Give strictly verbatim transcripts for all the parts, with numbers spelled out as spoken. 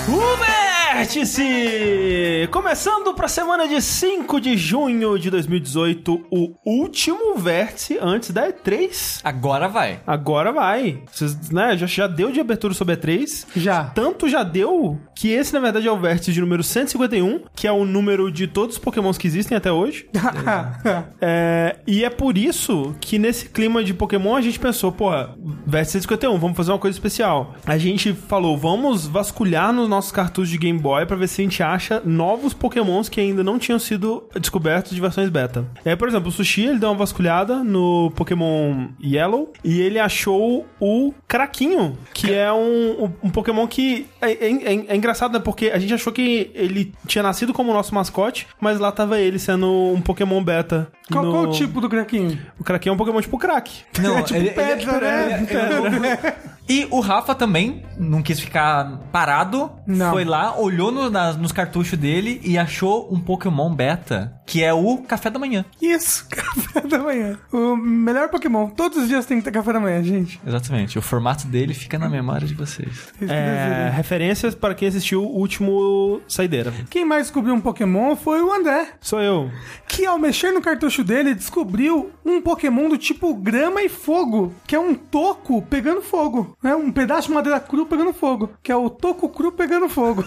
O Vértice! Começando para a semana de cinco de junho de dois mil e dezoito, o último Vértice antes da E três. Agora vai. Agora vai. Vocês, né, já, já deu de abertura sobre a E três. Já. Tanto já deu que esse, na verdade, é o Vértice de número cento e cinquenta e um, que é o número de todos os Pokémons que existem até hoje. é, e é por isso que nesse clima de Pokémon a gente pensou, porra, Vértice cento e cinquenta e um, vamos fazer uma coisa especial. A gente falou, vamos vasculhar nos nossos cartuchos de Game Boy pra ver se a gente acha novos Pokémons que ainda não tinham sido descobertos de versões beta. É, por exemplo, o Sushi, ele deu uma vasculhada no Pokémon Yellow e ele achou o Craquinho, que é um, um Pokémon que é, é, é, é engraçado, né? Porque a gente achou que ele tinha nascido como nosso mascote, mas lá tava ele sendo um Pokémon beta. Qual, no... qual o tipo do Craquinho? O Craquinho é um Pokémon tipo crack. Não, é tipo ele, pedra, ele, né? ele, ele, ele, E o Rafa também não quis ficar parado. Não. Foi lá, olhou no, nas, nos cartuchos dele e achou um Pokémon beta, que é o Café da Manhã. Isso, café da manhã. O melhor Pokémon. Todos os dias tem que ter café da manhã, gente. Exatamente. O formato dele fica na memória de vocês. É, referências para quem assistiu o último Saideira. Quem mais descobriu um Pokémon foi o André, Sou eu. que ao mexer no cartucho dele, descobriu um Pokémon do tipo grama e fogo, que é um toco pegando fogo, né? Um pedaço de madeira cru pegando fogo, que é o toco cru pegando fogo.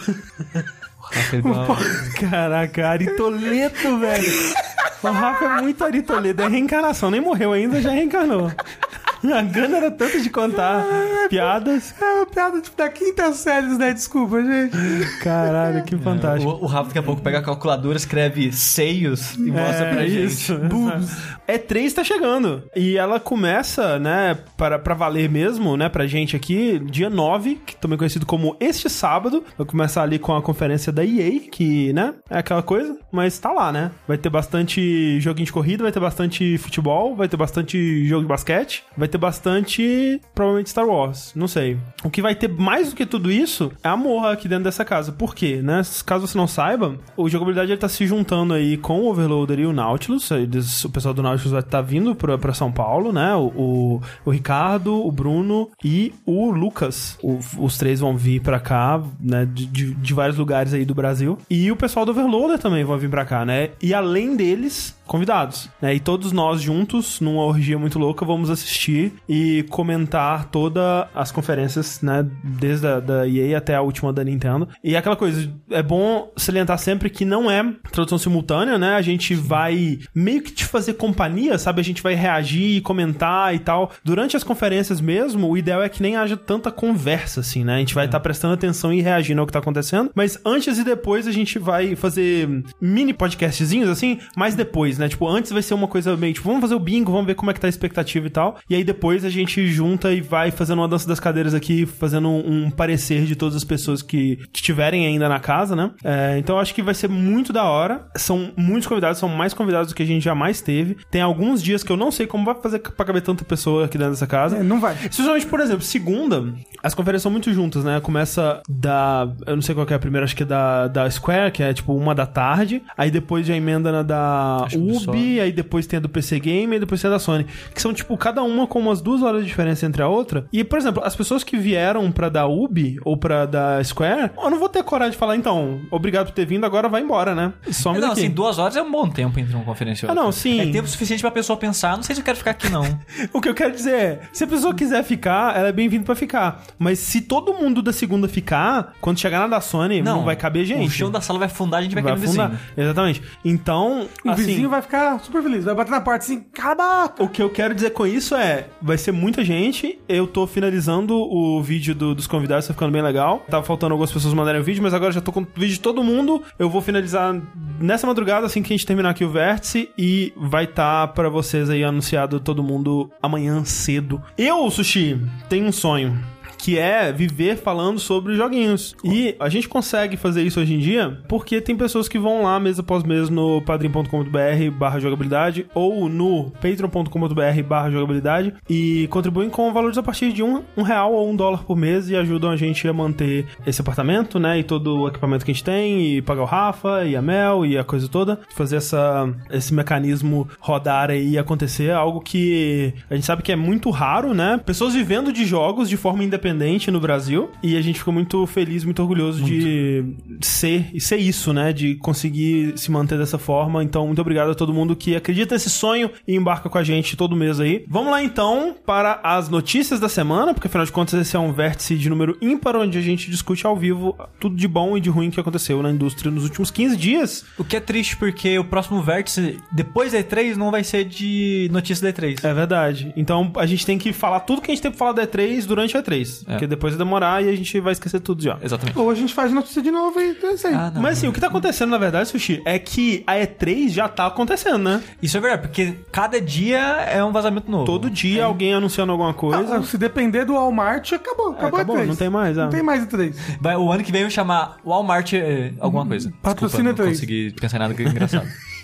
Caraca, Aritoleto, velho. O Rafa é muito Aritoleto. É reencarnação. Nem morreu ainda, já reencarnou. A gana era tanto de contar piadas. É uma piada tipo da quinta série, né? Desculpa, gente. Caralho, que fantástico. O, o Rafa daqui a pouco pega a calculadora, escreve seios e mostra É, pra isso. gente. Boobs. E três tá chegando. E ela começa, né, para, pra valer mesmo, né, pra gente aqui, dia nove, que também é conhecido como este sábado. Vai começar ali com a conferência da E A, que, né, é aquela coisa, mas tá lá, né? Vai ter bastante joguinho de corrida, vai ter bastante futebol, vai ter bastante jogo de basquete, vai ter bastante, provavelmente, Star Wars. Não sei. O que vai ter mais do que tudo isso é a Morra aqui dentro dessa casa. Por quê, né? Caso você não saiba, o Jogabilidade ele tá se juntando aí com o Overloader e o Nautilus. Eles, o pessoal do Nautilus vai estar tá vindo pra, pra São Paulo, né? O, o, o Ricardo, o Bruno e o Lucas. O, os três vão vir pra cá, né? De, de, de vários lugares aí do Brasil. E o pessoal do Overloader também vão vir pra cá, né? E além deles, convidados, né? E todos nós juntos, numa orgia muito louca, vamos assistir e comentar todas as conferências, né? Desde a da E A até a última da Nintendo. E aquela coisa, é bom salientar sempre que não é tradução simultânea, né? A gente vai meio que te fazer companhia, sabe? A gente vai reagir e comentar e tal. Durante as conferências mesmo, o ideal é que nem haja tanta conversa, assim, né? A gente vai estar é. tá prestando atenção e reagindo ao que tá acontecendo. Mas antes e depois a gente vai fazer mini podcastzinhos, assim, mas depois, né? Tipo, antes vai ser uma coisa meio, tipo, vamos fazer o bingo, vamos ver como é que tá a expectativa e tal. E aí depois a gente junta e vai fazendo uma dança das cadeiras aqui, fazendo um, um parecer de todas as pessoas que, que estiverem ainda na casa, né? É, então eu acho que vai ser muito da hora. São muitos convidados, são mais convidados do que a gente jamais teve. Tem alguns dias que eu não sei como vai fazer pra caber tanta pessoa aqui dentro dessa casa. É, não vai. Especialmente, por exemplo, segunda, as conferências são muito juntas, né? Começa da... Eu não sei qual que é a primeira, acho que é da, da Square, que é tipo uma da tarde. Aí depois já emenda na da Ubi, aí depois tem a do P C Game, e depois tem a da Sony. Que são, tipo, cada uma com umas duas horas de diferença entre a outra. E, por exemplo, as pessoas que vieram pra da Ubi ou pra da Square, eu não vou ter coragem de falar, então, obrigado por ter vindo, agora vai embora, né? Some não, daqui. assim, duas horas é um bom tempo entre uma conferência e outra. Ah, não, sim. É tempo suficiente pra pessoa pensar, não sei se eu quero ficar aqui, não. O que eu quero dizer é, se a pessoa quiser ficar, ela é bem-vinda pra ficar. Mas se todo mundo da segunda ficar, quando chegar na da Sony, não, não vai caber gente. O chão da sala vai afundar, a gente vai, vai cair no afundar. vizinho. Exatamente. Então, o assim, vizinho vai ficar super feliz, vai bater na porta assim, cala. O que eu quero dizer com isso é, vai ser muita gente, eu tô finalizando o vídeo do, dos convidados, tá ficando bem legal. Tava faltando algumas pessoas mandarem o vídeo, mas agora já tô com o vídeo de todo mundo. Eu vou finalizar nessa madrugada, assim que a gente terminar aqui o Vértice, e vai estar tá pra vocês aí anunciado todo mundo amanhã cedo. Eu, Sushi, tenho um sonho, que é viver falando sobre joguinhos. E a gente consegue fazer isso hoje em dia porque tem pessoas que vão lá mês após mês no padrim ponto com ponto b r barra jogabilidade ou no patreon ponto com ponto b r barra jogabilidade e contribuem com valores a partir de um, um real ou um dólar por mês e ajudam a gente a manter esse apartamento, né? E todo o equipamento que a gente tem, e pagar o Rafa e a Mel e a coisa toda. Fazer essa, esse mecanismo rodar aí e acontecer. Algo que a gente sabe que é muito raro, né? Pessoas vivendo de jogos de forma independente independente no Brasil. E a gente ficou muito feliz, muito orgulhoso muito. de ser, ser isso, né? De conseguir se manter dessa forma. Então, muito obrigado a todo mundo que acredita nesse sonho e embarca com a gente todo mês aí. Vamos lá, então, para as notícias da semana, porque afinal de contas esse é um vértice de número ímpar, onde a gente discute ao vivo tudo de bom e de ruim que aconteceu na indústria nos últimos quinze dias. O que é triste, porque o próximo vértice, depois da E três, não vai ser de notícias da E três. É verdade. Então, a gente tem que falar tudo que a gente tem pra falar da E três durante a E três. É. Porque depois vai demorar e a gente vai esquecer tudo já. Exatamente. Ou a gente faz notícia de novo e é isso aí. Ah, Mas assim, o que tá acontecendo, na verdade, Sushi, é que a E três já tá acontecendo, né? Isso é verdade, porque cada dia é um vazamento novo. Todo dia é. alguém anunciando alguma coisa. Ah, se depender do Walmart, acabou. Acabou, é, acabou a E três. Não tem mais, ah. Não tem mais E três. Vai, o ano que vem eu chamar Walmart eh, alguma coisa. Patrocina E três. Não consegui pensar em nada que é engraçado.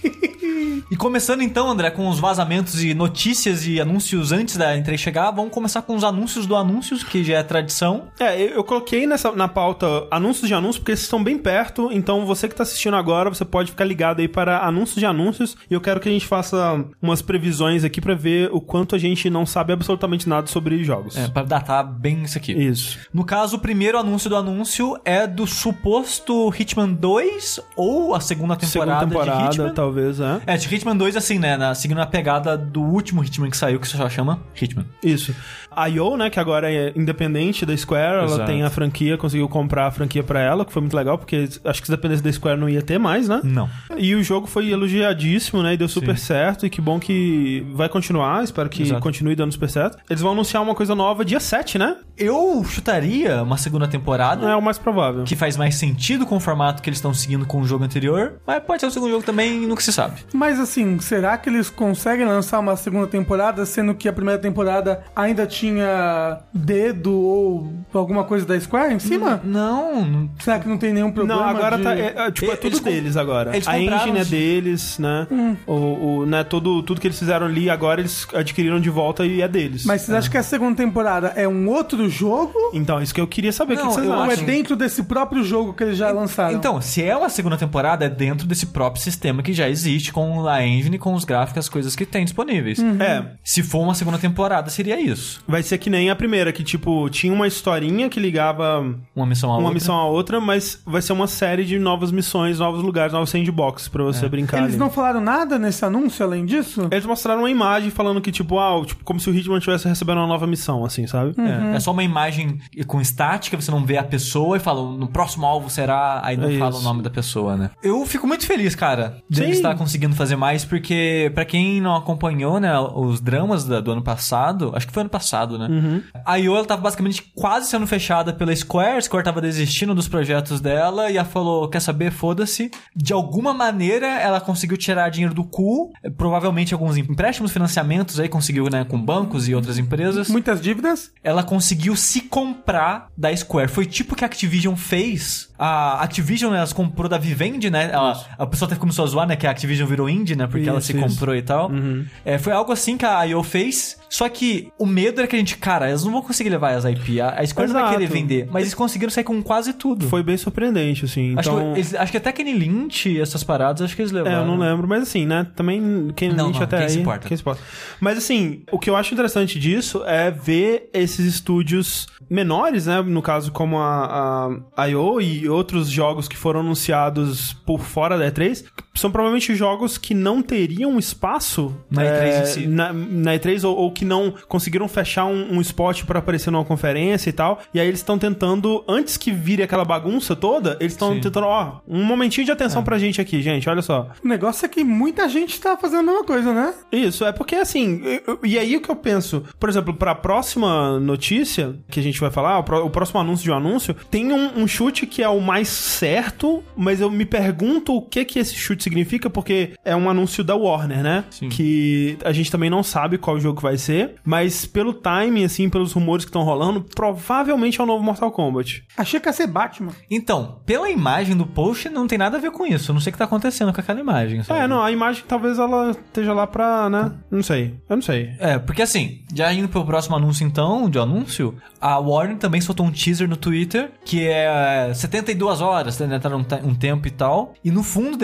E começando então, André, com os vazamentos e notícias e anúncios antes da E três chegar, vamos começar com os anúncios do anúncios, que já é tradição. É, eu, eu coloquei nessa, na pauta anúncios de anúncios, porque esses estão bem perto, então você que tá assistindo agora, você pode ficar ligado aí para anúncios de anúncios, e eu quero que a gente faça umas previsões aqui pra ver o quanto a gente não sabe absolutamente nada sobre jogos. É, pra datar bem isso aqui. Isso. No caso, o primeiro anúncio do anúncio é do suposto Hitman dois, ou a segunda temporada, segunda temporada de Hitman. Talvez, é. É, de Hitman dois, assim, né, na, seguindo a pegada do último Hitman que saiu, que só chama Hitman. Isso. A I O, né, que agora é independente da Square, Exato. Ela tem a franquia, conseguiu comprar a franquia pra ela, que foi muito legal, porque acho que se dependesse da Square não ia ter mais, né? Não. E o jogo foi elogiadíssimo, né, e deu super Sim. certo, e que bom que vai continuar, espero que Exato. continue dando super certo. Eles vão anunciar uma coisa nova dia sete, né? Eu chutaria uma segunda temporada. É o mais provável. Que faz mais sentido com o formato que eles estão seguindo com o jogo anterior, mas pode ser o segundo jogo também, nunca se sabe. Mas assim, será que eles conseguem lançar uma segunda temporada, sendo que a primeira temporada ainda tinha dedo ou alguma coisa da Square em cima? Não. não... Será que não tem nenhum problema? Não, agora de... tá. É, é, tipo, é tudo eles deles agora. Eles a engine é os... deles, né? Hum. O, o, né tudo, tudo que eles fizeram ali, agora eles adquiriram de volta e é deles. Mas vocês é. acham que a segunda temporada é um outro jogo? Então, isso que eu queria saber. Não, o que vocês eu acham? Ou é dentro desse próprio jogo que eles já lançaram? Então, se é uma segunda temporada, é dentro desse próprio sistema que já existe, com a engine, com os gráficos, as coisas que tem disponíveis. Uhum. É. Se for uma segunda temporada, seria isso. Vai ser que nem a primeira, que tipo, tinha uma historinha que ligava uma missão a uma outra. missão a outra, mas vai ser uma série de novas missões, novos lugares, novos sandbox pra você é. brincar. Eles ali. não falaram nada nesse anúncio além disso? Eles mostraram uma imagem falando que, tipo, ah, tipo, como se o Hitman estivesse recebendo uma nova missão, assim, sabe? Uhum. É. é só uma imagem com estática, você não vê a pessoa e fala, no próximo alvo será, aí não é fala isso. o nome da pessoa, né? Eu fico muito feliz, cara, de ele estar conseguindo fazer mais, porque pra quem não acompanhou, né, os dramas da, do ano passado, acho que foi ano passado, né? Uhum. A I O, ela tava basicamente quase sendo fechada pela Square, a Square tava desistindo dos projetos dela e ela falou, quer saber, foda-se. De alguma maneira, ela conseguiu tirar dinheiro do cu, provavelmente alguns empréstimos, financiamentos aí, conseguiu, né, com bancos e outras empresas. Muitas dívidas. Ela conseguiu se comprar da Square. Foi tipo o que a Activision fez. A Activision, né, ela se comprou da Vivendi, né? Ela, a pessoa até começou a zoar, né, que a Activision virou indie, né, porque isso, ela se isso. comprou e tal. Uhum. É, foi algo assim que a I O fez, só que o medo era que a gente, cara, eles não vão conseguir levar as I P, a Square não vai querer vender, mas eles conseguiram sair com quase tudo. Foi bem surpreendente, assim. Acho, então... que, eles, acho que até Kenny Lynch, essas paradas, acho que eles levaram. É, eu não lembro, mas assim, né, também Kenny não, Lynch não, até quem aí... se importa. Quem se importa. Mas assim, o que eu acho interessante disso é ver esses estúdios menores, né, no caso como a, a I O e outros jogos que foram anunciados por fora da E três, são provavelmente jogos que não teriam espaço na é, E três em si. Na, na E três ou, ou que não conseguiram fechar um, um spot pra aparecer numa conferência e tal, e aí eles estão tentando, antes que vire aquela bagunça toda, eles estão tentando, ó, um momentinho de atenção é. pra gente aqui, gente, olha só. O negócio é que muita gente tá fazendo a mesma coisa, né? Isso, é porque assim, eu, e aí o que eu penso, por exemplo, pra próxima notícia que a gente vai falar, o, pro, o próximo anúncio de um anúncio, tem um, um chute que é o mais certo, mas eu me pergunto o que que esse chute significa, porque é um anúncio da Warner, né? Sim. Que a gente também não sabe qual jogo vai ser, mas pelo timing, assim, pelos rumores que estão rolando, provavelmente é o novo Mortal Kombat. Achei que ia ser Batman. Então, pela imagem do post, não tem nada a ver com isso. Eu não sei o que tá acontecendo com aquela imagem, sabe? É, não, a imagem talvez ela esteja lá pra, né? Não sei, eu não sei. É, porque assim, já indo pro próximo anúncio então, de anúncio, a Warner também soltou um teaser no Twitter, que é setenta e duas horas, né? Tá um, um tempo e tal. E no fundo desse tempo,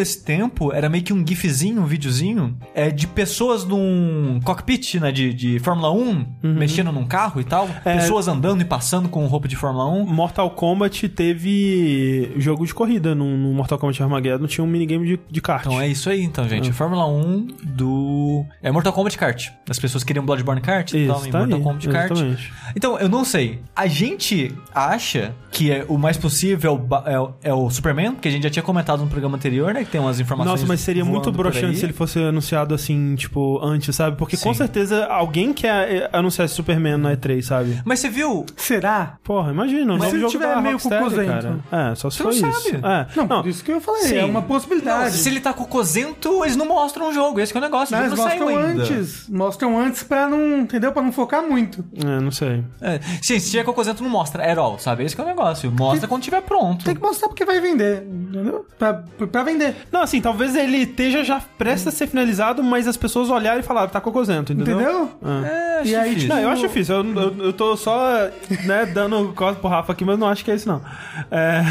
tempo, era meio que um gifzinho, um videozinho, é, de pessoas num cockpit, né, de, de Fórmula um, uhum. mexendo num carro e tal. É... Pessoas andando e passando com roupa de Fórmula um. Mortal Kombat teve jogo de corrida. No, no Mortal Kombat Armageddon tinha um minigame de, de kart. Então é isso aí, então, gente. É. Fórmula um do... É Mortal Kombat Kart. As pessoas queriam Bloodborne Kart e tal, em tá Mortal aí, Kombat Kart. Exatamente. Então, eu não sei. A gente acha que é o mais possível é o, é, o, é o Superman, que a gente já tinha comentado no programa anterior, né? Que tem umas informações. Nossa, mas seria muito broxante se ele fosse anunciado assim, tipo, antes, sabe? Porque Sim. com certeza alguém quer anunciar esse Superman na E três, sabe? Mas você viu? Será? Porra, imagina. Mas se ele jogo tiver da meio Rocksteady, cocôzento. cara. É, só se você for não isso. sabe. É. Não, não, por isso que eu falei. Sim. É uma possibilidade. Não, se ele tá cocôzento, eles não mostram o jogo. Esse que é o negócio. Não, o eles jogo não mostram saiu ainda. antes. Mostram antes pra não... Entendeu? Pra não focar muito. É, não sei. É. Sim, se tiver cocôzento, não mostra. É all, sabe? Esse que é o negócio. Mostra tem, quando tiver pronto. Tem que mostrar porque vai vender. Entendeu? Pra, pra vender. Não, assim, talvez ele esteja já prestes a ser finalizado, mas as pessoas olharem e falaram, tá cocôzento, entendeu? Entendeu? É, e aí, tipo, não, eu acho difícil. Eu, eu, eu tô só, né, dando corte pro Rafa aqui, mas não acho que é isso, não. É,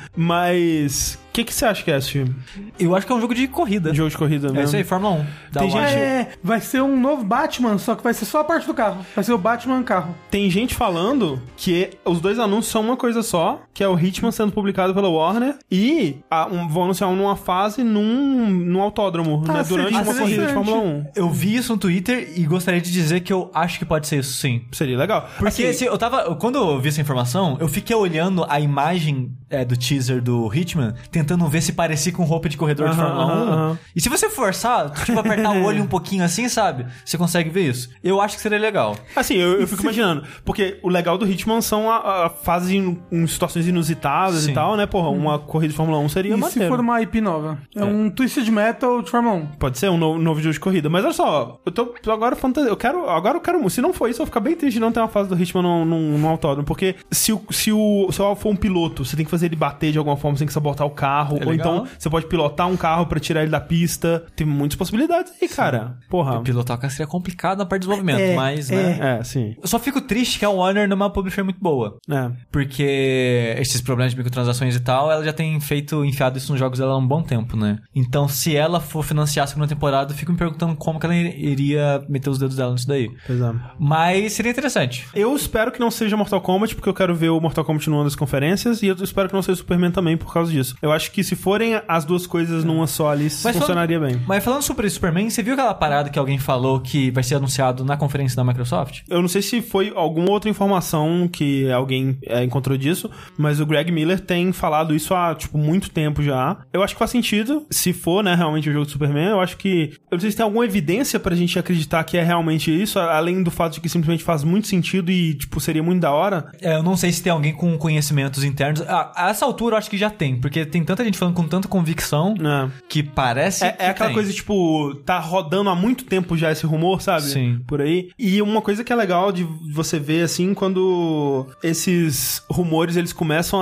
mas... O que, que você acha que é esse filme? Eu acho que é um jogo de corrida. Jogo de corrida mesmo. É isso aí, Fórmula um. Tem gente... É, vai ser um novo Batman, só que vai ser só a parte do carro. Vai ser o Batman carro. Tem gente falando que os dois anúncios são uma coisa só, que é o Hitman sendo publicado pela Warner e a, um, vão anunciar um numa fase num, num autódromo, ah, né, durante uma assim, corrida de Fórmula um. Eu vi isso no Twitter e gostaria de dizer que eu acho que pode ser isso, sim. Seria legal. Porque assim, se eu tava... Quando eu vi essa informação, eu fiquei olhando a imagem é, do teaser do Hitman, tentando ver se parecia com roupa de corredor uh-huh, de Fórmula um. Uh-huh. E se você forçar, tipo, apertar o olho um pouquinho assim, sabe? Você consegue ver isso. Eu acho que seria legal. Assim, eu, eu fico imaginando. Porque o legal do Hitman são a, a fases em, em situações inusitadas Sim. e tal, né? Porra, uma hum. corrida de Fórmula um seria e maneiro. se for uma I P nova? É, é um Twisted Metal de Fórmula um. Pode ser um novo, novo jogo de corrida. Mas olha só, eu tô, tô agora fantasia. Eu quero. Agora eu quero. Se não for isso, eu vou ficar bem triste de não ter uma fase do Hitman num, num, num autódromo. Porque se o, se o se o for um piloto, você tem que fazer ele bater de alguma forma, você tem que sabotar o carro. É ou legal. então você pode pilotar um carro pra tirar ele da pista. Tem muitas possibilidades aí, cara. Porra. Pilotar o carro seria complicado na parte de desenvolvimento, é, mas, é. né? É, sim. Eu só fico triste que a Warner não é uma publisher muito boa. É. Porque esses problemas de microtransações e tal, ela já tem feito, enfiado isso nos jogos dela há um bom tempo, né? Então, se ela for financiar a segunda temporada, eu fico me perguntando como que ela iria meter os dedos dela nisso daí. Exato. Mas seria interessante. Eu espero que não seja Mortal Kombat, porque eu quero ver o Mortal Kombat numa das conferências, e eu espero que não seja Superman também por causa disso. Eu acho que se forem as duas coisas numa só ali, mas funcionaria falando, bem. Mas falando sobre Superman, você viu aquela parada que alguém falou que vai ser anunciado na conferência da Microsoft? Eu não sei se foi alguma outra informação que alguém é, encontrou disso, mas o Greg Miller tem falado isso há, tipo, muito tempo já. Eu acho que faz sentido, se for, né, realmente o jogo do Superman. Eu acho que... Eu não sei se tem alguma evidência pra gente acreditar que é realmente isso, além do fato de que simplesmente faz muito sentido e, tipo, seria muito da hora. É, eu não sei se tem alguém com conhecimentos internos. Ah, a essa altura eu acho que já tem, porque tem tanta gente falando com tanta convicção é. que parece É, que é aquela tem. coisa, tipo, tá rodando há muito tempo já esse rumor, sabe? Sim. Por aí. E uma coisa que é legal de você ver, assim, quando esses rumores, eles começam a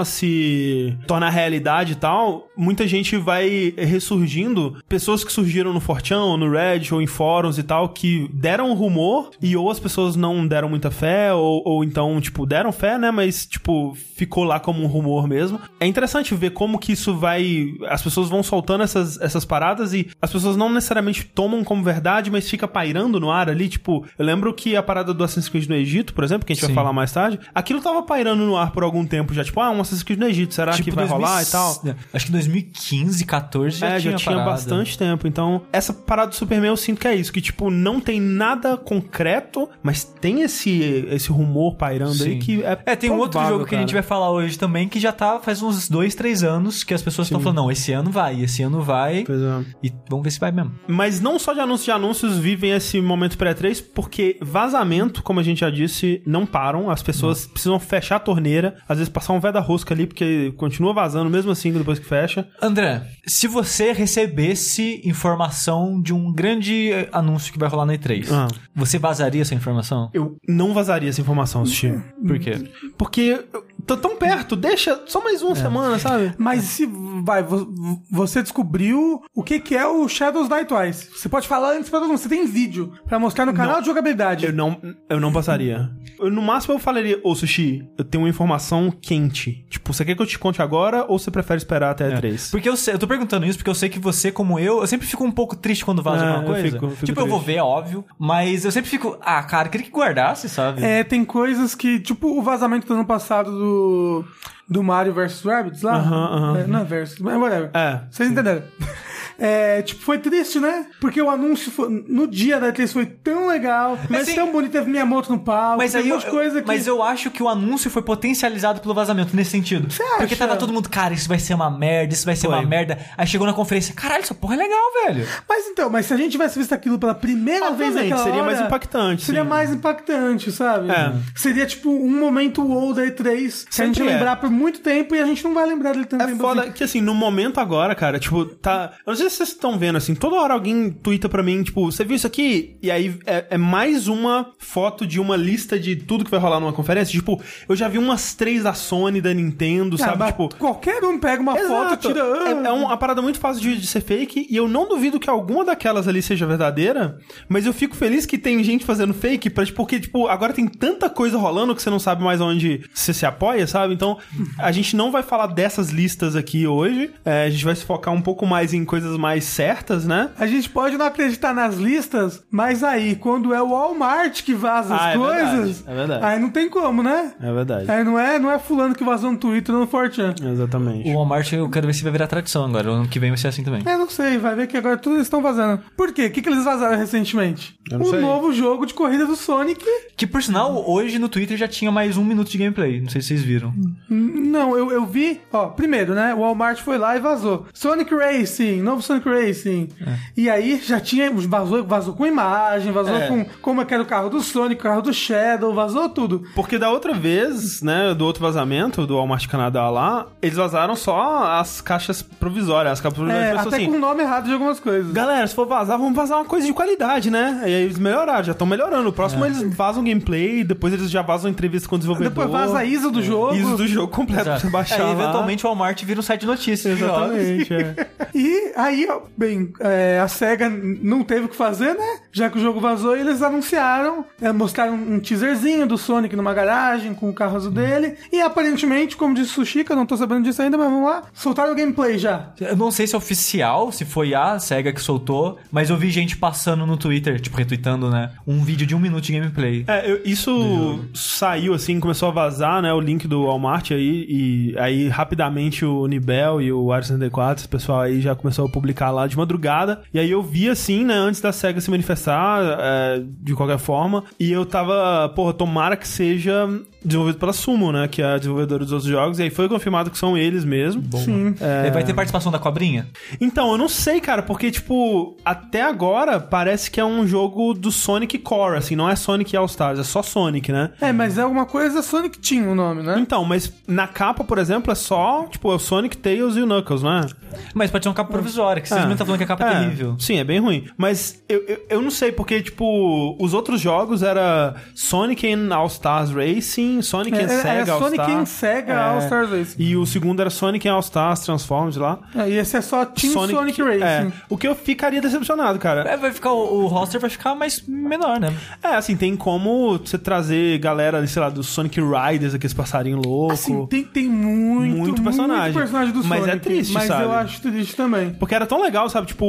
se tornar realidade e tal, muita gente vai ressurgindo, pessoas que surgiram no four chan, ou no Reddit, ou em fóruns e tal, que deram rumor e ou as pessoas não deram muita fé, ou, ou então, tipo, deram fé, né? Mas, tipo, ficou lá como um rumor mesmo. É interessante ver como que isso vai... As pessoas vão soltando essas, essas paradas e as pessoas não necessariamente tomam como verdade, mas fica pairando no ar ali. Tipo, eu lembro que a parada do Assassin's Creed no Egito, por exemplo, que a gente Sim. vai falar mais tarde, aquilo tava pairando no ar por algum tempo já. Tipo, ah, um Assassin's Creed no Egito, será tipo que vai dois mil... rolar e tal? Acho que dois mil e quinze, catorze já é, tinha já tinha parada. bastante tempo. Então, essa parada do Superman eu sinto que é isso, que tipo, não tem nada concreto, mas tem esse, esse rumor pairando Sim. aí que é É, tem um outro jogo cara. que a gente vai falar hoje também, que já tá faz uns dois, três anos que as pessoas estão falando, não, esse ano vai, esse ano vai, pois é. e vamos ver se vai mesmo. Mas não só de anúncios de anúncios vivem esse momento pré três, porque vazamento, como a gente já disse, não param, as pessoas não. precisam fechar a torneira, às vezes passar um vé da rosca ali, porque continua vazando, mesmo assim, depois que fecha. André, se você recebesse informação de um grande anúncio que vai rolar na E três, ah. você vazaria essa informação? Eu não vazaria essa informação, Steve. Por quê? Porque tô tão perto, deixa só mais uma é. semana, sabe? Mas se, vai, você descobriu o que que é o Shadows Die Twice. Você pode falar antes pra todo mundo, você tem vídeo pra mostrar no canal não, de jogabilidade. Eu não, eu não passaria. Eu, no máximo eu falaria, ô Sushi, eu tenho uma informação quente. Tipo, você quer que eu te conte agora ou você prefere esperar até a E três? É. Porque eu sei, eu tô perguntando isso porque eu sei que você, como eu, eu sempre fico um pouco triste quando vaza é, alguma coisa. Eu fico, eu fico tipo, triste. eu vou ver, é óbvio, mas eu sempre fico, ah, cara, queria que guardasse, sabe? É, tem coisas que, tipo o vazamento do ano passado do, do Mario versus. Rabbids lá. Aham, uh-huh, aham. Uh-huh. É, não é versus, mas whatever. É. Vocês entenderam? É, tipo, foi triste, né? Porque o anúncio foi, no dia da E três foi tão legal, mas assim, tão bonito, teve Miyamoto no palco, mas aí umas eu, coisas que... Mas eu acho que o anúncio foi potencializado pelo vazamento, nesse sentido. Você acha? Porque tava todo mundo, cara, isso vai ser uma merda, isso vai ser foi. uma merda. Aí chegou na conferência, caralho, essa porra é legal, velho. Mas então, mas se a gente tivesse visto aquilo pela primeira Obviamente, vez naquela seria hora, mais impactante. Seria sim. mais impactante, sabe? É. Seria tipo um momento wow da E três que Sempre a gente ia é. lembrar por muito tempo e a gente não vai lembrar dele tanto É tempo foda assim. que, assim, no momento agora, cara, tipo, tá... Eu não sei se vocês estão vendo, assim, toda hora alguém twitta pra mim, tipo, você viu isso aqui? E aí é, é mais uma foto de uma lista de tudo que vai rolar numa conferência. Tipo, eu já vi umas três da Sony, da Nintendo, Ah, sabe? mas Tipo... qualquer um pega uma Exato. foto e tira... É, é uma parada muito fácil de, de ser fake, e eu não duvido que alguma daquelas ali seja verdadeira, mas eu fico feliz que tem gente fazendo fake, pra, porque, tipo, agora tem tanta coisa rolando que você não sabe mais onde você se apoia, sabe? Então, a gente não vai falar dessas listas aqui hoje, é, a gente vai se focar um pouco mais em coisas mais certas, né? A gente pode não acreditar nas listas, mas aí, quando é o Walmart que vaza Ah, as é coisas, verdade, é verdade. aí não tem como, né? É verdade. Aí não é, não é fulano que vazou no Twitter ou no four chan. Exatamente. O Walmart, eu quero ver se vai virar tradição agora. O ano que vem vai ser assim também. É, não sei, vai ver que agora tudo eles estão vazando. Por quê? O que, que eles vazaram recentemente? Eu não O sei. novo jogo de corrida do Sonic. Que, por sinal, hoje no Twitter já tinha mais um minuto de gameplay. Não sei se vocês viram. Não, eu, eu vi... Ó, primeiro, né? O Walmart foi lá e vazou. Sonic Racing, novo Sonic Racing. É. E aí já tinha... Vazou, vazou com imagem, vazou É. com como é que era o carro do Sonic, o carro do Shadow, vazou tudo. Porque da outra vez, né, do outro vazamento, do Walmart Canadá lá, eles vazaram só as caixas provisórias, as caixas provisórias. É, Pessoas até assim, com o nome errado de algumas coisas. galera, se for vazar, vamos vazar uma coisa de qualidade, né? E aí eles melhoraram, já estão melhorando. O próximo eles vazam gameplay, depois eles já vazam entrevista com o desenvolvedor. Depois vaza a I S O do jogo. I S O do jogo completo pra você baixar Aí, lá. eventualmente, o Walmart vira um site de notícias. Exatamente, é. E aí, ó, bem, é, a SEGA não teve o que fazer, né? Já que o jogo vazou, eles anunciaram, é, mostraram um teaserzinho do Sonic numa garagem com o carro azul dele. E aparentemente, como disse o Sushi, eu não tô sabendo disso ainda, mas vamos lá, soltaram o gameplay já. Eu não sei se é oficial, se foi a SEGA que soltou, mas eu vi gente passando no Twitter, tipo, retweetando, né? Um vídeo de um minuto de gameplay. É, eu- isso saiu assim, começou a vazar, né, o link do Walmart aí, e aí rapidamente o Nibel e o Wario sessenta e quatro, esse pessoal aí já começou a publicar lá de madrugada, e aí eu vi assim, né, antes da SEGA se manifestar, é, de qualquer forma, e eu tava, porra, tomara que seja desenvolvido pela Sumo, né, que é a desenvolvedora dos outros jogos, e aí foi confirmado que são eles mesmo. Sim. É... Vai ter participação da cobrinha? Então, eu não sei, cara, porque, tipo, até agora parece que é um jogo do Sonic Core, assim, não é Sonic All-Stars, é só Sonic, né? É, mas é alguma coisa Sonic Team o nome, né? Então, mas na capa, por exemplo, é só, tipo, é o Sonic, Tails e o Knuckles, não é? Mas pode ser uma capa provisória, que vocês É. mesmo estão falando que a capa é, terrível. Sim, é bem ruim. Mas eu, eu, eu não sei, porque, tipo, os outros jogos era Sonic and All-Stars Racing, Sonic É, and é, Sega é Sonic All-Star. and Sega É. All-Stars Racing. E o segundo era Sonic and All-Stars Transformed lá. É, e esse é só Team Sonic, Racing. É, o que eu ficaria decepcionado, cara. É, vai ficar, o, o roster vai ficar mais menor, né? É, assim, tem como você trazer galera, sei lá, do Sonic Riders, aqueles passarinhos loucos. Assim, tem, tem muito, Muito personagem. muito personagem do Mas Sonic. é triste, mas sabe? eu acho triste também. Porque era tão legal, sabe? Tipo,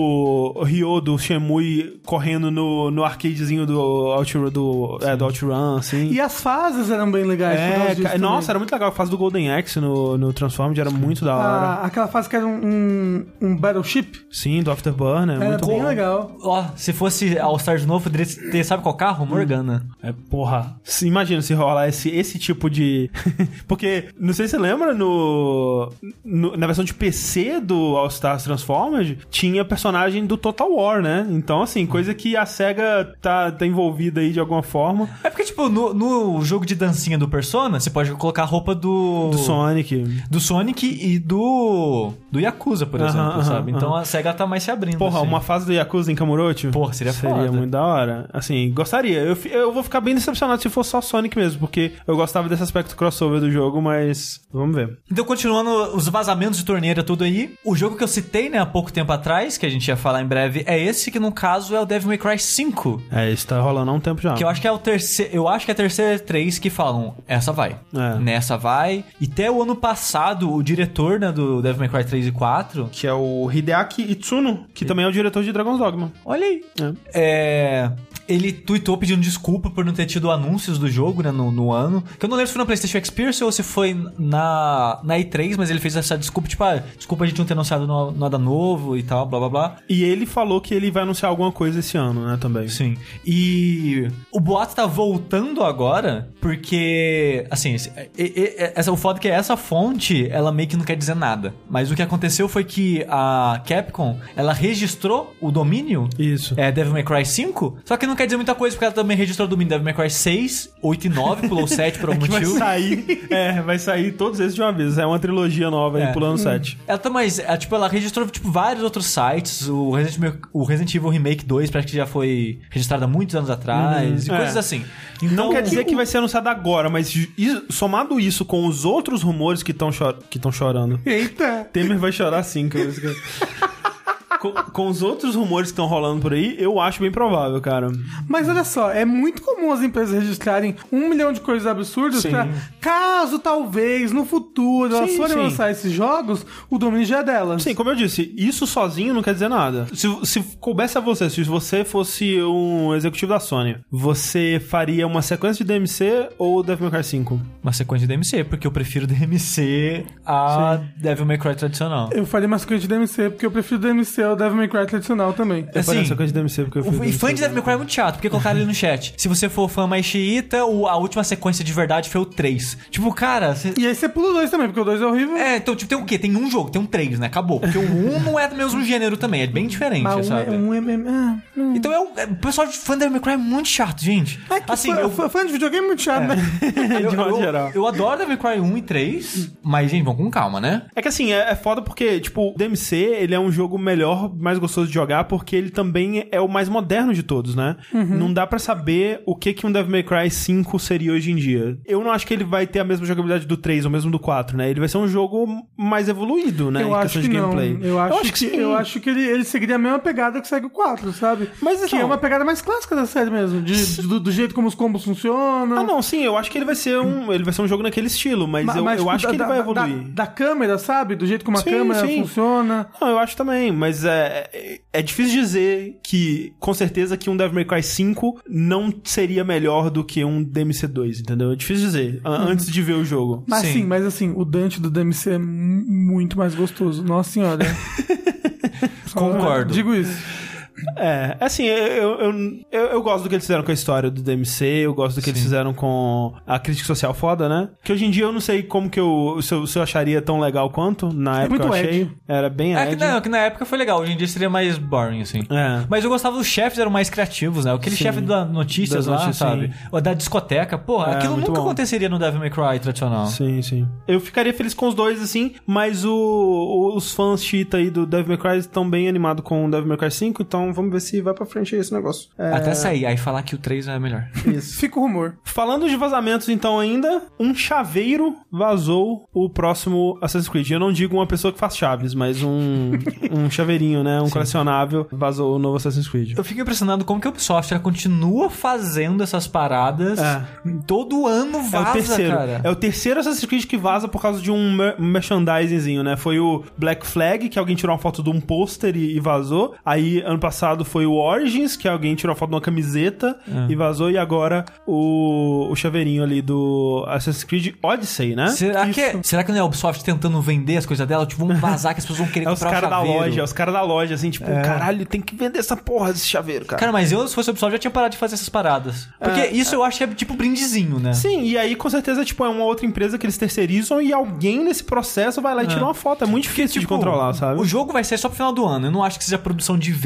o, o Ryo do Shenmue correndo no, no arcadezinho do OutRun, do, é, do OutRun, assim. E as fases eram bem legais. por É, causa disso ca- também. nossa, era muito legal. A fase do Golden Axe no, no Transformed era muito da hora. Ah, aquela fase que era um, um, um Battleship. Sim, do Afterburner, Era muito bem bom. legal. Ó, se fosse All-Star de novo, poderia ter, sabe qual carro? Morgana. É, porra. Se, imagina se rolar esse, esse tipo de... Porque, não sei se você lembra, no, no- na versão de P C do All Stars Transformed, tinha personagem do Total War, né? Então, assim, coisa que a SEGA tá, tá envolvida aí de alguma forma. É porque, tipo, no, no jogo de dancinha do Persona, você pode colocar a roupa do... Do Sonic. Do Sonic e do... Do Yakuza, por exemplo, uh-huh, sabe? Uh-huh. Então a SEGA tá mais se abrindo. Porra, assim. uma fase do Yakuza em Kamurocho? Porra, seria Seria foda. muito da hora. Assim, gostaria. Eu, eu vou ficar bem decepcionado se for só Sonic mesmo, porque eu gostava desse aspecto crossover do jogo, mas vamos ver. Então, continuando os vazamentos de torneira, tudo aí, o jogo que eu citei, né, há pouco tempo atrás, que a gente ia falar em breve, é esse, que no caso é o Devil May Cry cinco. É, isso tá rolando há um tempo já. Que eu acho que é o terceiro, eu acho que é a terceira três que falam, essa vai. É. Nessa vai. E até o ano passado, o diretor, né, do Devil May Cry três e quatro... Que é o Hideaki Itsuno, que e... também é o diretor de Dragon's Dogma. Olha aí. É... é... Ele tweetou pedindo desculpa por não ter tido anúncios do jogo, né, no, no ano. Que eu não lembro se foi na PlayStation Experience ou se foi na, na E três, mas ele fez essa desculpa, tipo, ah, desculpa a gente não ter anunciado no, nada novo e tal, blá blá blá. E ele falou que ele vai anunciar alguma coisa esse ano, né, também. Sim. E o boato tá voltando agora, porque, assim, essa, o foda é que essa fonte, ela meio que não quer dizer nada. Mas o que aconteceu foi que a Capcom, ela registrou o domínio. Isso. É, Devil May Cry cinco, só que não quer dizer muita coisa, porque ela também registrou o domínio Devil May Cry seis, oito e nove, pulou sete por algum é motivo. Vai sair, é, vai sair todos esses de uma vez. É uma trilogia nova aí, é. pulando sete. Ela tá mais, ela, tipo, ela registrou, tipo, vários outros sites. O Resident, o Resident Evil Remake dois parece que já foi registrado há muitos anos atrás, hum, e coisas é. assim. Então, não quer dizer que vai ser anunciado agora, mas isso, somado isso com os outros rumores que estão chor- que estão chorando. Eita! Temer vai chorar sim, que eu... Com, com os outros rumores que estão rolando por aí, eu acho bem provável, cara. Mas olha só, é muito comum as empresas registrarem um milhão de coisas absurdas sim. pra caso, talvez, no futuro, elas sim, forem sim. lançar esses jogos, o domínio já é delas. Sim, como eu disse, isso sozinho não quer dizer nada. Se, se coubesse a você, se você fosse um executivo da Sony, você faria uma sequência de D M C ou Devil May Cry cinco? Uma sequência de D M C, porque eu prefiro D M C a sim. Devil May Cry tradicional. Eu faria uma sequência de D M C, porque eu prefiro D M C o Devil May Cry tradicional também. Eu assim, essa coisa de D M C porque eu fui E fã de Devil May Cry é muito chato, porque colocaram ali no chat. Se você for fã mais xiita, a última sequência de verdade foi o três. Tipo, cara... Cê... E aí você pula o dois também, porque o dois é horrível. É, então, tipo, tem o quê? Tem um jogo, tem um três, né? Acabou. Porque o um não é do mesmo gênero também, é bem diferente, Mas sabe? Um é, um é, ah, hum. Então, é o, é, o pessoal de fã de Devil May Cry é muito chato, gente. É assim, fã, eu... fã de videogame é muito chato, é. né? eu, de modo eu, geral. Eu adoro Devil May Cry um e três, mas, gente, vamos com calma, né? É que assim, é, é foda porque, tipo, o D M C, ele é um jogo melhor, mais gostoso de jogar, porque ele também é o mais moderno de todos, né? Uhum. Não dá pra saber o que que um Devil May Cry cinco seria hoje em dia. Eu não acho que ele vai ter a mesma jogabilidade do três ou mesmo do quatro, né? Ele vai ser um jogo mais evoluído, né? Eu em acho que de não. gameplay. Eu acho, eu acho que, que, sim. Eu acho que ele, ele seguiria a mesma pegada que segue o quatro, sabe? Mas que então, é uma pegada mais clássica da série mesmo, de, do, do jeito como os combos funcionam. Ah, não, sim, eu acho que ele vai ser um, ele vai ser um jogo naquele estilo, mas, mas eu, mas, eu tipo, acho da, que ele vai evoluir. Da, da câmera, sabe? Do jeito como a sim, câmera sim. funciona. Não, eu acho também, mas é, é, é difícil dizer que, com certeza, que um Devil May Cry cinco não seria melhor do que um D M C dois, entendeu? É difícil dizer, hum. antes de ver o jogo. Mas sim. sim, mas assim, o Dante do D M C é muito mais gostoso. Nossa senhora. Concordo. Digo isso. É, assim, eu, eu, eu, eu gosto do que eles fizeram com a história do D M C, eu gosto do que Sim. eles fizeram com a crítica social foda, né? Que hoje em dia eu não sei como que eu, se eu, se eu acharia tão legal quanto, na é época eu achei. Ed. Era bem é ed. que, não, que na época foi legal, hoje em dia seria mais boring, assim. É. Mas eu gostava dos chefes, eram mais criativos, né? Aquele chefe da Notícias lá, notícias, sabe? Sim. Ou da discoteca, porra, é, aquilo nunca bom. aconteceria no Devil May Cry tradicional. Sim, sim. Eu ficaria feliz com os dois, assim, mas o, os fãs cheat aí do Devil May Cry estão bem animados com o Devil May Cry cinco, então vamos ver se vai pra frente esse negócio. É... Até sair, aí falar que o três é melhor. Isso. Fica o rumor. Falando de vazamentos, então, ainda, um chaveiro vazou o próximo Assassin's Creed. Eu não digo uma pessoa que faz chaves, mas um, um chaveirinho, né? Um Sim. colecionável vazou o novo Assassin's Creed. Eu fico impressionado como que a Ubisoft ela continua fazendo essas paradas. É. Todo ano vaza, é o terceiro. cara. É o terceiro Assassin's Creed que vaza por causa de um mer- merchandisingzinho, né? Foi o Black Flag, que alguém tirou uma foto de um pôster e, e vazou. Aí, ano passado, foi o Origins, que alguém tirou uma foto de uma camiseta é. e vazou. E agora, o, o chaveirinho ali do Assassin's Creed Odyssey, né? Será que, é, será que não é a Ubisoft tentando vender as coisas dela? Tipo, vamos vazar que as pessoas vão querer é comprar os cara o chaveiro. da loja, é os caras da loja, assim, tipo, é. caralho, tem que vender essa porra desse chaveiro, cara. Cara, mas eu, se fosse a Ubisoft, já tinha parado de fazer essas paradas. Porque é, isso é. eu acho que é tipo brindezinho, né? Sim, e aí, com certeza, tipo, é uma outra empresa que eles terceirizam e alguém nesse processo vai lá e tira uma foto. É muito difícil Porque, tipo, de controlar, sabe? O jogo vai ser só pro final do ano. Eu não acho que seja produção de venda. Eu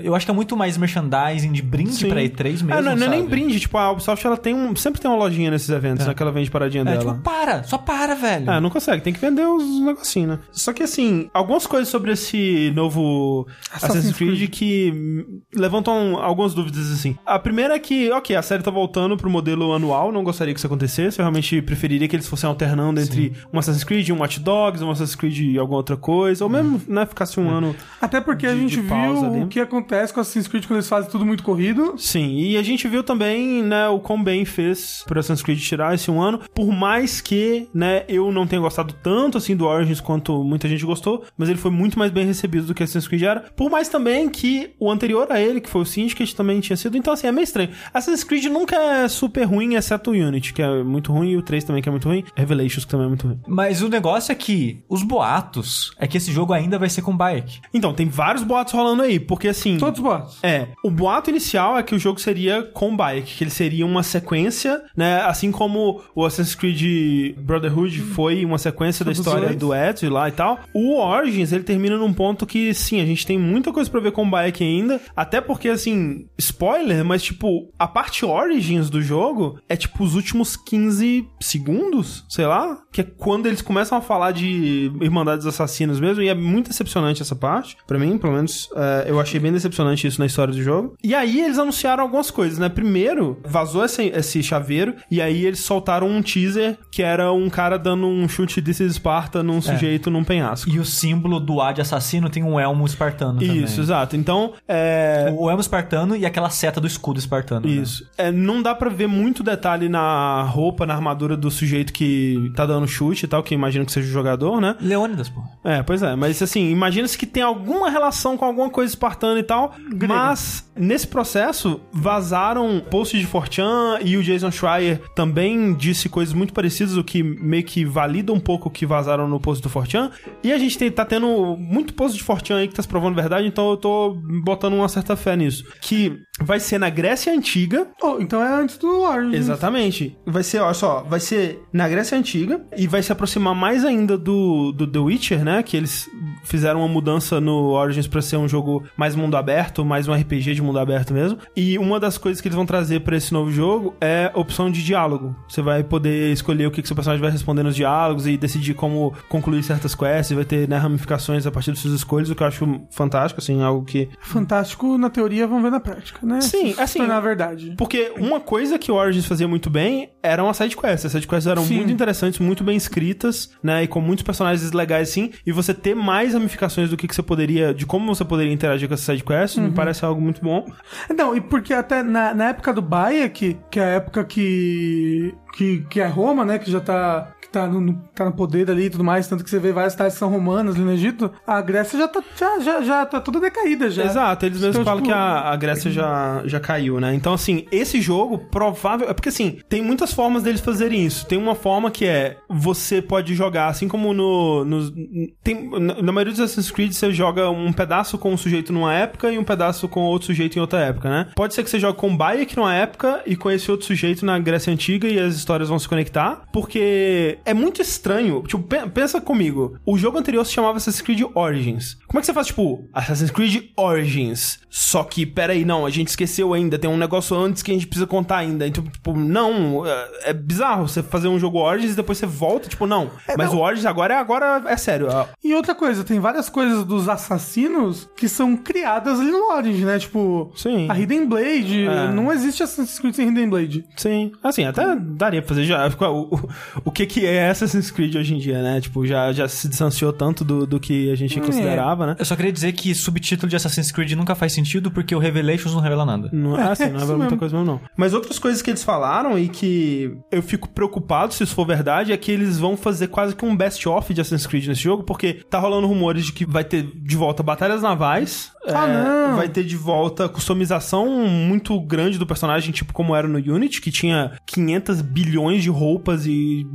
eu acho que é muito mais merchandising de brinde Sim. pra E três mesmo, é, não, não é nem sabe? brinde, tipo, a Ubisoft ela tem um, sempre tem uma lojinha nesses eventos, é. né, que ela vende paradinha é, dela. Tipo, para, só para, velho. É, não consegue, tem que vender os negocinhos, né? Só que assim, algumas coisas sobre esse novo Assassin's, Assassin's Creed, Creed que levantam algumas dúvidas, assim. A primeira é que, ok, a série tá voltando pro modelo anual, não gostaria que isso acontecesse, eu realmente preferiria que eles fossem alternando entre Sim. um Assassin's Creed, um Watch Dogs, um Assassin's Creed e alguma outra coisa, ou mesmo, né, ficasse um é. ano Até porque de, a gente viu ali. o que acontece com Assassin's Creed quando eles fazem tudo muito corrido. Sim, e a gente viu também, né, o quão bem fez por Assassin's Creed tirar esse um ano, por mais que, né, eu não tenha gostado tanto, assim, do Origins quanto muita gente gostou, mas ele foi muito mais bem recebido do que Assassin's Creed era, por mais também que o anterior a ele, que foi o Syndicate, também tinha sido, então assim, é meio estranho. Assassin's Creed nunca é super ruim, exceto o Unity, que é muito ruim, e o três também, que é muito ruim, Revelations, que também é muito ruim. Mas o negócio é que os boatos é que esse jogo ainda vai ser com Bayek. Então, tem vários boatos rolando aí, porque assim... Todos os boatos. É, o boato inicial é que o jogo seria com Bayek, que ele seria uma sequência, né, assim como o Assassin's Creed Brotherhood foi uma sequência da história do Ezio lá e tal. O Origins, ele termina num ponto que, sim, a gente tem muita coisa pra ver com o Bayek ainda, até porque, assim, spoiler, mas, tipo, a parte Origins do jogo é, tipo, os últimos quinze segundos, sei lá, que é quando eles começam a falar de Irmandades Assassinas mesmo, e é muito decepcionante essa parte, pra mim, pelo menos, é, eu achei bem decepcionante isso na história do jogo. E aí eles anunciaram algumas coisas, né? Primeiro, vazou esse, esse chaveiro, e aí eles soltaram um teaser que era um cara dando um chute de Esparta num é. sujeito num penhasco. E o símbolo do A de assassino tem um elmo espartano também. Isso, exato. Então, é... O elmo espartano e aquela seta do escudo espartano. Isso. Né? É, não dá pra ver muito detalhe na roupa, na armadura do sujeito que tá dando chute e tal, que imagino que seja o jogador, né? Leônidas, pô. É, pois é. Mas, assim, imagina-se que tem alguma relação com alguma coisa espartana e tal, Grega. Mas, nesse processo, vazaram posts de four chan e o Jason Schreier também disse coisas muito parecidas, o que meio que valida um pouco o que vazaram no post do four chan. E a gente tem, tá tendo muito post de four chan aí que tá se provando verdade, então eu tô botando uma certa fé nisso. Que vai ser na Grécia Antiga. Oh, então é antes do Origins. Exatamente. Vai ser, olha só, vai ser na Grécia Antiga e vai se aproximar mais ainda do, do The Witcher, né? Que eles fizeram uma mudança no Origins pra ser um jogo mais mundo aberto, mais um R P G de mundo aberto mesmo. E uma das coisas que eles vão trazer pra esse novo jogo é a opção de diálogo. Você vai poder escolher o que, que seu personagem vai responder nos diálogos e decidir como concluir certas quests. Vai ter, né, ramificações a partir das suas escolhas, o que eu acho fantástico, assim, algo que... Fantástico na teoria, vamos ver na prática, né? Sim, se assim... tornar verdade. Porque uma coisa que o Origins fazia muito bem eram as sidequests. As sidequests eram Sim. muito interessantes, muito bem escritas, né? E com muitos personagens legais, assim. E você ter mais ramificações do que, que você poderia... De como você poderia interagir com essas sidequests, uhum. me parece algo muito bom. Não, e porque até na, na época do Bayek, que é a época que... Que, que é Roma, né? Que já tá... Tá no, tá no poder ali e tudo mais, tanto que você vê várias cidades que são romanas ali no Egito, a Grécia já tá, já, já, já tá toda decaída já. Exato, eles mesmos então, falam tipo... que a, a Grécia já, já caiu, né? Então, assim, esse jogo, provável... É porque, assim, tem muitas formas deles fazerem isso. Tem uma forma que é, você pode jogar, assim como no... no tem, na, na maioria dos Assassin's Creed, você joga um pedaço com um sujeito numa época e um pedaço com outro sujeito em outra época, né? Pode ser que você jogue com Bayek numa época e com esse outro sujeito na Grécia Antiga e as histórias vão se conectar, porque é muito estranho. Tipo, pensa comigo. O jogo anterior se chamava Assassin's Creed Origins. Como é que você faz, tipo, Assassin's Creed Origins? Só que, peraí, não, a gente esqueceu ainda. Tem um negócio antes que a gente precisa contar ainda. Então, tipo, não, é, é bizarro você fazer um jogo Origins e depois você volta, tipo, não. É, mas não. O Origins agora é, agora é sério. E outra coisa, tem várias coisas dos assassinos que são criadas ali no Origins, né? Tipo, Sim. a Hidden Blade. É. Não existe Assassin's Creed sem Hidden Blade. Sim. Assim, até daria pra fazer já. O, o, o que que é Assassin's Creed hoje em dia, né? Tipo, já, já se distanciou tanto do, do que a gente é. considerava, né? Eu só queria dizer que subtítulo de Assassin's Creed nunca faz sentido porque o Revelations não revela nada. Não é assim, não revela muita coisa mesmo, não. Mas outras coisas que eles falaram e que eu fico preocupado se isso for verdade é que eles vão fazer quase que um best-of de Assassin's Creed nesse jogo, porque tá rolando rumores de que vai ter de volta batalhas navais, ah, é, não. vai ter de volta customização muito grande do personagem, tipo como era no Unity, que tinha quinhentas bilhões de roupas e muita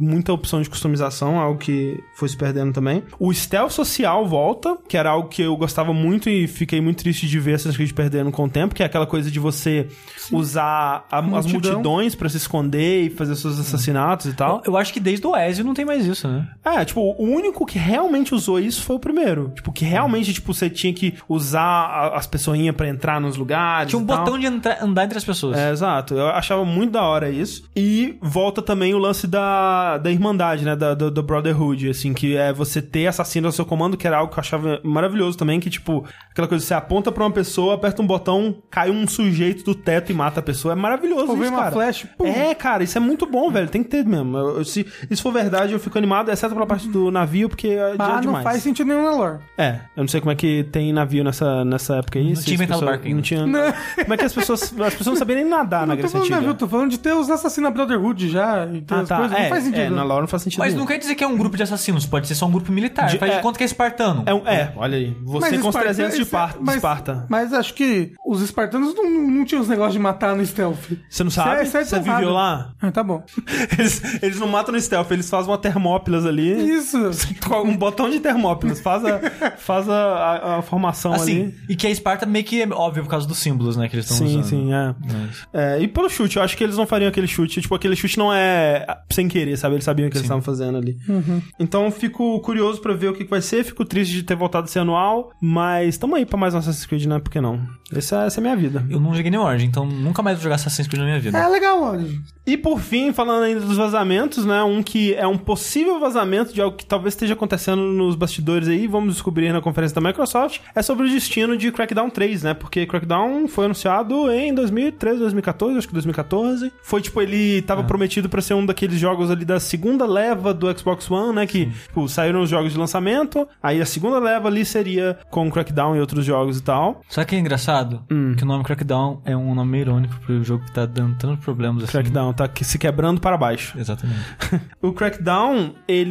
opção de customização, algo que foi se perdendo também. O stealth social volta, que era algo que eu gostava muito e fiquei muito triste de ver Assassin's Creed perdendo com o tempo, que é aquela coisa de você Sim. usar a, as multidões pra se esconder e fazer seus assassinatos e tal. Eu, eu acho que desde o Ezio não tem mais isso, né? É, tipo, o único que realmente usou isso foi o primeiro. Tipo, que realmente, tipo, você tinha que usar a, as pessoinhas pra entrar nos lugares. Tinha um e tal. botão de entra, andar entre as pessoas. É, exato. Eu achava muito da hora isso. E volta também o lance da, da Irmandade, né? Da, do, do Brotherhood, assim, que é você ter assassino ao seu comando, que era algo que eu achava maravilhoso também, que, tipo, aquela coisa, você aponta pra uma pessoa, aperta um botão, cai um sujeito do teto e mata a pessoa. É maravilhoso Ou isso, uma cara. flash, pum. É, cara, isso é muito bom, velho. Tem que ter mesmo. Eu, eu, se isso for verdade, eu fico animado, exceto pela parte do navio, porque é ah, demais. não faz sentido nenhum na lore. É, eu não sei como é que tem navio nessa, nessa época aí. Não tinha inventado pessoas, barco ainda. Não tinha... Não. Como é que as pessoas... As pessoas não sabiam nem nadar na Não tô Grécia falando Antiga. navio, tô falando de ter os assassinos Brotherhood já e ter Ah, as tá. coisas. É, não faz sentido. é, na lore não faz sentido Mas nenhum. não quer dizer que é um grupo de assassinos, pode ser só um grupo militar. De- Faz é- de conta que é espartano. É, um- é, olha aí. Você Mas com os Esparta- trezentos de, esse- par, de mas- Esparta. Mas acho que os espartanos não, não tinham os negócios de matar no stealth. Você não sabe? Isso é- isso é Você tão viveu raro. lá? Ah, tá bom. Eles, eles não matam no stealth, eles fazem uma termópilas ali. Isso. Com um botão de termópilas. Faz a, faz a, a, a formação Assim, ali. e que a Esparta meio que é óbvio por causa dos símbolos, né, que eles estão Sim, usando. sim, é. Mas- É, e pelo chute, eu acho que eles não fariam aquele chute. Tipo, aquele chute não é sem querer, sabe? Eles sabiam o que eles estavam fazendo ali. Uhum. Então, fico curioso pra ver o que que vai ser. Fico triste de ter voltado a ser anual. Mas tamo aí pra mais um Assassin's Creed, né? Por que não? Essa, essa é a minha vida. Eu não joguei nem Origin, então nunca mais vou jogar Assassin's Creed na minha vida. É legal, olha. E por fim, falando ainda dos vazamentos, né? Um que é um possível vazamento de algo que talvez esteja acontecendo nos bastidores aí, vamos descobrir na conferência da Microsoft, é sobre o destino de Crackdown três, né? Porque Crackdown foi anunciado em dois mil e treze, dois mil e catorze, acho que dois mil e catorze. Foi tipo, ele tava É. prometido pra ser um daqueles jogos ali da segunda leva do Xbox One, né? Que, tipo, saíram os jogos de lançamento, aí a segunda leva ali seria com Crackdown e outros jogos e tal. Sabe o que é engraçado? Hum. Que o nome Crackdown é um nome irônico pro jogo que tá dando tantos problemas assim. Crackdown tá que- se quebrando para baixo. Exatamente. O Crackdown,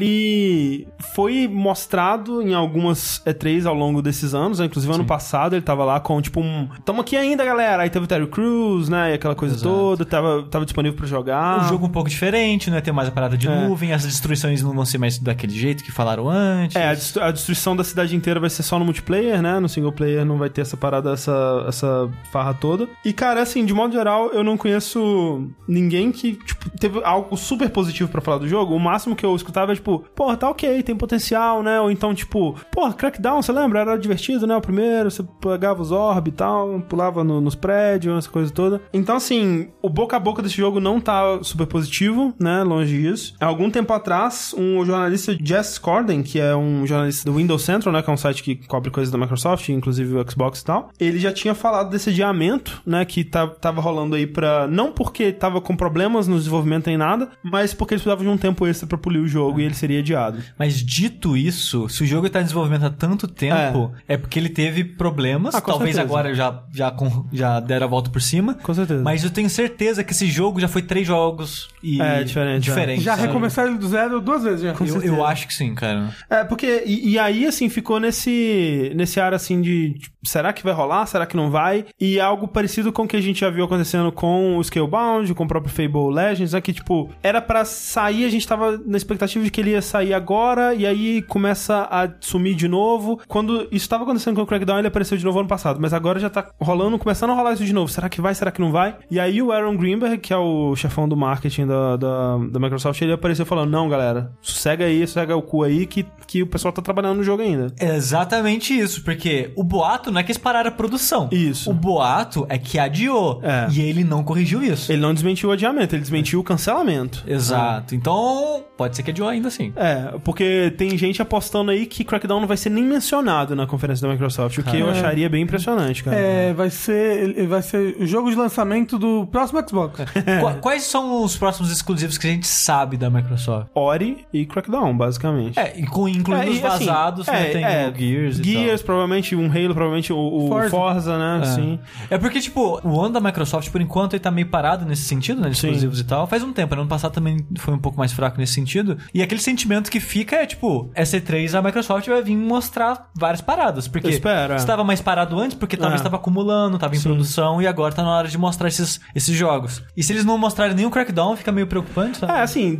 ele foi mostrado em algumas E três ao longo desses anos, né? Inclusive ano passado ele tava lá com tipo um... Tamo aqui ainda, galera! Aí teve o Terry Crews, né? E aquela coisa Exato. toda, tava, tava disponível pra jogar. O jogo um pouco diferente, não é ter mais a parada de É. nuvem, as destruições não vão ser mais daquele jeito que falaram antes. É, a, destru- a destruição da cidade inteira vai ser só no multiplayer, né? No single player não vai ter essa parada, essa, essa farra toda. E, cara, assim, de modo geral, eu não conheço ninguém que, tipo, teve algo super positivo pra falar do jogo. O máximo que eu escutava é, tipo, porra, tá ok, tem potencial, né? Ou então, tipo, porra, Crackdown, você lembra? Era divertido, né? O primeiro, você pegava os orb e tal, pulava no- nos prédios, essa coisa toda. Então, assim, o boca a boca desse jogo não tá super positivo, né? Longe disso. Há algum tempo atrás, um jornalista, Jess Corden, que é um jornalista do Windows Central, né? Que é um site que cobre coisas da Microsoft, inclusive o Xbox e tal. Ele já tinha falado desse adiamento, né? Que tá, tava rolando aí pra... Não porque tava com problemas no desenvolvimento nem nada, mas porque eles precisavam de um tempo extra pra polir o jogo e ele seria adiado. Mas dito isso, se o jogo tá em desenvolvimento há tanto tempo, é, porque ele teve problemas. Ah, com Talvez certeza. agora já, já, com- já deram a volta por cima. Com certeza. Mas eu tenho certeza que esse jogo já foi três jogos e É, diferente, diferente, Já sabe? recomeçaram ele do zero duas vezes já. Eu, eu acho que sim, cara. É, porque... E, e aí, assim, ficou nesse... Nesse ar, assim, de... Tipo, será que vai rolar? Será que não vai? E algo parecido com o que a gente já viu acontecendo com o Scalebound, com o próprio Fable Legends, né? Que, tipo, era pra sair, a gente tava na expectativa de que ele ia sair agora, e aí começa a sumir de novo. Quando isso tava acontecendo com o Crackdown, ele apareceu de novo ano passado, mas agora já tá rolando, começando a rolar isso de novo. Será que vai? Será que não vai? E aí o Aaron Greenberg, que é o chefão do marketing da, da, da Microsoft, ele apareceu falando, não, galera, sossega aí, sossega o cu aí, que, que o pessoal tá trabalhando no jogo ainda. É exatamente isso, porque o boato não é que eles pararam a produção. Isso. O boato é que adiou. É. E ele não corrigiu isso. Ele não desmentiu o adiamento, ele desmentiu o cancelamento. Exato. Então, pode ser que adiou ainda assim. É, porque tem gente apostando aí que Crackdown não vai ser nem mencionado na conferência da Microsoft, o que eu acharia bem impressionante, cara. É, vai ser, ele vai ser o jogo de lançamento do próximo Xbox. Qu- Quais são os próximos exclusivos que a gente sabe da Microsoft? Ori e Crackdown, basicamente. É, inclu- incluindo É, os e, assim, vazados, né? é, Tem é, o Gears e Gears, tal. provavelmente um Halo, provavelmente o, o Forza. Forza. né? É. Sim. É porque, tipo, o ano da Microsoft, por enquanto, ele tá meio parado nesse sentido, né? De Sim. exclusivos e tal. Faz um tempo, né? Ano passado também foi um pouco mais fraco nesse sentido. E aquele sentimento que fica é, tipo, essa E três, a Microsoft vai vir mostrar várias paradas. Porque Eu espero, é. estava mais parado antes, porque talvez É. estava acumulando, estava em Sim. produção, e agora tá na hora de mostrar esses, esses jogos. E se eles não mostrarem nenhum Crackdown, fica meio preocupante, sabe? É, assim, dependendo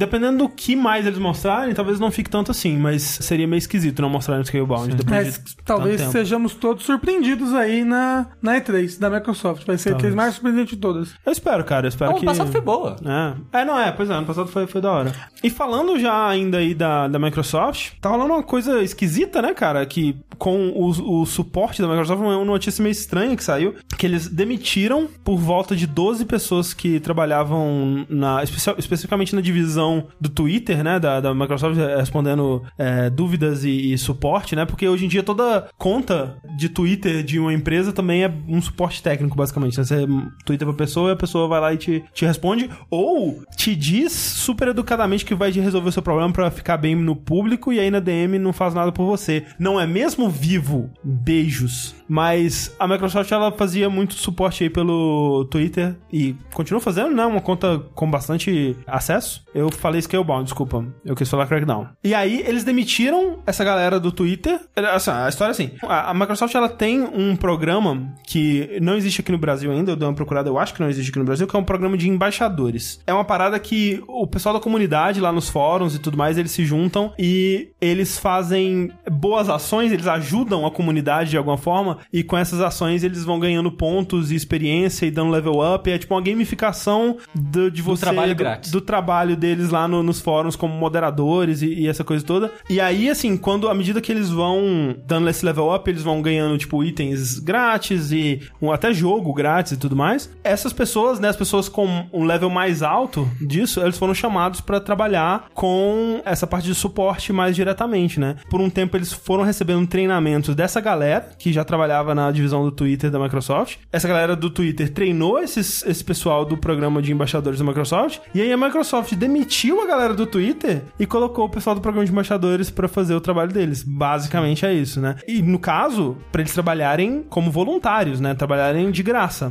dependendo do que mais eles mostrarem, talvez não fique tanto assim, mas seria meio esquisito não mostrarem o Scalebound depois Mas de talvez tanto tempo. sejamos todos surpreendidos aí na, na E três da Microsoft. Vai ser a E três mais surpreendente de todas. Eu espero, cara, eu espero O que... ano passado foi boa. É. é, não é, pois é, ano passado foi, foi da hora. E falando já ainda aí da, da Microsoft, tá rolando uma coisa esquisita, né, cara, que com o, o suporte da Microsoft, uma notícia meio estranha que saiu, que eles demitiram por volta de doze pessoas que trabalhavam na, especi- especificamente na divisão do Twitter, né, da, da Microsoft, respondendo é, dúvidas e, e suporte, né, porque hoje em dia toda conta de Twitter de uma empresa também é um suporte técnico, basicamente, né? Você twitta pra pessoa e a pessoa vai lá e te, te responde, ou te diz super educadamente que vai te resolver o seu problema pra ficar bem no público, e aí na D M não faz nada por você. Não é mesmo, Vivo? Beijos. Mas a Microsoft, ela fazia muito suporte aí pelo Twitter e continua fazendo, né? Uma conta com bastante acesso. Eu falei Scalebound, desculpa. Eu quis falar Crackdown. E aí, eles demitiram essa galera do Twitter. Assim, a história é assim. A Microsoft, ela tem um programa que não existe aqui no Brasil ainda. Eu dei uma procurada, eu acho que não existe aqui no Brasil, que é um programa de embaixadores. É uma parada que o pessoal da comunidade, lá nos fóruns e tudo mais, eles se juntam e eles fazem boas ações, eles ajudam a comunidade de alguma forma, e com essas ações eles vão ganhando pontos e experiência e dando level up. É tipo uma gamificação do, de você, do trabalho do, grátis. do trabalho deles lá no, nos fóruns como moderadores e, e essa coisa toda. E aí, assim, quando à medida que eles vão dando esse level up, eles vão ganhando, tipo, itens grátis e um, até jogo grátis e tudo mais. Essas pessoas, né, as pessoas com um level mais alto disso, eles foram chamados pra trabalhar com essa parte de suporte mais diretamente, né? Por um tempo eles foram recebendo treinamentos dessa galera que já trabalhava na divisão do Twitter da Microsoft. Essa galera do Twitter treinou esses, esse pessoal do programa de embaixadores da Microsoft, e aí a Microsoft demitiu a galera do Twitter e colocou o pessoal do programa de embaixadores pra fazer o trabalho deles. Basicamente é isso, né? E no caso, pra eles trabalharem como voluntários, né? Trabalharem de graça.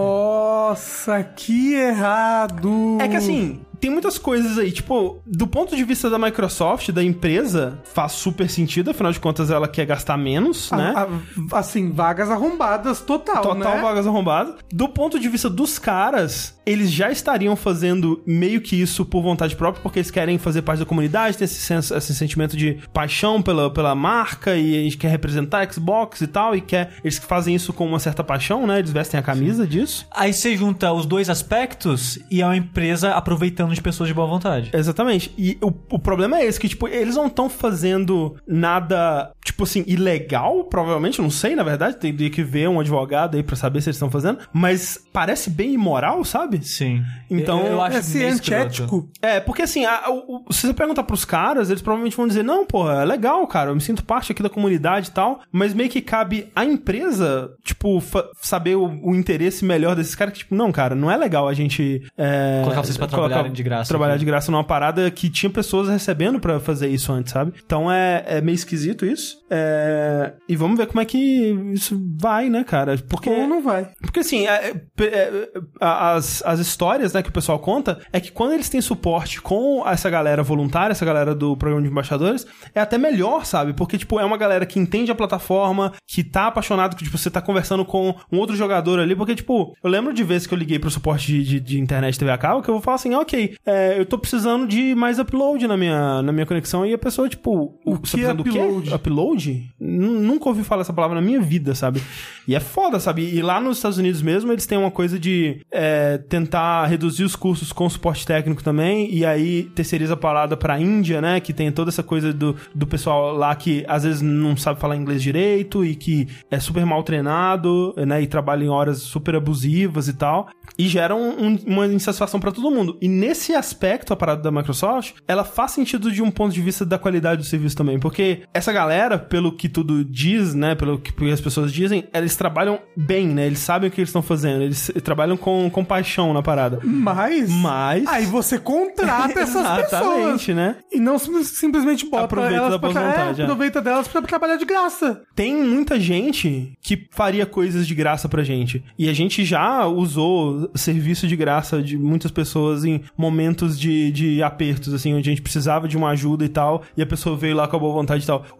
Nossa, que errado! É que assim, tem muitas coisas aí, tipo, do ponto de vista da Microsoft, da empresa, faz super sentido, afinal de contas ela quer gastar menos, né? A, a, assim, vagas arrombadas total, Total né? vagas arrombadas. Do ponto de vista dos caras, eles já estariam fazendo meio que isso por vontade própria, porque eles querem fazer parte da comunidade, tem esse, senso, esse sentimento de paixão pela, pela marca, e a gente quer representar a Xbox e tal, e quer, eles fazem isso com uma certa paixão, né? Eles vestem a camisa disso. Aí você junta os dois aspectos e é uma empresa aproveitando de pessoas de boa vontade. Exatamente. E o, o problema é esse, que, tipo, eles não estão fazendo nada, tipo assim, ilegal, provavelmente, eu não sei, na verdade, teria que ver um advogado aí pra saber se eles estão fazendo, mas parece bem imoral, sabe? Sim. Então, eu, eu acho é meio antiético. É, porque assim, a, o, o, se você perguntar pros caras, eles provavelmente vão dizer, não, porra, é legal, cara, eu me sinto parte aqui da comunidade e tal, mas meio que cabe à empresa, tipo, fa- saber o, o interesse melhor desses caras, que, tipo, não, cara, não é legal a gente... É, colocar vocês pra colocar, trabalharem de graça. Trabalhar aqui. de graça numa parada que tinha pessoas recebendo pra fazer isso antes, sabe? Então é, é meio esquisito isso. É, e vamos ver como é que isso vai, né, cara? Porque... Ou não vai. Porque assim, é, é, é, as, as histórias, né, que o pessoal conta é que quando eles têm suporte com essa galera voluntária, essa galera do programa de embaixadores, é até melhor, sabe? Porque, tipo, é uma galera que entende a plataforma, que tá apaixonado, que, tipo, você tá conversando com um outro jogador ali, porque, tipo, eu lembro de vezes que eu liguei pro suporte de, de, de internet T V a cabo, que eu vou falar assim, ok, é, eu tô precisando de mais upload na minha, na minha conexão, e a pessoa, tipo, O você que tá é precisando do upload? quê? Upload? N- Nunca ouvi falar essa palavra na minha vida, sabe? E é foda, sabe? E lá nos Estados Unidos mesmo, eles têm uma coisa de é, tentar reduzir os custos com suporte técnico também, e aí terceiriza a parada pra Índia, né? Que tem toda essa coisa do, do pessoal lá que às vezes não sabe falar inglês direito e que é super mal treinado, né? E trabalha em horas super abusivas e tal. E gera um, um, uma insatisfação pra todo mundo. E nesse aspecto, a parada da Microsoft, ela faz sentido de um ponto de vista da qualidade do serviço também. Porque essa galera, pelo que tudo diz, né? Pelo que, pelo que as pessoas dizem, eles trabalham bem, né? Eles sabem o que eles estão fazendo. Eles trabalham com, com paixão na parada. Mas... Mas... Aí você contrata essas pessoas. Exatamente, né? E não sim- simplesmente bota Aproveita elas da pra boa tra- vontade, é, é. aproveita delas pra trabalhar de graça. Tem muita gente que faria coisas de graça pra gente. E a gente já usou serviço de graça de muitas pessoas em momentos de, de apertos, assim, onde a gente precisava de uma ajuda e tal, e a pessoa veio lá com a boa vontade e tal. Hoje em dia,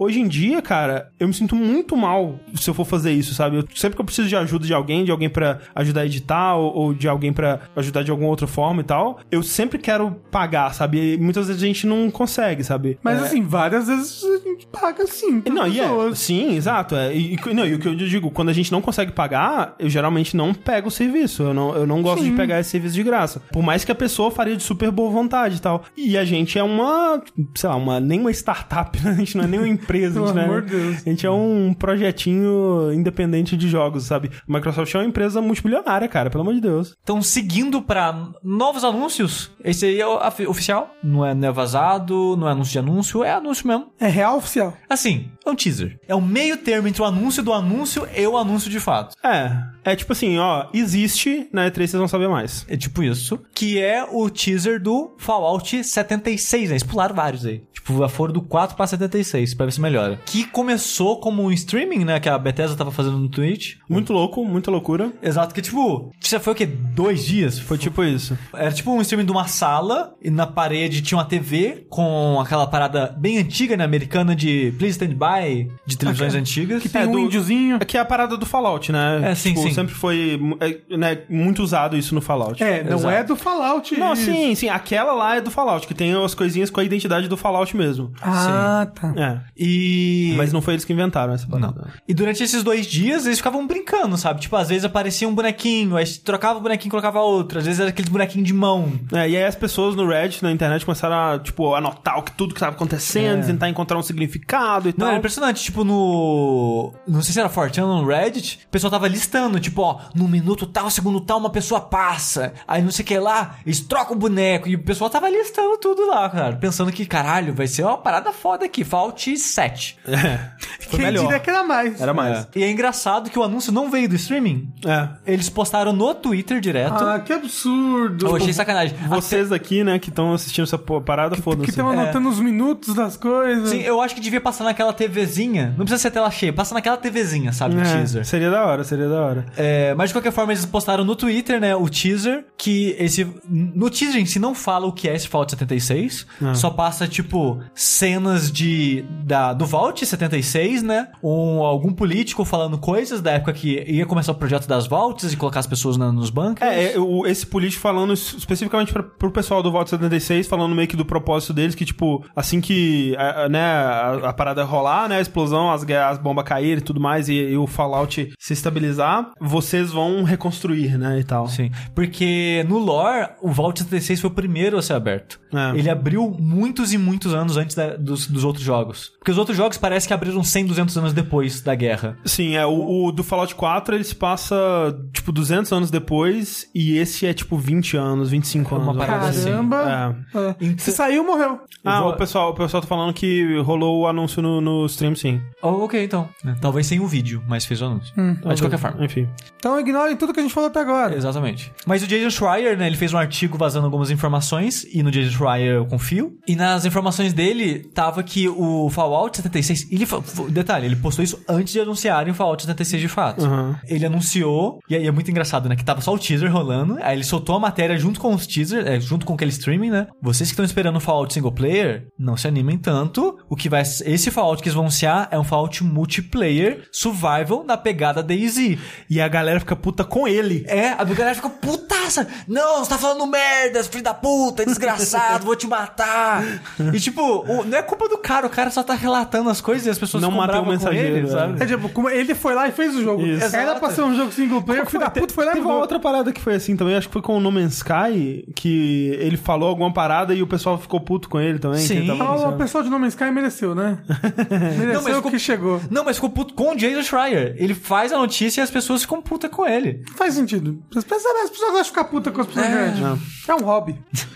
dia, cara, eu me sinto muito mal se eu for fazer isso, sabe? Eu, sempre que eu preciso de ajuda de alguém, de alguém pra ajudar a editar, ou, ou de alguém pra ajudar de alguma outra forma e tal, eu sempre quero pagar, sabe? E muitas vezes a gente não consegue, sabe? Mas é... assim, várias vezes a gente paga sim. Não, e é, sim, exato. É. E, e, não, e o que eu digo, quando a gente não consegue pagar, eu geralmente não pego o serviço. Eu não, eu não gosto sim. de pegar esse serviço de graça. Por mais que a pessoa faria de super boa vontade e tal. E a gente é uma, sei lá, uma, nem uma startup, né? A gente não é nem uma empresa. Pelo a, gente, amor né? de Deus. A gente é um projetinho independente de jogos, sabe? A Microsoft é uma empresa multimilionária, cara, pelo amor de Deus. Então, seguindo pra novos anúncios, esse aí é o oficial. Não é, não é vazado, não é anúncio de anúncio, é anúncio mesmo. É real oficial. Assim, é um teaser. É o meio termo entre o anúncio do anúncio e o anúncio de fato. É, é tipo assim, ó, existe, na E três vocês vão saber mais. É tipo isso, que é o teaser do Fallout setenta e seis, né? Eles pularam vários aí. Tipo, foram do quatro pra setenta e seis, pra ver se melhora. Que começou como um streaming, né? Que a Bethesda tava fazendo no Twitch. Muito louco, muita loucura. Exato, que tipo, já foi o quê? Dois dias? Foi tipo isso. Era tipo um streaming de uma sala, e na parede tinha uma T V com aquela parada bem antiga, né? Americana de Please Stand By, de televisões Aquela, antigas. Que tem é, um do, índiozinho. Que é a parada do Fallout, né? É, sim, tipo, sim. sempre foi é, né, muito usado isso no Fallout. É, não Exato. é do Fallout. Não, isso. sim, sim. Aquela lá é do Fallout, que tem as coisinhas com a identidade do Fallout mesmo. Ah, tá. É. E... Mas não foi eles que inventaram essa parada. Não. E durante esses dois dias, eles ficavam brincando, sabe? Tipo, às vezes aparecia um bonequinho, aí trocava o bonequinho e colocava outro. Às vezes era aqueles bonequinhos de mão. É, e aí as pessoas no Reddit, na internet, começaram a, tipo, anotar o que, tudo que estava acontecendo, É. tentar encontrar um significado e Não, tal. era impressionante. Tipo, no... Não sei se era forte, no Reddit, o pessoal tava listando, tipo, ó, no minuto tal, segundo tal, uma pessoa passa. Aí não sei o que lá, eles trocam o boneco. E o pessoal tava listando tudo lá, cara. Pensando que, caralho, vai ser uma parada foda aqui. Fallout sete. É. Foi Quem melhor. diria que era mais. Era mais. É. E é engraçado que o anúncio não veio do streaming. É. Eles postaram no Twitter direto. Ah, que absurdo. Eu achei sacanagem. Vocês aqui, né, que estão assistindo essa pô- parada, Que foda-se. estão anotando os minutos das coisas. Sim, eu acho que devia passar naquela TVzinha. Não precisa ser tela cheia, passa naquela TVzinha, sabe? O É, teaser. seria da hora, seria da hora. É, mas de qualquer forma, eles postaram no Twitter, né? O teaser. Que esse. No teaser em si não fala o que é esse Fallout setenta e seis. Ah. Só passa, tipo, cenas de. Da, do Vault setenta e seis, né? Um, algum político falando coisas da época que ia começar o projeto das Vaults e colocar as pessoas na, nos bunkers. É, é, o- esse político falando es- especificamente pra, pro pessoal do Vault setenta e seis, falando meio que do propósito deles, que tipo, assim que a, a- né, a, a parada rolar, né, a explosão, as, guerras- as bombas caírem e tudo mais, e, e o Fallout se estabilizar, vocês vão reconstruir, né, e tal. Sim, porque no lore, o Vault setenta e seis foi o primeiro a ser aberto. É. Ele abriu muitos e muitos anos antes da- dos, dos outros jogos. Porque os outros jogos parece que abriram cem, duzentos anos depois da guerra. Sim, é, o, o do Fallout quatro, ele se passa, tipo, duzentos anos depois, e esse é, tipo, vinte anos, vinte e cinco anos. Uma parada assim. Caramba. É. É. Então- Se saiu, morreu. Ah, vou- o pessoal, o pessoal tá falando que rolou o anúncio no, no stream, sim. Oh, ok, então. Talvez sem o vídeo, mas fez o anúncio. Mas de qualquer forma. Enfim. Então ignorem tudo que a gente falou até agora. Exatamente. Mas o Jason Schreier, né, ele fez um artigo vazando algumas informações, e no Jason Schreier eu confio. E nas informações dele, tava que o Fallout setenta e seis... Ele, fa- f- detalhe, ele postou isso antes de anunciarem o Fallout setenta e seis de fato. Uhum. Ele anunciou, e aí é muito engraçado, né, que tava só o teaser rolando, aí ele soltou a matéria junto com os teasers, é, junto com aquele streaming, né. Vocês que estão esperando o Fallout single player, não se animem tanto. O que vai... Esse Fallout que eles vão anunciar é um Fallout multiplayer, survival, na pegada DayZ. E a galera fica puta com ele. É, a galera fica putaça. Não, você tá falando merda, filho da puta, desgraçado, vou te matar. E tipo, o- não é culpa do cara, o cara só tá relatando as coisas e as pessoas Não ficam matei o bravas com mensageiro, ele, é. sabe? É tipo, como ele foi lá e fez o jogo. Isso. Era pra ser um jogo single player, o filho da puta foi lá e Teve uma mudou. outra parada que foi assim também, acho que foi com o No Man's Sky, que ele falou alguma parada e o pessoal ficou puto com ele também. Sim. que ele tava Ah, o anunciando. pessoal de No Man's Sky mereceu, né? Mereceu Não, mas ficou- que chegou. Não, mas ficou puto com o Jason Schreier. Ele faz a notícia e as pessoas ficam putas com ele. Faz sentido. As pessoas, as pessoas gostam de ficar puta com as pessoas É. grandes. É um hobby.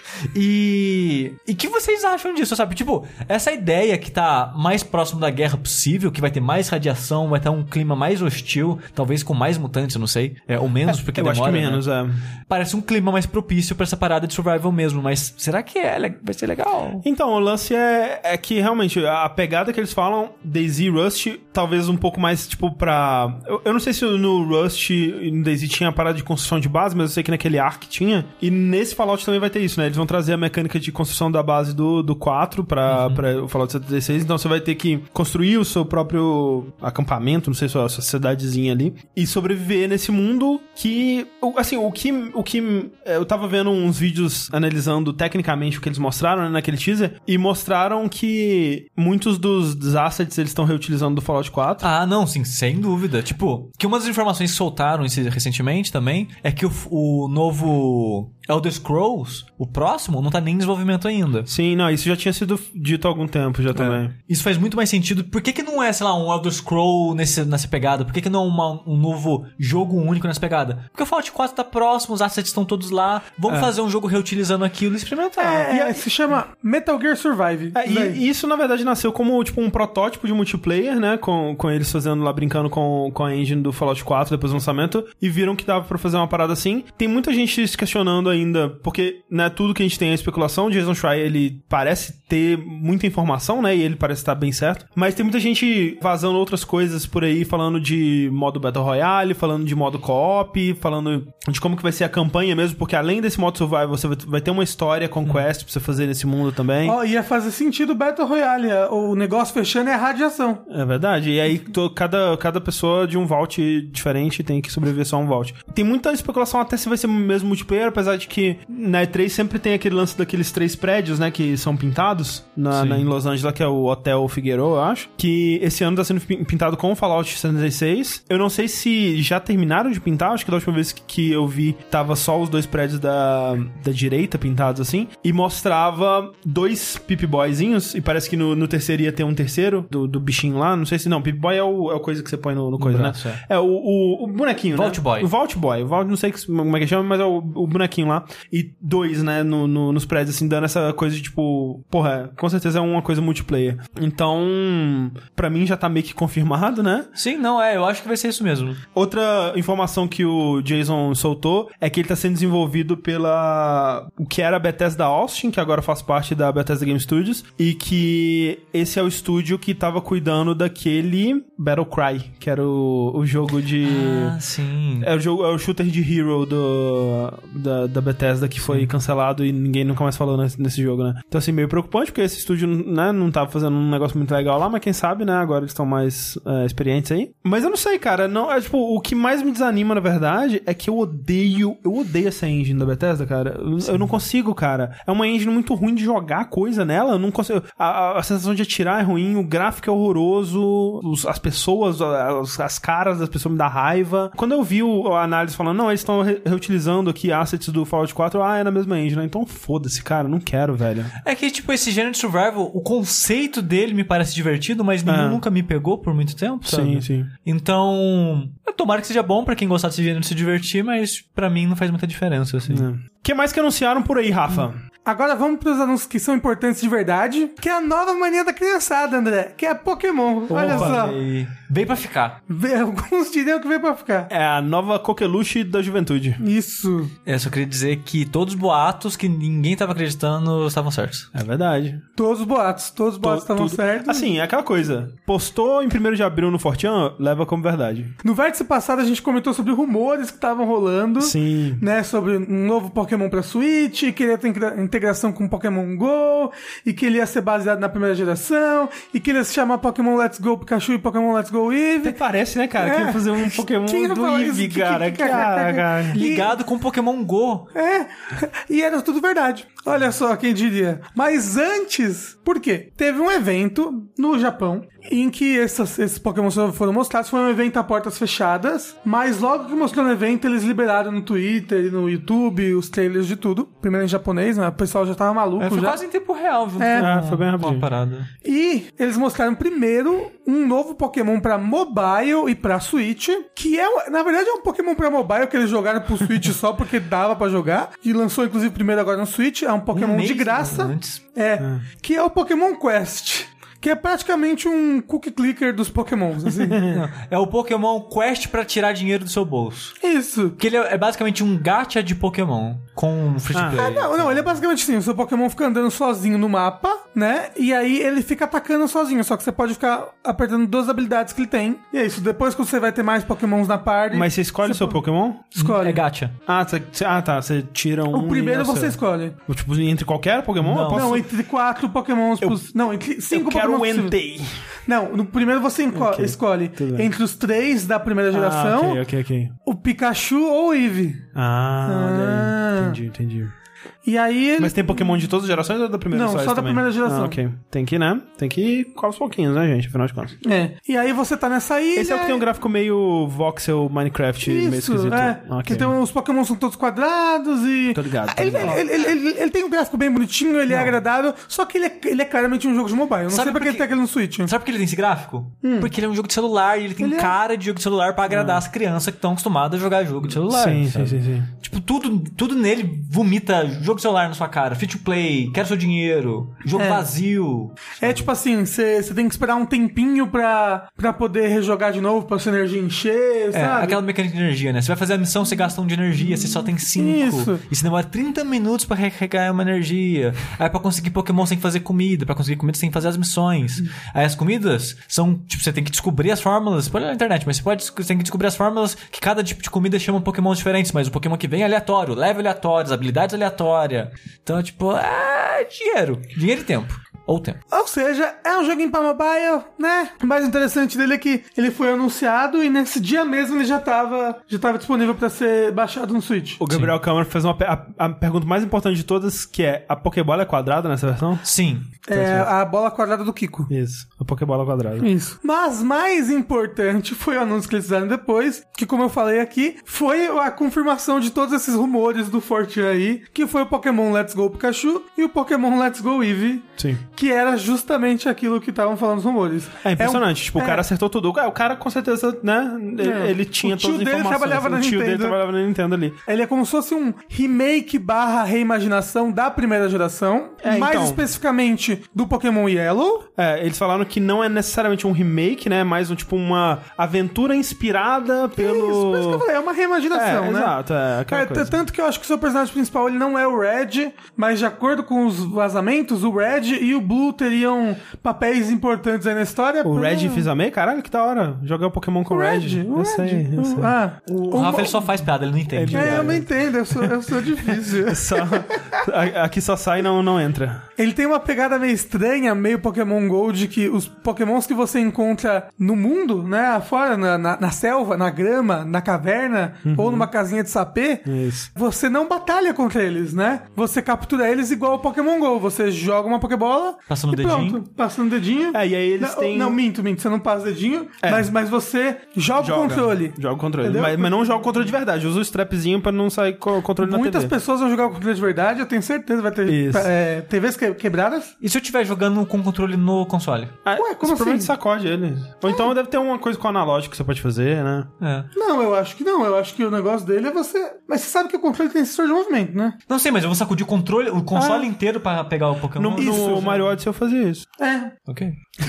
E... E o que vocês acham disso, sabe? Tipo, essa ideia que tá mais próximo da guerra possível, que vai ter mais radiação, vai ter um clima mais hostil, talvez com mais mutantes, eu não sei. É, ou menos, porque Eu demora, acho que né? menos, é. Parece um clima mais propício pra essa parada de survival mesmo, mas será que é, le- vai ser legal? Então, o lance é, é que realmente a pegada que eles falam, DayZ Rust, talvez um pouco mais tipo pra. Eu, eu não sei se no Rust e no DayZ tinha a parada de construção de base, mas eu sei que naquele Ark tinha. E nesse Fallout também vai ter isso, né? Eles vão trazer a mecânica de construção da base do, do quatro pra, Uhum. pra o Fallout setenta e seis, então você vai ter que construir o seu próprio acampamento, não sei se é a cidadezinha ali, e sobreviver nesse mundo que, assim, o que, o que eu tava vendo uns vídeos analisando tecnicamente o que eles mostraram, né, naquele teaser, e mostraram que muitos dos, dos assets eles estão reutilizando do Fallout quatro. Ah, não, sim, sem dúvida. Tipo, que uma das informações que soltaram esse, recentemente também é que o, o novo Elder Scrolls, o próximo, não tá nem em desenvolvimento ainda. Sim, não, isso já tinha sido dito há algum tempo já também. É. Isso faz muito mais sentido. Por que que não é, sei lá, um Elder Scroll nesse, nessa pegada? Por que que não é uma, um novo jogo único nessa pegada? Porque o Fallout quatro tá próximo, os assets estão todos lá, vamos é. fazer um jogo reutilizando aquilo e experimentar. É, e aí, se chama Metal Gear Survive. É, e isso, na verdade, nasceu como tipo um protótipo de multiplayer, né? Com, com eles fazendo lá, brincando com, com a engine do Fallout quatro depois do lançamento, e viram que dava pra fazer uma parada assim. Tem muita gente se questionando ainda, porque, né, tudo que a gente tem é especulação. O Jason Schreier, ele parece ter muita informação, né? E ele parece estar bem certo. Mas tem muita gente vazando outras coisas por aí, falando de modo Battle Royale, falando de modo co-op, falando de como que vai ser a campanha mesmo, porque além desse modo Survival, você vai ter uma história com quest pra você fazer nesse mundo também. Ó, oh, ia fazer sentido o Battle Royale. O negócio fechando é a radiação. É verdade. E aí, tô, cada, cada pessoa de um vault diferente tem que sobreviver só a um vault. Tem muita especulação até se vai ser o mesmo multiplayer, apesar de que na E três sempre tem aquele lance daqueles três prédios, né, que são pintados na, na, em Los Angeles, que é o Hotel Figueroa, eu acho, que esse ano tá sendo pintado com o Fallout setenta e seis. Eu não sei se já terminaram de pintar, acho que da última vez que eu vi, tava só os dois prédios da, da direita pintados assim, e mostrava dois Pip-Boyzinhos, e parece que no, no terceiro ia ter um terceiro, do, do bichinho lá, não sei se não, Pip-Boy é o, é o coisa que você põe no, no coisa, braço, né? É, é o, o, o bonequinho, Vault né? Boy. O Vault Boy, o Vault, não sei como é que chama, mas é o, o bonequinho lá, e dois, né, no, no, nos prédios, assim, dando essa coisa de, tipo, porra, com certeza é uma coisa multiplayer. Então, pra mim já tá meio que confirmado, né? Sim, não, é, eu acho que vai ser isso mesmo. Outra informação que o Jason soltou é que ele tá sendo desenvolvido pela... o que era a Bethesda Austin, que agora faz parte da Bethesda Game Studios, e que esse é o estúdio que tava cuidando daquele Battlecry, que era o, o jogo de... Ah, sim. É o, jogo, é o shooter de Hero do, da, da Bethesda que foi cancelado e ninguém nunca mais falou nesse, nesse jogo, né? Então, assim, meio preocupante, porque esse estúdio, né, não tava fazendo um negócio muito legal lá, mas quem sabe, né, agora eles estão mais é, experientes aí. Mas eu não sei, cara, não, é, tipo, o que mais me desanima, na verdade, é que eu odeio, eu odeio essa engine da Bethesda, cara. Eu, eu não consigo, cara. É uma engine muito ruim de jogar coisa nela, eu não consigo. A, a, a sensação de atirar é ruim, o gráfico é horroroso, os, as pessoas, as, as caras das pessoas me dá raiva. Quando eu vi o, a análise falando, não, eles estão re, reutilizando aqui assets do Fallout quatro, ah, é na mesma engine, né? Então foda-se, cara, não quero, velho. É que, tipo, esse gênero de survival, o conceito dele me parece divertido, mas nenhum É. nunca me pegou por muito tempo, sabe? Sim, sim. Então, tomara que seja bom pra quem gostar desse gênero se divertir, mas pra mim não faz muita diferença, assim. O que mais que anunciaram por aí, Rafa? Agora vamos pros anúncios que são importantes de verdade, que é a nova mania da criançada, André, que é Pokémon. Olha Opa, só. veio. Veio pra ficar. Vê- Alguns diriam que veio pra ficar. É a nova coqueluche da juventude. Isso. Eu só queria dizer que todos os boatos que ninguém tava acreditando estavam certos. É verdade. Todos os boatos. Todos os boatos To- estavam tudo- certos. Assim, é aquela coisa. Postou em primeiro de abril no Fortean, leva como verdade. No vértice passado a gente comentou sobre rumores que estavam rolando. Sim. Né, sobre um novo Pokémon pra Switch, que ele ia ter integra- integração com Pokémon Go, e que ele ia ser baseado na primeira geração, e que ele ia se chamar Pokémon Let's Go Pikachu e Pokémon Let's Go Até Eevee. parece, né, cara? É. Que ia fazer um Pokémon Quem ia do falar Eevee, isso? Que- cara. que- que- Cara, cara. Ligado com Pokémon Go. É, e era tudo verdade. Olha só, quem diria. Mas antes, por quê? Teve um evento no Japão em que essas, esses Pokémon foram mostrados. Foi um evento a portas fechadas, mas logo que mostrou no evento, eles liberaram no Twitter e no YouTube os trailers de tudo. Primeiro em japonês, né? O pessoal já tava maluco É, foi já. quase em tempo real, viu? É. Ah, foi bem rapidinho. Uma parada. E eles mostraram primeiro um novo Pokémon pra mobile e pra Switch, que é, na verdade, é um Pokémon pra mobile que eles jogaram pro Switch só porque dava pra jogar, e lançou inclusive primeiro agora no Switch, é um Pokémon Um de mês graça, antes. é, que é o Pokémon Quest, que é praticamente um cookie clicker dos Pokémons, assim. Não, é o Pokémon Quest pra tirar dinheiro do seu bolso. Isso. Porque ele é é basicamente um gacha de Pokémon com free to Ah. play. Ah, não, não, ele é basicamente assim, o seu Pokémon fica andando sozinho no mapa, né, e aí ele fica atacando sozinho, só que você pode ficar apertando duas habilidades que ele tem. E é isso. Depois que você vai ter mais pokémons na party... Mas você escolhe o seu pô- Pokémon? Escolhe. É gacha. Ah, você, ah, tá. Você tira um... O primeiro e é você seu. escolhe. Tipo, entre qualquer Pokémon? Não. Eu posso... Não, entre quatro pokémons... Eu- poss- Não, entre cinco eu quero pokémons o possíveis. Entei. Não, no primeiro você enco- Ok, escolhe tudo bem. entre os três da primeira Ah, geração, ok, ok, ok. o Pikachu ou o Eevee. Ah, olha Ah. aí. Entendi, entendi. E aí ele... Mas tem Pokémon de todas as gerações ou da primeira Não, só só esse da também? primeira geração. Ah, ok. Tem que, né? Tem que ir com aos pouquinhos, né, gente? Afinal de contas. É. E aí você tá nessa ilha... Esse é o que tem um gráfico meio voxel Minecraft, meio Isso, esquisito. é. Ok. Que tem, os Pokémon são todos quadrados e... Tô ligado, tô Ele, ligado. ele, ele, ele- ele tem um gráfico bem bonitinho, ele é agradável, só que ele é, ele é claramente um jogo de mobile. Eu não Sabe sei pra por que ele quê? tem aquele no Switch. Sabe por que ele tem esse gráfico? Porque ele é um jogo de celular e ele tem Ele é- cara de jogo de celular pra agradar as crianças que estão acostumadas a jogar jogo de celular. Sim, sim, sabe? sim, sim. Tipo, tudo, tudo nele vomita jogo de celular na sua cara. Free to play, quero seu dinheiro, jogo É. vazio. É tipo assim, você tem que esperar um tempinho pra, pra poder rejogar de novo, pra sua energia encher, É, sabe? aquela mecânica de energia, né? Você vai fazer a missão, você gasta um de energia, você só tem cinco. Isso. E você demora trinta minutos pra recarregar uma energia. Aí pra conseguir Pokémon você tem que fazer comida. Pra conseguir comida você tem que fazer as missões. Aí as comidas são, tipo, você tem que descobrir as fórmulas. Você pode olhar na internet, mas você, pode, você tem que descobrir as fórmulas que cada tipo de comida chama Pokémons diferentes. Mas o Pokémon que vem é aleatório, level aleatório, habilidades aleatórias. Então, tipo, é dinheiro. Dinheiro e tempo. Ou tempo. Ou seja, é um joguinho pra mobile, né? O mais interessante dele é que ele foi anunciado e nesse dia mesmo ele já tava, já tava disponível pra ser baixado no Switch. O Gabriel Câmara fez uma, pe- a, a pergunta mais importante de todas, que é, a Pokébola é quadrada nessa versão? Sim. É a bola quadrada do Kiko. Isso, a Pokébola é quadrada. Isso. Mas mais importante foi o anúncio que eles fizeram depois, que como eu falei aqui, foi a confirmação de todos esses rumores do Fortean aí, que foi o Pokémon Let's Go Pikachu e o Pokémon Let's Go Eevee, Sim. que era justamente aquilo que estavam falando os rumores. É impressionante, um- tipo, é. o cara acertou tudo. É, o cara com certeza, né, ele, É. ele tinha O tio todas as dele informações. trabalhava na o tio dele Nintendo. trabalhava na Nintendo ali. Ele é como se fosse um remake barra reimaginação da primeira geração, É, mais então. especificamente do Pokémon Yellow. É, eles falaram que não é necessariamente um remake, né, mas um, tipo uma aventura inspirada pelo... Isso, por isso que eu falei, é uma reimaginação, É, né? exato, é, aquela É, coisa. t- tanto que eu acho que o seu personagem principal ele não é o Red, mas de acordo com os vazamentos, o Red e o Blue teriam papéis importantes aí na história. O por- Red e Fizame? Caralho, que da hora. Jogar o Pokémon com O o Red. Red, o Eu sei, Red. eu sei. O- Ah, O Rafa ele só faz piada, ele não entende. É, eu não entendo, eu sou, eu sou difícil. Só, a- aqui só sai e não, não entra. Ele tem uma pegada meio estranha, meio Pokémon Gold, que os Pokémons que você encontra no mundo, né, afora, na, na, na selva, na grama, na caverna, ou numa casinha de sapê, Isso. você não batalha contra eles, né? Você captura eles igual o Pokémon GO. Você joga uma Pokébola Passa no e dedinho. pronto, passa no dedinho. É, e aí eles não, têm- Não, minto, minto. Você não passa o dedinho, É. mas, mas você joga, o controle. Joga o controle. Entendeu? Mas, mas não joga o controle de verdade. Usa o strapzinho pra não sair com o controle na Muitas T V. pessoas vão jogar o controle de verdade, eu tenho certeza vai ter Isso. é, T Vs que- quebradas. E se eu estiver jogando com controle no console? Ah, Ué, como você provavelmente assim? sacode ele. Ou então deve ter uma coisa com analógico que você pode fazer, né? É. Não, eu acho que não. Eu acho que o negócio dele é você... Mas você sabe que o controle tem sensor de movimento, né? Não sei, mas eu vou sacudir o controle, o console Ah. inteiro pra pegar o Pokémon. No, Isso, no já. Mario Odyssey eu fazia isso. É. Ok.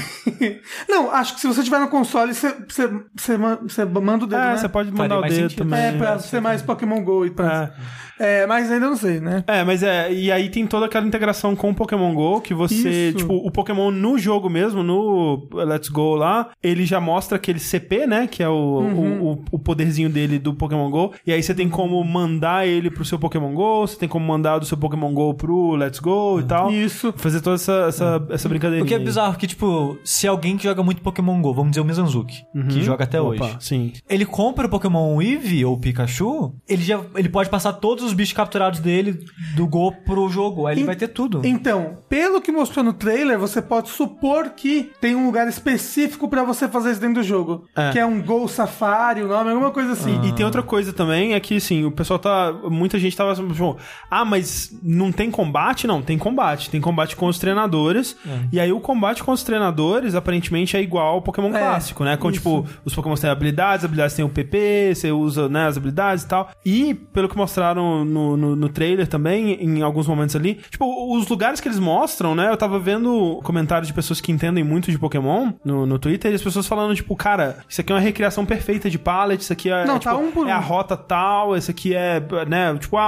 Não, acho que se você tiver no console, você, você, você, ma- você manda o dedo, É, né? você pode Faria mandar o mais dedo sentido. também. É, pra ser mais Pokémon GO e pra... É, mas ainda não sei, né? É, mas é, e aí tem toda aquela integração com o Pokémon GO, que você, Isso. tipo, o Pokémon no jogo mesmo, no Let's Go lá, ele já mostra aquele C P, né, que é o, Uhum. o, o, o poderzinho dele do Pokémon GO, e aí você tem como mandar ele pro seu Pokémon GO, você tem como mandar do seu Pokémon GO pro Let's Go e tal. Isso. Fazer toda essa, essa, essa brincadeirinha. O que é aí. bizarro, que tipo, se alguém que joga muito Pokémon GO, vamos dizer o Mizanzuki, que joga até Uhum. Opa, hoje, sim. ele compra o Pokémon Eevee ou Pikachu, ele já ele pode passar todos os bichos capturados dele do Go pro jogo, aí ele En- vai ter tudo. Então, pelo que mostrou no trailer, você pode supor que tem um lugar específico pra você fazer isso dentro do jogo. É. Que é um Go Safari, o nome, alguma coisa assim. E tem outra coisa também, é que, assim, o pessoal tá... Muita gente tava... Tipo, ah, mas não tem combate? Não, tem combate. Tem combate com os treinadores. E aí o combate com os treinadores, aparentemente, é igual ao Pokémon É, clássico, né? Com, isso. tipo, os Pokémon têm habilidades, as habilidades têm o P P, você usa, né, as habilidades e tal. E, pelo que mostraram no, no, no trailer também, em alguns momentos ali, tipo, os lugares que eles mostram, né? Eu tava vendo comentários de pessoas que entendem muito de Pokémon no, no Twitter, e as pessoas falando, tipo, cara, isso aqui é uma recriação perfeita de palette, isso aqui é, Não, é, tá tipo, um por é a um. rota tal, esse aqui é, né, tipo, ah, o,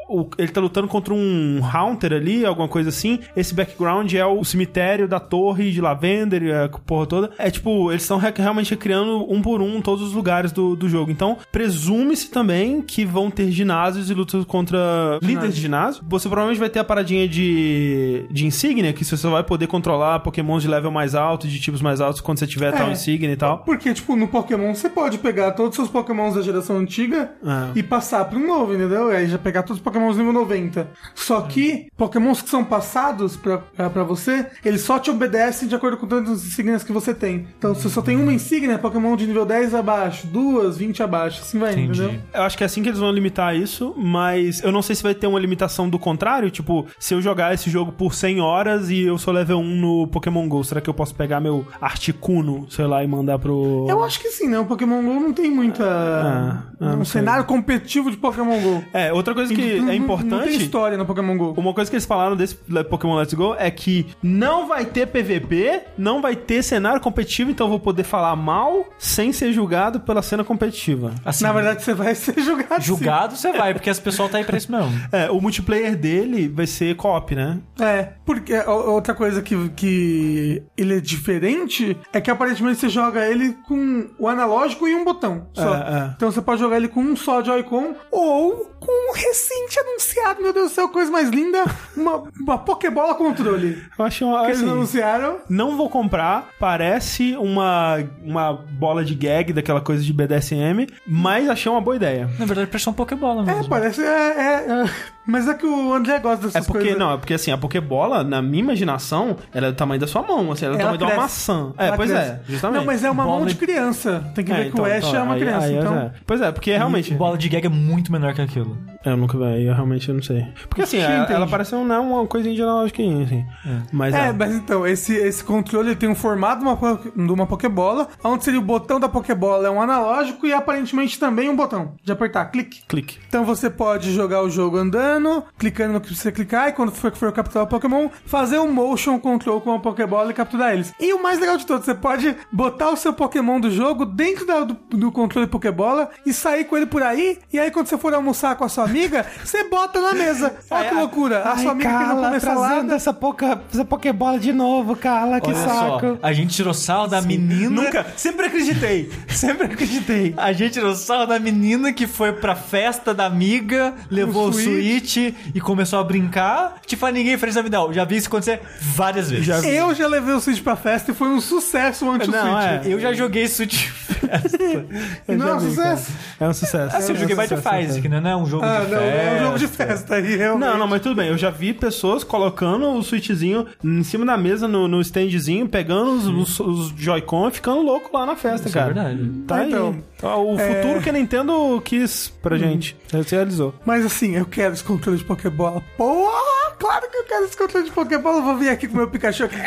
o, ele tá lutando contra um Haunter ali, alguma coisa assim. Esse background é o cemitério da torre de Lavender, a porra toda. É tipo, eles estão realmente criando um por um todos os lugares do, do jogo. Então, presume-se também que vão ter ginásios e lutas contra ginásio. líderes de ginásio. Você provavelmente vai ter a paradinha de, de insígnia, que você só vai poder controlar pokémons de level mais alto, de tipos mais altos, quando você tiver é, tal insígnia e tal. Porque, tipo, no Pokémon você pode pegar todos os seus pokémons da geração antiga é. e passar para um novo, entendeu? Aí já pegar todos os pokémons nível noventa. Só que é. pokémons que são passados pra, pra, pra você, eles só te obedecem de acordo com tantas insígnias que você tem. Então, se você só tem uma insígnia, Pokémon de nível dez abaixo, duas, vinte abaixo, assim vai, Entendi. entendeu? Eu acho que é assim que eles vão limitar isso, mas eu não sei se vai ter uma limitação do contrário, tipo, se eu jogar esse jogo por cem horas e eu sou level um no Pokémon GO, será que eu posso pegar meu Articuno, sei lá, e mandar pro... Eu acho que sim, né? O Pokémon GO não tem muita... Ah, ah, um cenário competitivo de Pokémon GO. É, outra coisa que não, é importante... Não tem história no Pokémon GO. Uma coisa que eles falaram desse Pokémon Let's Go é que não vai ter P V P, não vai ter cenário competitivo, então eu vou poder falar mal sem ser julgado pela cena competitiva. Assim, na verdade, você vai ser julgado. Julgado sim. Você vai, porque as pessoas tá aí pra isso mesmo. É, o multiplayer dele vai ser co-op, né? É, porque outra coisa que, que ele é diferente é que aparentemente você joga ele com o analógico e um botão só. É, é. Então você pode jogar ele com um só Joy-Con ou com um recente anunciado, meu Deus do céu, coisa mais linda, uma, uma Pokébola controle. Eu achei uma, que assim, eles anunciaram. Não vou comprar, parece uma, uma bola de gag daquela coisa de B D S M, mas achei uma boa ideia. Na verdade, parece uma Pokébola mesmo. É, parece... É, é, é, mas é que o André gosta dessas é porque, coisas. Não, é porque assim, a Pokébola, na minha imaginação, ela é do tamanho da sua mão, assim, ela é do tamanho cresce. de uma maçã. É, ela pois cresce. é, justamente. Não, mas é uma bola mão de criança. Tem que é, ver então, que o Ash então, é uma aí, criança, aí, então... É. Pois é, porque realmente... E bola de gag é muito menor que aquilo. Eu nunca vi, eu realmente não sei. Porque assim, ela, ela parece um, né, uma coisinha de analógica, assim. É, mas, é, é. mas então, esse, esse controle ele tem um formato de uma, de uma Pokébola, onde seria o botão da Pokébola é um analógico e aparentemente também um botão de apertar, clique. Clique. Então você pode jogar o jogo andando, clicando no que você clicar, e quando for, for capturar o Pokémon, fazer um motion control com a Pokébola e capturar eles. E o mais legal de tudo, você pode botar o seu Pokémon do jogo dentro da, do, do controle Pokébola e sair com ele por aí, e aí quando você for almoçar com a sua amiga, você bota na mesa. Olha que loucura. A ai, sua amiga Carla, que não come salada. essa, poca, essa Pokébola de novo, Carla, que Olha saco. Só, a gente tirou sarro da Sim. menina... Nunca, sempre acreditei, sempre acreditei. A gente tirou sarro da menina que foi pra festa da amiga, levou o Switch e começou a brincar. Tipo, ninguém fez a vida. Já vi isso acontecer várias vezes. Já eu já levei o Switch pra festa e foi um sucesso o anti-Switch. É, eu já joguei Switch festa. Não é um vi, sucesso? Cara. É um sucesso. Assim, é eu joguei mais de fase, que não é um jogo ah, de não, festa. É um jogo de festa aí, realmente. Não, não, mas tudo bem. Eu já vi pessoas colocando o Switchzinho em cima da mesa, no, no standzinho, pegando os, os, os Joy-Con e ficando louco lá na festa, isso cara. É verdade. Tá ah, então, aí. O é... futuro que a Nintendo quis pra hum. gente. Se realizou. Mas assim, eu quero esse controle de Pokébola. Porra! Claro que eu quero esse controle de Pokébola. Eu vou vir aqui com o meu Pikachu aqui.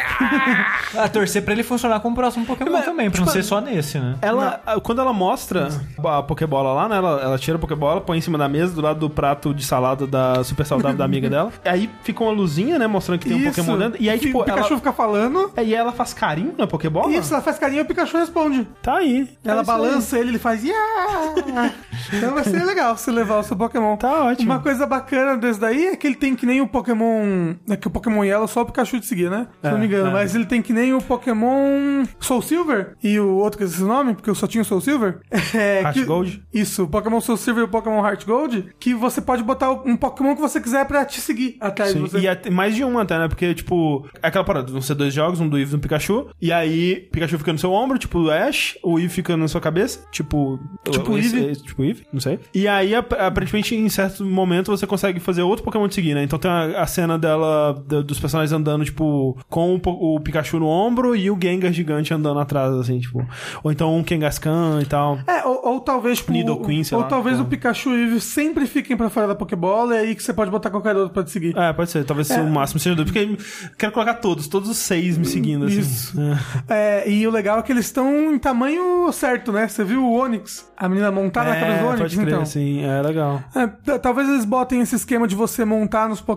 Ah, torcer pra ele funcionar como o próximo Pokémon mas, também, pra tipo, não ser só nesse, né? Ela, não. Quando ela mostra a Pokébola lá, né? Ela, ela tira a Pokébola, põe em cima da mesa, do lado do prato de salada da super saudável da amiga dela. E aí fica uma luzinha, né? Mostrando que tem Isso. um Pokémon dentro. E aí, tipo, o Pikachu ela... fica falando. É, e ela faz carinho na Pokébola? Isso, ela faz carinho e o Pikachu responde. Tá aí. Ela é balança aí. ele, ele faz... Yeah! Então vai ser legal você levar o seu Pokémon. Tá ótimo. Uma coisa bacana desse daí é que ele tem que nem o Pokémon... É que o Pokémon Yellow só o Pikachu de seguir, né? Se é, não me engano. É. Mas ele tem que nem o Pokémon Soul Silver e o outro que é esse nome, porque eu só tinha o Soul Silver. É, Heart que, Gold? Isso, o Pokémon Soul Silver e o Pokémon Heart Gold, que você pode botar um Pokémon que você quiser pra te seguir atrás Sim. de você. E é mais de um até, né? Porque, tipo, é aquela parada, vão ser dois jogos, um do Eevee e um do Pikachu, e aí Pikachu fica no seu ombro, tipo o Ash, o Eevee fica na sua cabeça, tipo... Tipo o Eevee. Tipo Eevee, não sei. E aí, aparentemente, em certo momento, você consegue fazer outro Pokémon de seguir, né? Então tem a, a cena dela, da, dos personagens andando, tipo, com o, o Pikachu no ombro e o Gengar gigante andando atrás, assim, tipo... Ou então um Kangaskhan e tal. É, ou, ou talvez, tipo... Nidoqueen, sei ou lá, talvez pô. o Pikachu e o Eevee sempre fiquem pra fora da Pokébola, e aí que você pode botar qualquer outro pra te seguir. É, pode ser. Talvez é. o máximo seja dois. Porque eu quero colocar todos, todos os seis me seguindo, assim. Isso. É. É, e o legal é que eles estão em tamanho certo, né? Você viu o Onix? A menina montada é, na cabeça do Onix, pode crer, então. Sim, é legal. É, talvez eles botem esse esquema de você montar nos Pokémons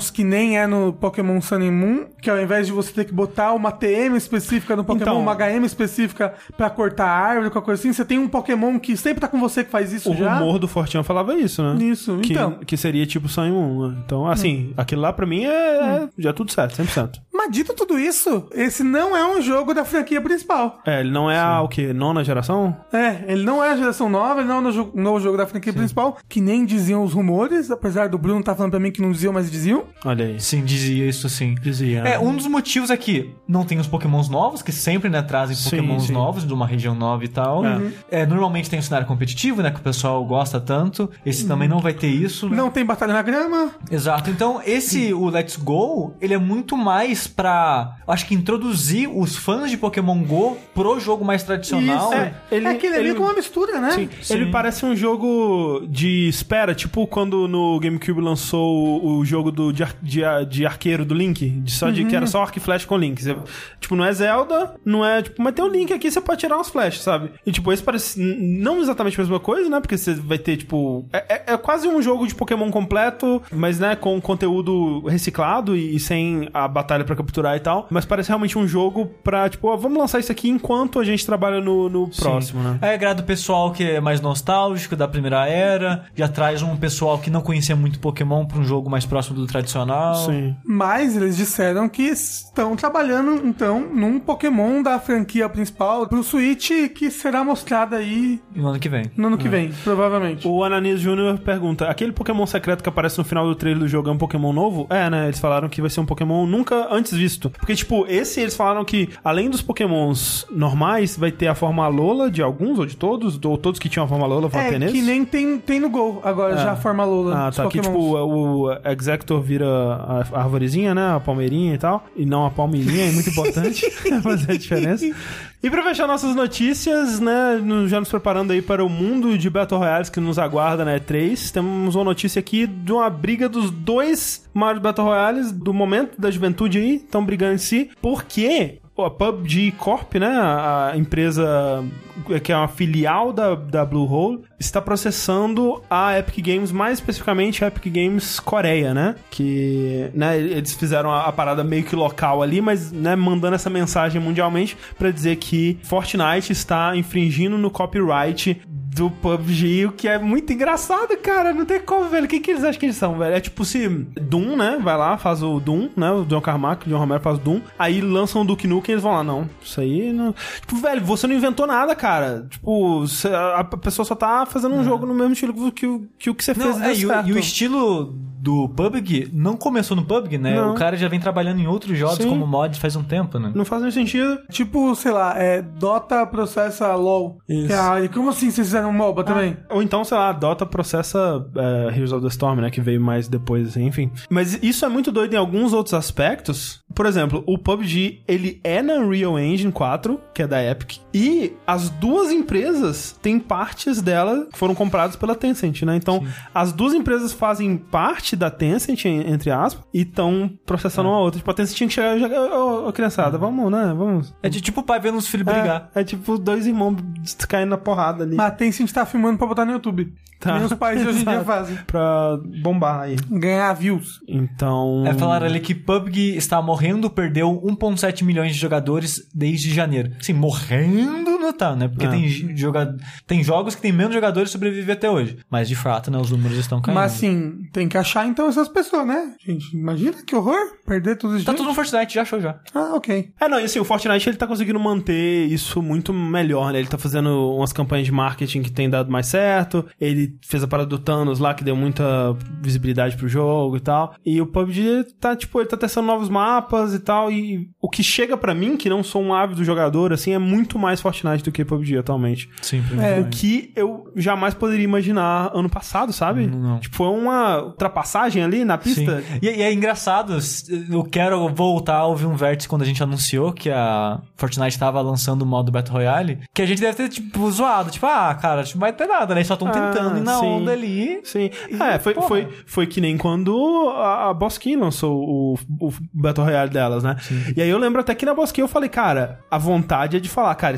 pokémons que nem é no Pokémon Sun and Moon, que ao invés de você ter que botar uma T M específica no Pokémon, então, uma H M específica pra cortar a árvore, qualquer coisa assim, você tem um Pokémon que sempre tá com você que faz isso o já. O rumor do Fortean falava isso, né? Isso, que, então. Que seria tipo Sun and Moon, né? Então, assim, hum. aquilo lá pra mim é, é já tudo certo, cem por cento. Mas dito tudo isso, esse não é um jogo da franquia principal. É, ele não é Sim. a, o quê? Nona geração? É, ele não é a geração nova, ele não é o jogo, novo jogo da franquia Sim. principal, que nem diziam os rumores, apesar do Bruno tá falando pra mim que não diziam, mas diziam. Olha aí. Sim, dizia isso sim. Dizia. É, um dos motivos é que não tem os pokémons novos, que sempre, né, trazem sim, pokémons sim. novos de uma região nova e tal. Uhum. É, normalmente tem um cenário competitivo, né, que o pessoal gosta tanto. Esse uhum. também não vai ter isso, né? Não tem batalha na grama. Exato. Então, esse, o Let's Go, ele é muito mais pra, acho que introduzir os fãs de Pokémon Go pro jogo mais tradicional. Isso. É, ele, é que ele é meio que uma mistura, né? Sim. Sim. Ele parece um jogo de espera, tipo quando no GameCube lançou o, o jogo do, de, ar, de, de arqueiro do Link, de só de, uhum. que era só arco e flecha com Link. Você, tipo, não é Zelda, não é, tipo, mas tem um Link aqui, você pode tirar umas flechas, sabe? E tipo, esse parece não exatamente a mesma coisa, né? Porque você vai ter, tipo, é, é, é quase um jogo de Pokémon completo, mas, né, com conteúdo reciclado e, e sem a batalha pra capturar e tal. Mas parece realmente um jogo pra, tipo, ó, vamos lançar isso aqui enquanto a gente trabalha no, no próximo, né? É, agrada o pessoal que é mais nostálgico da primeira era, já traz um pessoal que não conhecia muito Pokémon pra um jogo mais próximo do tradicional. Sim. Mas eles disseram que estão trabalhando, então, num Pokémon da franquia principal pro Switch, que será mostrado aí... no ano que vem. No ano que é. vem, provavelmente. O Ananias Júnior pergunta, aquele Pokémon secreto que aparece no final do trailer do jogo é um Pokémon novo? É, né? Eles falaram que vai ser um Pokémon nunca antes visto. Porque, tipo, esse eles falaram que, além dos Pokémons normais, vai ter a forma Alola de alguns, ou de todos, ou todos que tinham a forma Alola vão é, ter nesse. que nem tem, tem no Gol, agora, é. já a forma Alola. Ah, tá. Aqui, tipo, o Executor vira a, a arvorezinha, né? A palmeirinha e tal. E não a palmeirinha, é muito importante fazer a diferença. E pra fechar nossas notícias, né, já nos preparando aí para o mundo de Battle Royales que nos aguarda na E três, temos uma notícia aqui de uma briga dos dois maiores Battle Royales do momento da juventude aí, estão brigando em si, porque a P U B G Corp, né, a empresa que é uma filial da, da Bluehole, está processando a Epic Games, mais especificamente a Epic Games Coreia, né, que, né, eles fizeram a, a parada meio que local ali, mas, né, mandando essa mensagem mundialmente para dizer que Fortnite está infringindo no copyright do P U B G, o que é muito engraçado, cara, não tem como, velho. O que, que eles acham que eles são, velho? É tipo se Doom, né, vai lá, faz o Doom, né, o John Carmack, o John Romero faz o Doom, aí lançam o Duke Nukem e eles vão lá, não, isso aí não... Tipo, velho, você não inventou nada, cara. Tipo, a pessoa só tá fazendo um é. jogo no mesmo estilo que o que, que, que você não, fez. É, e, o, e o estilo do P U B G não começou no P U B G, né? Não. O cara já vem trabalhando em outros jogos Sim. como mod faz um tempo, né? Não faz nenhum sentido. Tipo, sei lá, é, Dota processa LoL. Isso. É, como assim vocês fizeram um MOBA ah. também? Ou então, sei lá, Dota processa é, Heroes of the Storm, né? Que veio mais depois, assim, enfim. Mas isso é muito doido em alguns outros aspectos. Por exemplo, o P U B G, ele é na Unreal Engine quatro, que é da Epic, e as duas empresas têm partes dela que foram compradas pela Tencent, né? Então, Sim. as duas empresas fazem parte da Tencent, entre aspas, e estão processando é. uma outra. Tipo, a Tencent tinha que chegar e jogar, ô, ô, criançada, vamos, né? Vamos. É de tipo o pai vendo os filhos brigar. É, é tipo dois irmãos caindo na porrada ali. Mas a Tencent tá filmando pra botar no YouTube. Tá. Nem os pais hoje em dia fazem. Pra bombar aí. Ganhar views. Então... É falar ali que P U B G está morrendo, perdeu um vírgula sete milhões de jogadores desde janeiro. Assim, morrendo não tá, né? Porque é. tem, joga... tem jogos que tem menos jogadores e sobrevivem até hoje. Mas, de fato, né? Os números estão caindo. Mas, assim, tem que achar, então, essas pessoas, né? Gente, imagina que horror. Perder tudo isso. Tá tudo no Fortnite, já achou já. Ah, ok. É, não, e assim, o Fortnite, ele tá conseguindo manter isso muito melhor, né? Ele tá fazendo umas campanhas de marketing que tem dado mais certo. Ele fez a parada do Thanos lá, que deu muita visibilidade pro jogo e tal. E o P U B G tá, tipo, ele tá testando novos mapas e tal. E o que chega pra mim, que não sou um ávido jogador, assim, é muito mais Fortnite do que P U B G atualmente. Sim, é, o que eu jamais poderia imaginar ano passado, sabe? Não. Tipo, foi uma ultrapassagem ali na pista. E, e é engraçado, eu quero voltar a ouvir um vértice quando a gente anunciou que a Fortnite tava lançando o modo Battle Royale, que a gente deve ter, tipo, zoado. Tipo, ah, cara, tipo, não vai ter nada, né? Eles só estão tentando ah, ir na sim, onda ali. Sim. E, é, foi, foi, foi que nem quando a, a Boskin lançou o, o Battle Royale delas, né? Sim. E aí eu lembro até que na Boskin eu falei, cara, a vontade é de falar, cara, isso não vai pra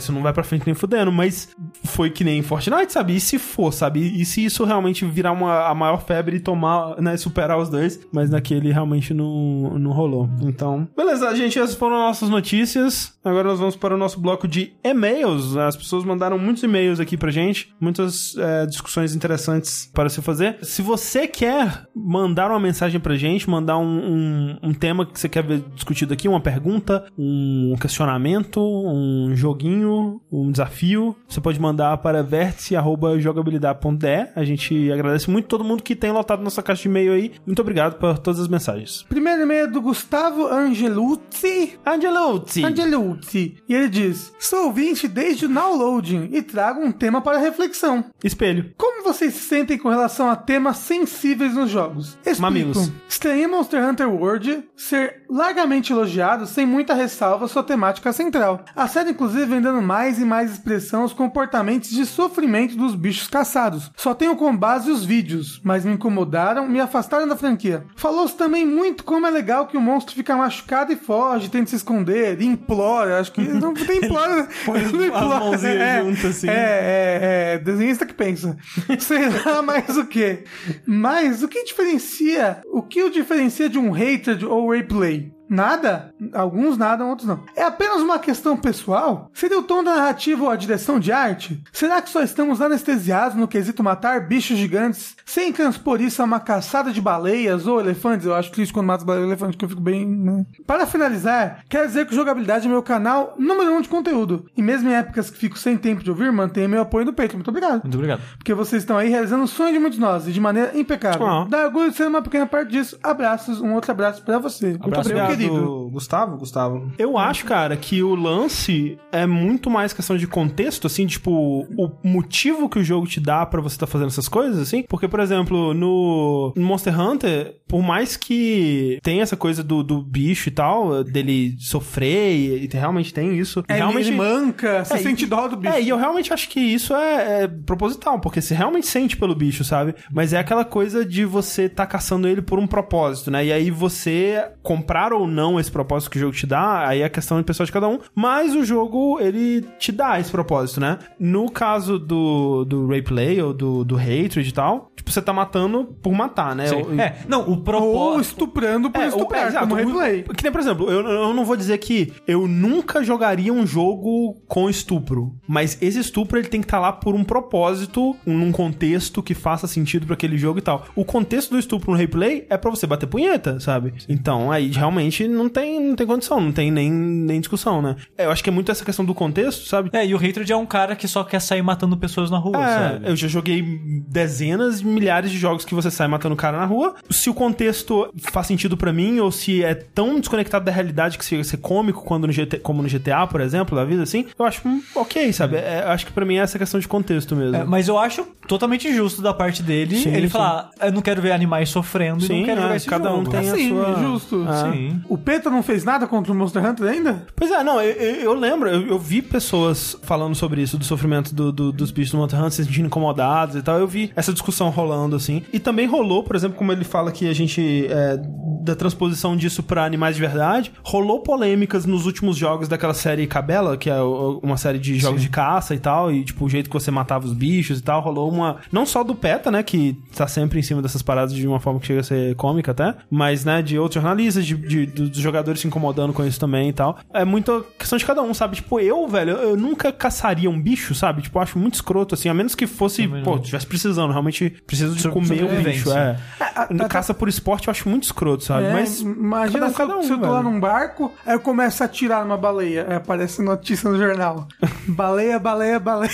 pra frente nem fudendo, mas foi que nem Fortnite, sabe? E se for, sabe? E se isso realmente virar uma, a maior febre e tomar, né, superar os dois, mas naquele realmente não, não rolou. Então, beleza, gente, essas foram nossas notícias. Agora nós vamos para o nosso bloco de e-mails. As pessoas mandaram muitos e-mails aqui pra gente, muitas é, discussões interessantes para se fazer. Se você quer mandar uma mensagem pra gente, mandar um, um, um tema que você quer ver discutido aqui, uma pergunta, um questionamento, um joguinho, um desafio, você pode mandar para vértice arroba jogabilidade ponto d e. A gente agradece muito todo mundo que tem lotado nossa caixa de e-mail aí. Muito obrigado por todas as mensagens. Primeiro e-mail é do Gustavo Angeluzzi. Angeluzzi. Angeluzzi. E ele diz: sou ouvinte desde o downloading e trago um tema para reflexão. Espelho. Como vocês se sentem com relação a temas sensíveis nos jogos? Explico. Mamilos. Estranhei Monster Hunter World ser largamente elogiado sem muita ressalva sua temática central. A série, inclusive, vem dando mais e mais expressão aos comportamentos de sofrimento dos bichos caçados. Só tenho como base os vídeos, mas me incomodaram, me afastaram da franquia. Falou-se também muito como é legal que o monstro fica machucado e foge, tenta se esconder, e implora. Acho que não tem implora, né? Põe as mãozinhas é, juntas assim. É, é, é, desenhista que pensa. Sei lá mais o que. Mas o que diferencia, o que o diferencia de um hated ou replay? Nada? Alguns nada, outros não. É apenas uma questão pessoal? Seria o tom da narrativa ou a direção de arte? Será que só estamos anestesiados no quesito matar bichos gigantes sem transpor isso a uma caçada de baleias ou elefantes? Eu acho triste quando mato baleias ou elefantes, que eu fico bem... Né? Para finalizar, quero dizer que jogabilidade é meu canal número um de conteúdo. E mesmo em épocas que fico sem tempo de ouvir, mantenha meu apoio no peito. Muito obrigado. Muito obrigado. Porque vocês estão aí realizando o sonho de muitos de nós e de maneira impecável. Ah. Dá orgulho de ser uma pequena parte disso. Abraços, um outro abraço pra você. Muito Abraço, obrigado, querido. Do Gustavo? Gustavo. Eu acho, cara, que o lance é muito mais questão de contexto, assim, tipo, o motivo que o jogo te dá pra você estar tá fazendo essas coisas, assim. Porque, por exemplo, no Monster Hunter, por mais que tenha essa coisa do, do bicho e tal, dele sofrer, e, e realmente tem isso. É, realmente ele manca, você é, sente e, dó do bicho. É, e eu realmente acho que isso é, é proposital, porque você realmente sente pelo bicho, sabe? Mas é aquela coisa de você tá caçando ele por um propósito, né? E aí você comprar ou não esse propósito que o jogo te dá, aí é questão de pessoa de cada um, mas o jogo, ele te dá esse propósito, né? No caso do, do Replay ou do, do Hatred e tal, tipo, você tá matando por matar, né? Sim. O, É, não, o Ou propósito... estuprando por é, estuprar, o- é, exato. como O- replay. Que nem, por exemplo, eu, eu não vou dizer que eu nunca jogaria um jogo com estupro, mas esse estupro ele tem que estar lá por um propósito, num contexto que faça sentido pra aquele jogo e tal. O contexto do estupro no replay é pra você bater punheta, sabe? Então, aí realmente não tem, não tem condição, não tem nem, nem discussão, né? É, eu acho que é muito essa questão do contexto, sabe? É, e o Hatred é um cara que só quer sair matando pessoas na rua, É, sabe? eu já joguei dezenas, milhares de jogos que você sai matando cara na rua. Se o contexto faz sentido pra mim, ou se é tão desconectado da realidade que chega a ser cômico quando no G T, como no G T A, por exemplo, da vida, assim, eu acho hum, ok, sabe? É, eu acho que pra mim é essa questão de contexto mesmo. É, mas eu acho totalmente injusto da parte dele Sim, ele sim. falar, eu não quero ver animais sofrendo Sim, e não quero é, jogar esse cada jogo. um tem a Sim, sua... justo. Ah. Sim. O Peta não fez nada contra o Monster Hunter ainda? Pois é, não, eu, eu, eu lembro, eu, eu vi pessoas falando sobre isso, do sofrimento do, do- dos bichos do Monster Hunter, se sentindo incomodados e tal, eu vi essa discussão rolando, assim. E também rolou, por exemplo, como ele fala que a gente, é, da transposição disso pra animais de verdade, rolou polêmicas nos últimos jogos daquela série Cabela, que é o- uma série de jogos de caça e tal, e tipo, o jeito que você matava os bichos e tal, rolou uma, não só do PETA, né, que tá sempre em cima dessas paradas de uma forma que chega a ser cômica até, mas, né, de outros jornalistas, de, de- dos jogadores se incomodando com isso também e tal. É muita questão de cada um, sabe? Tipo, eu, velho, eu, eu nunca caçaria um bicho, sabe? Tipo, eu acho muito escroto, assim, a menos que fosse, Também pô, não. tivesse precisando, realmente preciso de Sobre- comer um sobrevivência. bicho, é. a- a- Caça por esporte eu acho muito escroto, sabe? É, Mas imagina cada um, se, cada um, se eu tô lá velho. num barco, aí eu começo a atirar numa baleia. Aí aparece notícia no jornal. Baleia, baleia, baleia.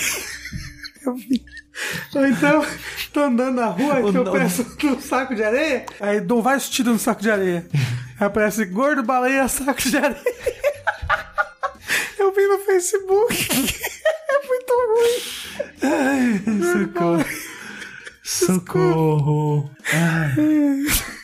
Eu vi. Ou então, tô andando na rua e eu O- peço um saco de areia, aí dou vários tiros no saco de areia. Aí aparece gordo, baleia, saco de areia. Eu vi no Facebook. É muito ruim. Ai, socorro. Socorro. Ai. O,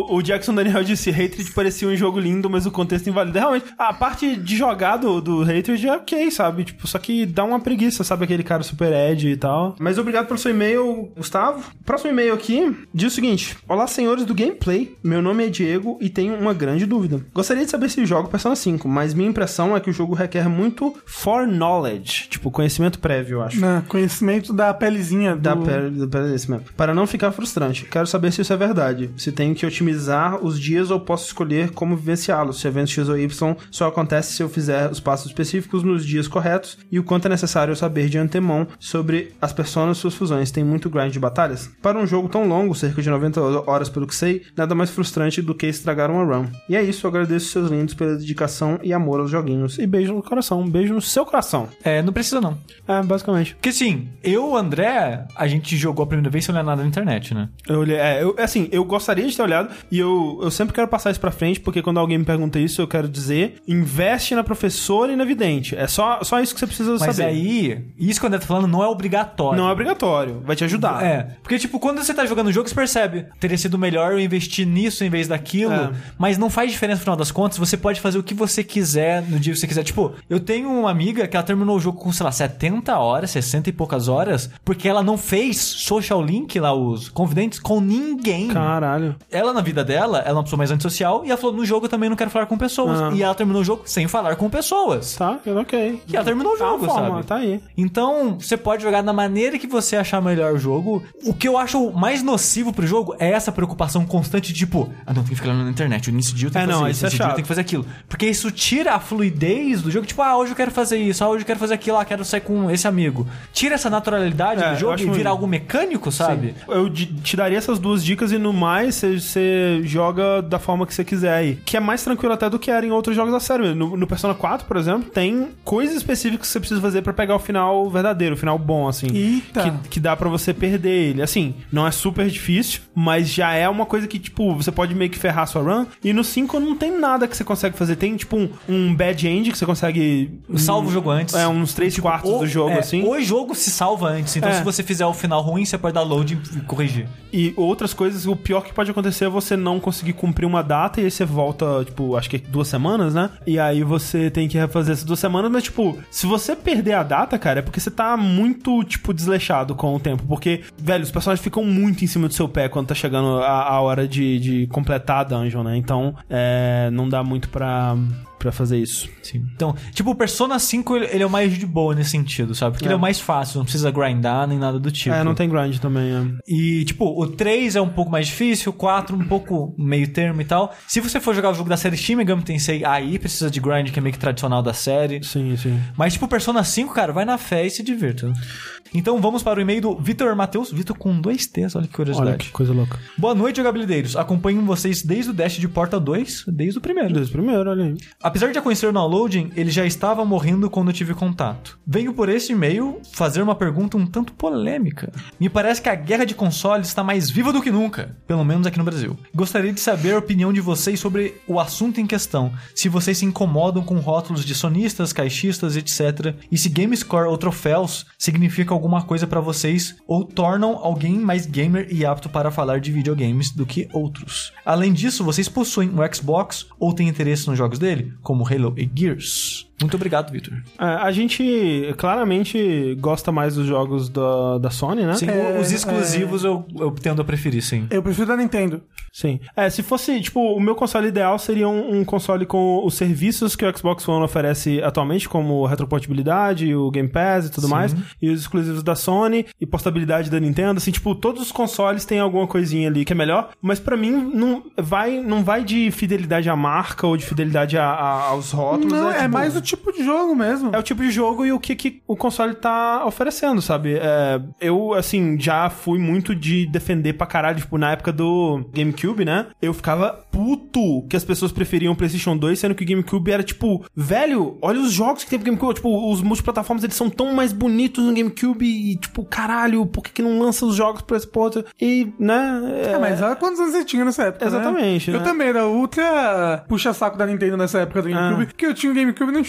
O, o Jackson Daniel disse, Hatred parecia um jogo lindo, mas o contexto invalida. Realmente, a parte de jogar do, do Hatred é ok, sabe? Tipo, só que dá uma preguiça, sabe? Aquele cara super edgy e tal. Mas obrigado pelo seu e-mail, Gustavo. Próximo e-mail aqui diz o seguinte. Olá, senhores do Gameplay. Meu nome é Diego e tenho uma grande dúvida. Gostaria de saber se jogo Persona cinco, mas minha impressão é que o jogo requer muito foreknowledge, tipo, conhecimento prévio, eu acho. Não, conhecimento da pelezinha. Do... Da pele, da pele desse mesmo. Para não ficar frustrante. Quero saber se isso é verdade. Se tenho que otimizar os dias ou posso escolher como vivenciá-los. Se eventos X ou Y só acontece se eu fizer os passos específicos nos dias corretos e o quanto é necessário eu saber de antemão sobre as personas e suas fusões. Tem muito grind de batalhas? Para um jogo tão longo, cerca de noventa horas pelo que sei, nada mais frustrante do que estragar uma run. E é isso, eu agradeço seus lindos pela dedicação e amor aos joguinhos. E beijo no coração, um beijo no seu coração. É, não precisa não. É, basicamente. Porque assim, eu, André, a gente jogou a primeira vez sem olhar nada na internet, né? Eu olhei, é, eu, assim, eu gostaria de ter olhado e eu, eu sempre quero passar isso pra frente, porque quando alguém me pergunta isso, eu quero dizer, investe na professora e na vidente. É só, só isso que você precisa Mas saber. Mas aí, isso que o André tá falando não é obrigatório. Não é obrigatório, vai te ajudar. É, porque tipo, quando você tá jogando o jogo, você percebe, teria sido melhor eu investir nisso em vez daquilo, é. Mas não faz diferença no final das contas, você pode fazer o que você quiser no dia que você quiser. Tipo, eu tenho uma amiga que ela terminou o jogo com, sei lá, setenta horas, sessenta e poucas horas, porque ela não fez social link lá, os confidentes, com ninguém. Caralho. Ela, na vida dela, ela é uma pessoa mais antissocial, e ela falou, no jogo eu também não quero falar com pessoas. Ah. E ela terminou o jogo sem falar com pessoas. Tá, ok. E ela terminou o jogo, tá sabe? Forma, tá aí. Então, você pode jogar da maneira que você achar melhor o jogo. O que eu acho mais nocivo pro jogo é essa preocupação constante de, tipo, ah, não, tem que ficar lá na internet, nesse dia eu tenho é, que fazer não, isso, isso nesse é dia chato. eu tenho que fazer aquilo. Porque isso tira a fluidez do jogo, tipo, ah, hoje eu quero fazer isso, ah, hoje eu quero fazer aquilo, ah, quero sair com esse amigo. Tira essa naturalidade é, do jogo e vira muito... algo mecânico, sabe? Sim. Eu te daria essas duas dicas e no mais, você, você joga da forma que você quiser aí. Que é mais tranquilo até do que era em outros jogos da série. No, no Persona quatro, por exemplo, tem coisas específicas que você precisa fazer pra pegar o final verdadeiro, o final bom, assim. Eita. Que, que dá pra você perder ele. Assim, não é super difícil, mas já é uma coisa que, tipo, você pode meio que ferrar sua run. E no cinco não tem nada que você consegue fazer. Tem, tipo, um, um bad end que você consegue... Salva o jogo antes. É, uns três tipo, quartos o, do jogo, é, assim. O jogo se salva antes. Então, é. se você fizer o final ruim, você pode dar load e corrigir. E outras coisas, o pior que pode acontecer é você não conseguir cumprir uma data e aí você volta, tipo, acho que é duas semanas, né? E aí você tem que refazer essas duas semanas, mas, tipo, se você perder a data, cara, é porque você tá muito, tipo, desleixado com o tempo. Porque, velho, os personagens ficam muito em cima do seu pé quando tá chegando a, a hora de, de completar a dungeon, né? Então, é, não dá muito pra... pra fazer isso. Sim. Então, tipo, o Persona cinco, ele é o mais de boa nesse sentido, sabe? Porque é. ele é o mais fácil, não precisa grindar nem nada do tipo. É, não tem grind também, é. E, tipo, o três é um pouco mais difícil, o quatro um pouco meio termo e tal. Se você for jogar o jogo da série Shin Megami Tensei, aí precisa de grind, que é meio que tradicional da série. Sim, sim. Mas, tipo, Persona cinco, cara, vai na fé e se divirta. Então, vamos para o e-mail do Vitor Matheus. Vitor com dois T's, olha que curiosidade. Olha que coisa louca. Boa noite, jogabilideiros. Acompanho vocês desde o Dash de Porta dois, desde o primeiro. Desde o primeiro, olha aí. Apesar de já conhecer o downloading, ele já estava morrendo quando eu tive contato. Venho por este e-mail fazer uma pergunta um tanto polêmica. Me parece que a guerra de consoles está mais viva do que nunca, pelo menos aqui no Brasil. Gostaria de saber a opinião de vocês sobre o assunto em questão, se vocês se incomodam com rótulos de sonistas, caixistas, etcétera, e se GameScore ou troféus significa alguma coisa pra vocês ou tornam alguém mais gamer e apto para falar de videogames do que outros. Além disso, vocês possuem um Xbox ou têm interesse nos jogos dele, como Halo e Gears? Muito obrigado, Vitor. É, a gente claramente gosta mais dos jogos da, da Sony, né? Sim, é, os exclusivos é... eu, eu tendo a preferir, sim. Eu prefiro da Nintendo. Sim. É, se fosse, tipo, o meu console ideal seria um, um console com os serviços que o Xbox One oferece atualmente, como retrocompatibilidade, o Game Pass e tudo sim. mais, e os exclusivos da Sony e portabilidade da Nintendo, assim, tipo, todos os consoles têm alguma coisinha ali que é melhor, mas pra mim não vai, não vai de fidelidade à marca ou de fidelidade a, a, aos rótulos. Não, é, é tipo, mais o tipo de jogo mesmo. É o tipo de jogo e o que, que o console tá oferecendo, sabe? É, eu, assim, já fui muito de defender pra caralho, tipo, na época do GameCube, né? Eu ficava puto que as pessoas preferiam o PlayStation dois, sendo que o GameCube era, tipo, velho, olha os jogos que tem pro GameCube, tipo, os multiplataformas, eles são tão mais bonitos no GameCube e, tipo, caralho, por que que não lança os jogos pra esse ponto? E, né? É, é mas olha quantos anos você tinha nessa época, exatamente, né? né? Eu também era ultra puxa-saco da Nintendo nessa época do GameCube, porque ah. eu tinha o GameCube e não tinha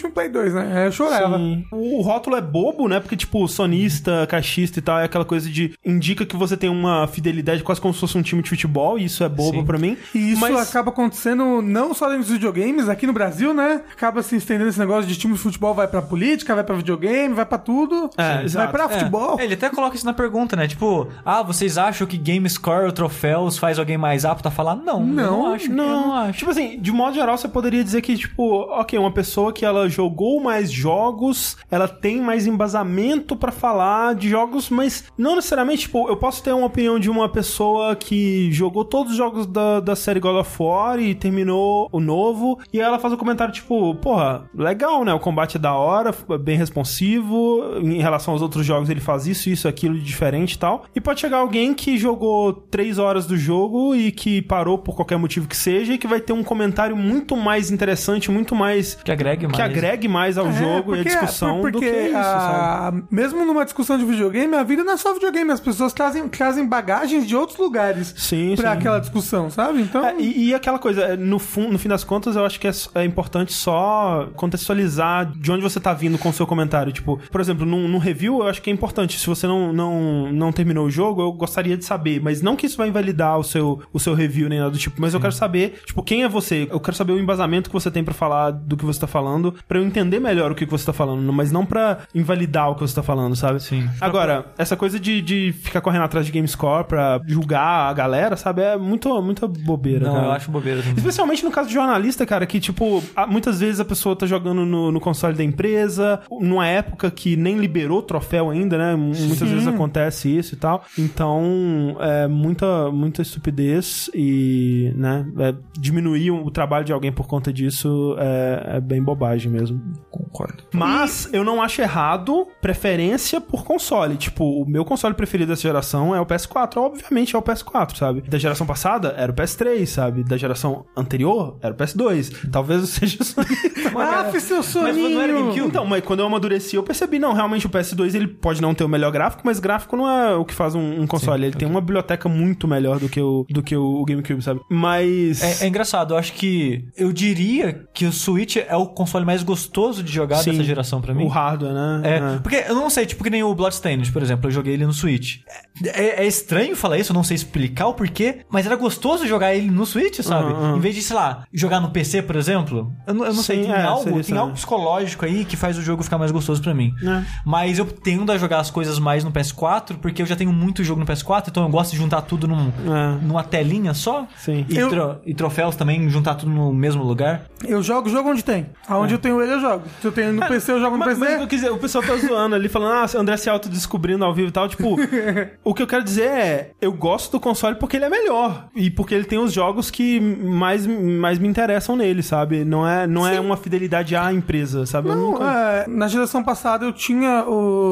tinha um Play dois, né? Eu chorava. Sim. O rótulo é bobo, né? Porque, tipo, sonista, caixista e tal, é aquela coisa de... Indica que você tem uma fidelidade quase como se fosse um time de futebol, e isso é bobo Sim. pra mim. E isso mas... acaba acontecendo não só dentro dos videogames, aqui no Brasil, né? Acaba se estendendo esse negócio de time de futebol vai pra política, vai pra videogame, vai pra tudo. É, vai exato. pra futebol. É, ele até coloca isso na pergunta, né? Tipo, ah, vocês acham que Game Score ou troféus faz alguém mais apto a falar? Não, não, eu não acho. Não. Eu não acho. Tipo assim, de modo geral, você poderia dizer que, tipo, ok, uma pessoa que ela jogou mais jogos, ela tem mais embasamento pra falar de jogos, mas não necessariamente, tipo, eu posso ter uma opinião de uma pessoa que jogou todos os jogos da, da série God of War e terminou o novo, e ela faz um comentário, tipo, porra, legal, né? O combate é da hora, bem responsivo, em relação aos outros jogos ele faz isso, isso, aquilo de diferente e tal. E pode chegar alguém que jogou três horas do jogo e que parou por qualquer motivo que seja, e que vai ter um comentário muito mais interessante, muito mais... Que agregue mais. Que agregue mais ao é, jogo e a discussão porque do que isso, a... sabe? Mesmo numa discussão de videogame, a vida não é só videogame, as pessoas trazem, trazem bagagens de outros lugares sim, pra sim. aquela discussão, sabe? Então... É, e, e aquela coisa, no, fun, no fim das contas, eu acho que é, é importante só contextualizar de onde você tá vindo com o seu comentário. Tipo, por exemplo, num, num review, eu acho que é importante. Se você não, não, não terminou o jogo, eu gostaria de saber, mas não que isso vai invalidar o seu, o seu review nem nada do tipo, mas sim. eu quero saber, tipo, quem é você? Eu quero saber o embasamento que você tem pra falar do que você tá falando, pra eu entender melhor o que você tá falando, mas não pra invalidar o que você tá falando, sabe? Sim. Agora, essa coisa de, de ficar correndo atrás de GameScore pra julgar a galera, sabe? É muito, muita bobeira, não, cara. eu acho bobeira também. Especialmente no caso de jornalista, cara, que, tipo, muitas vezes a pessoa tá jogando no, no console da empresa, numa época que nem liberou troféu ainda, né? Muitas Sim. vezes acontece isso e tal. Então, é muita, muita estupidez e, né, é, diminuir o trabalho de alguém por conta disso é, é bem bobagem mesmo. Concordo. Mas eu não acho errado preferência por console. Tipo, o meu console preferido dessa geração é o P S quatro. Obviamente é o P S quatro, sabe? Da geração passada era o P S três, sabe? Da geração anterior era o P S dois. Talvez eu seja sonista. Ah, seu soninho! Mas não era GameCube? Então, mas quando eu amadureci, eu percebi, não, realmente o P S dois ele pode não ter o melhor gráfico, mas gráfico não é o que faz um, um console. Sim, ele okay. tem uma biblioteca muito melhor do que o, do que o GameCube, sabe? Mas... É, é engraçado, eu acho que... Eu diria que o Switch é o console mais gostoso de jogar Sim, dessa geração pra mim. O hardware, né? É, é. Porque eu não sei, tipo que nem o Bloodstained, por exemplo, eu joguei ele no Switch. É, é estranho falar isso, eu não sei explicar o porquê, mas era gostoso jogar ele no Switch, sabe? Uhum, uhum. Em vez de, sei lá, jogar no P C, por exemplo. Eu não, eu não Sim, sei, tem, é, algo, tem algo psicológico aí que faz o jogo ficar mais gostoso pra mim. É. Mas eu tendo a jogar as coisas mais no P S quatro, porque eu já tenho muito jogo no P S quatro, então eu gosto de juntar tudo num, é. numa telinha só. Sim. E, eu... tro, e troféus também, juntar tudo no mesmo lugar. Eu jogo o jogo onde tem. Aonde é. eu tenho ele, eu jogo. Se eu tenho no é, P C, eu jogo no mas, P C. Mas o, que, o pessoal tá zoando ali, falando, ah, André se autodescobrindo ao vivo e tal. Tipo, o que eu quero dizer é, eu gosto do console porque ele é melhor. E porque ele tem os jogos que mais, mais me interessam nele, sabe? Não é, não é uma fidelidade à empresa, sabe? Não, nunca... é, na geração passada eu tinha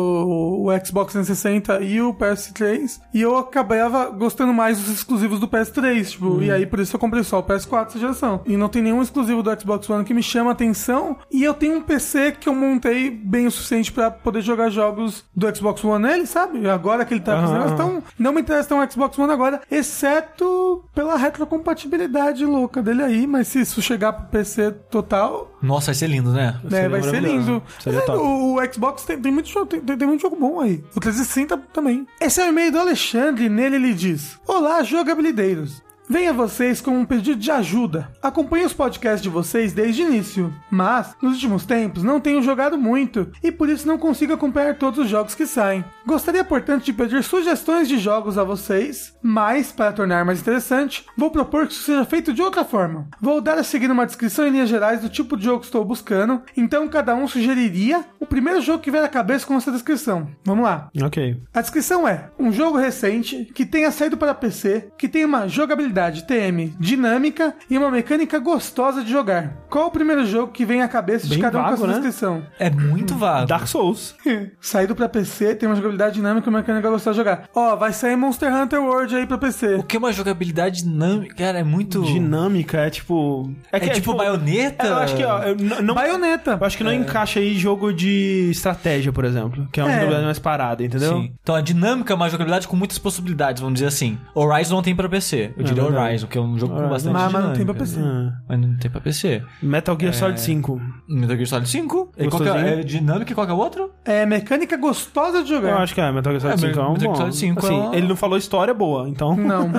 o, o Xbox trezentos e sessenta e o P S três, e eu acabava gostando mais dos exclusivos do P S três, tipo, hum. e aí por isso eu comprei só o P S quatro essa geração. E não tem nenhum exclusivo do Xbox One que me chama a atenção, e eu tenho um P C que eu montei bem o suficiente pra poder jogar jogos do Xbox One nele, sabe? Agora que ele tá fazendo, uhum. então não me interessa ter um Xbox One agora, exceto pela retrocompatibilidade louca dele aí, mas se isso chegar pro P C total... Nossa, vai ser lindo, né? É, vai ser lindo. É, o, o Xbox tem, tem, muito jogo, tem, tem muito jogo bom aí. O trezentos e sessenta também. Esse é o e-mail do Alexandre, e nele ele diz: Olá, jogabilideiros. Venho a vocês com um pedido de ajuda. Acompanho os podcasts de vocês desde o início, mas, nos últimos tempos, não tenho jogado muito e por isso não consigo acompanhar todos os jogos que saem. Gostaria, portanto, de pedir sugestões de jogos a vocês, mas, para tornar mais interessante, vou propor que isso seja feito de outra forma. Vou dar a seguir uma descrição em linhas gerais do tipo de jogo que estou buscando, então cada um sugeriria o primeiro jogo que vier à cabeça com essa descrição. Vamos lá. Ok. A descrição é um jogo recente, que tenha saído para P C, que tenha uma jogabilidade T M dinâmica e uma mecânica gostosa de jogar. Qual o primeiro jogo que vem à cabeça Bem de cada um vago, com essa né? descrição? É muito vago. Dark Souls. Saído pra P C, tem uma jogabilidade dinâmica e uma mecânica gostosa de jogar. Ó, vai sair Monster Hunter World aí pra P C. O que é uma jogabilidade dinâmica? Cara, é muito... Dinâmica, é tipo... É, que, é, é tipo, tipo baioneta? É, eu acho que, ó... Eu não, baioneta. Eu acho que não é. encaixa aí jogo de estratégia, por exemplo. Que é uma é. jogabilidade mais parada, entendeu? Sim. Então a dinâmica é uma jogabilidade com muitas possibilidades, vamos dizer assim. Horizon não tem pra P C. Eu diria é Horizon, que é um jogo com bastante mas, dinâmica. mas não tem pra P C. É. Mas não tem pra P C. Metal Gear É. Solid cinco. Metal Gear Solid cinco? E qual que é, é dinâmica e qual que é o outro? É mecânica gostosa de jogar. Eu acho que é, Metal Gear Solid É, cinco é um Metal Gear bom. Solid cinco assim, é uma- ele não falou história boa, então... Não.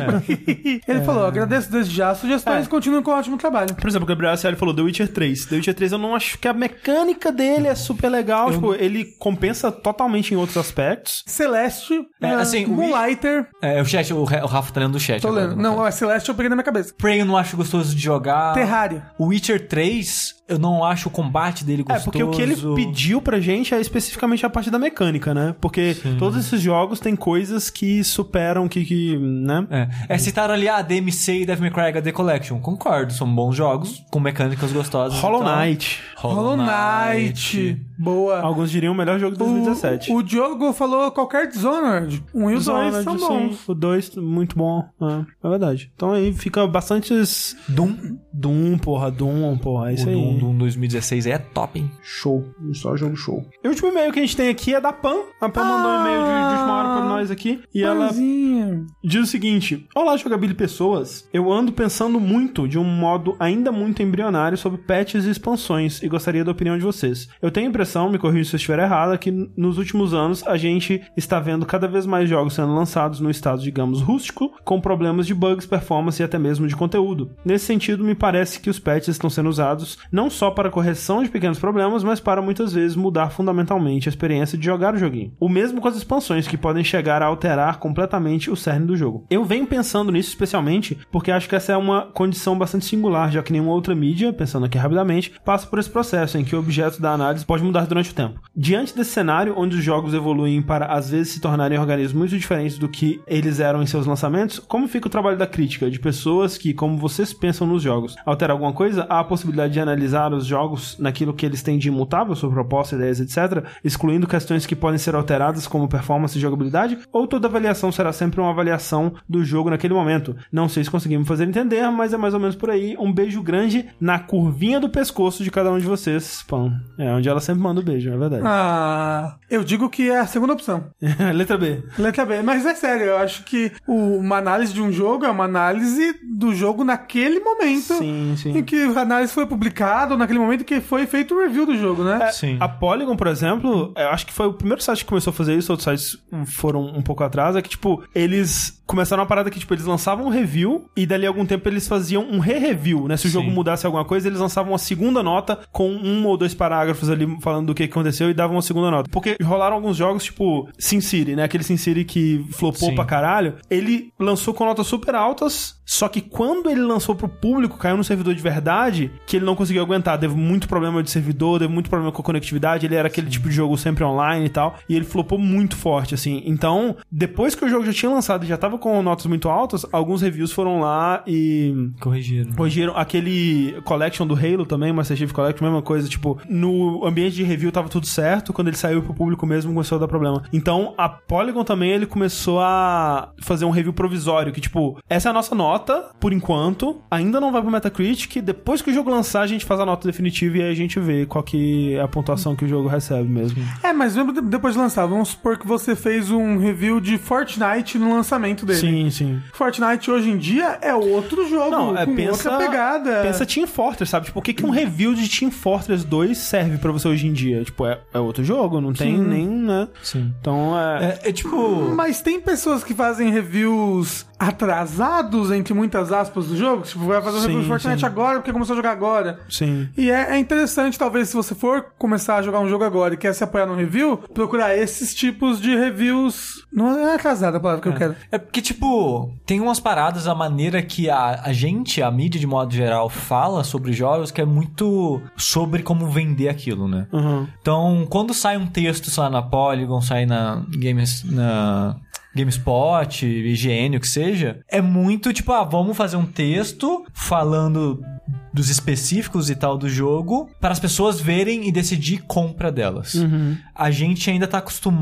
Ele falou, agradeço desde já as sugestões É. e continuem com um ótimo trabalho. Por exemplo, o Gabriel Acioli falou The Witcher três. The Witcher três eu não acho que a mecânica dele é super legal. Tipo, ele compensa totalmente em outros aspectos. Celeste, É, uh, assim, o Moonlighter. É, o chat, o, Ra- o Rafa tá lendo do chat Tô agora, lendo. no Não, caso. a Celeste eu peguei na minha cabeça. Prey eu não acho gostoso de jogar. Terraria. O Witcher três, eu não acho o combate dele É, gostoso. porque o que ele pediu pra gente é especificamente a parte da mecânica, né? Porque todos esses jogos têm coisas que superam, que, que né? É, é citaram ali a D M C e Devil May Cry H D Collection. Concordo, são bons jogos, com mecânicas gostosas. Hollow e tal. Knight. Hollow Knight. Boa. Alguns diriam o melhor jogo de dois mil e dezessete. O, o Diogo falou qualquer Dishonored. Um e o dois são Dishonored, bons. sim. O dois, muito bom. É, é verdade. Então aí fica bastantes... Doom. Doom, porra. Doom, porra. É isso o aí. Doom, Doom dois mil e dezesseis é top, hein? Show. Só jogo show. E o último e-mail que a gente tem aqui é da Pan. A Pan mandou um e-mail de, de última hora pra nós aqui. E Panzinha. ela diz o seguinte: Olá, Jogabilidade Pessoas. Eu ando pensando muito de um modo ainda muito embrionário sobre patches e expansões e gostaria da opinião de vocês. Eu tenho a impressão, me corrija se eu estiver errada, que nos últimos anos a gente está vendo cada vez mais jogos sendo lançados no estado, digamos, rústico, com problemas de bugs, performance e até mesmo de conteúdo. Nesse sentido, me parece que os patches estão sendo usados não só para correção de pequenos problemas, mas para muitas vezes mudar fundamentalmente a experiência de jogar o joguinho. O mesmo com as expansões, que podem chegar a alterar completamente o cerne do jogo. Eu venho pensando nisso especialmente porque acho que essa é uma condição bastante singular, já que nenhuma outra mídia, pensando aqui rapidamente, passa por esse processo em que o objeto da análise pode mudar durante o tempo. Diante desse cenário, onde os jogos evoluem para às vezes se tornarem organismos muito diferentes do que eles eram em seus lançamentos, como fica o trabalho da crítica, de pessoas que, como vocês pensam nos jogos, altera alguma coisa? Há a possibilidade de analisar os jogos naquilo que eles têm de imutável, sua proposta, ideias, etcétera, excluindo questões que podem ser alteradas como performance e jogabilidade? Ou toda avaliação será sempre uma avaliação do jogo naquele momento? Não sei se conseguimos fazer entender, mas é mais ou menos por aí. Um beijo grande na curvinha do pescoço de cada um de vocês, Pão. É onde ela sempre manda o beijo, é verdade. Ah, eu digo que é a segunda opção. Letra B. Letra B. Mas é sério, eu acho que o- uma análise de um jogo é uma análise do jogo naquele momento Sim, sim. em que a análise foi publicada, ou naquele momento que foi feito o review do jogo, né? É, Sim. A Polygon, por exemplo, eu acho que foi o primeiro site que começou a fazer isso, outros sites foram um pouco atrás, é que, tipo, eles começaram uma parada que, tipo, eles lançavam um review e dali a algum tempo eles faziam um re-review, né? Se o Sim. jogo mudasse alguma coisa, eles lançavam uma segunda nota com um ou dois parágrafos ali falando do que aconteceu e davam uma segunda nota. Porque rolaram alguns jogos, tipo, SimCity, né? Aquele SimCity que flopou Sim. pra caralho. Ele lançou com notas super altas, só que quando ele lançou pro público, caiu no servidor de verdade, que ele não conseguiu aguentar. Teve muito problema de servidor, teve muito problema com a conectividade, ele era aquele Sim. tipo de jogo sempre online e tal, e ele flopou muito forte, assim. Então, depois que o jogo já tinha lançado e já tava com notas muito altas, alguns reviews foram lá e Corrigiram. corrigiram. Aquele Collection do Halo também, Master Chief Collection, mesma coisa, tipo, no ambiente de review tava tudo certo, quando ele saiu pro público mesmo começou a dar problema. Então, a Polygon também, ele começou a fazer um review provisório, que tipo, essa é a nossa nota, por enquanto, ainda não vai pro Metacritic, depois que o jogo lançar, a gente faz a nota definitiva e aí a gente vê qual que é a pontuação que o jogo recebe mesmo. É, mas mesmo de- depois de lançar, vamos supor que você fez um review de Fortnite no lançamento dele. Sim, sim. Fortnite hoje em dia é outro jogo, Não, é, com pensa, outra pegada. pensa Team Fortress, sabe? Tipo, o que, que um review de Team Fortress dois serve pra você hoje em dia? Tipo, é, é outro jogo, não tem Sim. nem, né? Sim. Então, é... É, é tipo... Mas tem pessoas que fazem reviews atrasados, entre muitas aspas, do jogo. Tipo, vai fazer um review de Sim, Fortnite sim. agora porque começou a jogar agora. Sim. E é, é interessante, talvez, se você for começar a jogar um jogo agora e quer se apoiar no review, procurar esses tipos de reviews. Não é atrasada a palavra que eu quero. É porque, tipo, tem umas paradas, a maneira que a, a gente, a mídia de modo geral, fala sobre jogos, que é muito sobre como vender aquilo, né? Uhum. Então, quando sai um texto, sei lá, na Polygon, sai na Games... na... GameSpot, I G N, o que seja, é muito tipo, ah, vamos fazer um texto falando dos específicos e tal do jogo para as pessoas verem e decidir compra delas. Uhum. A gente ainda tá acostumando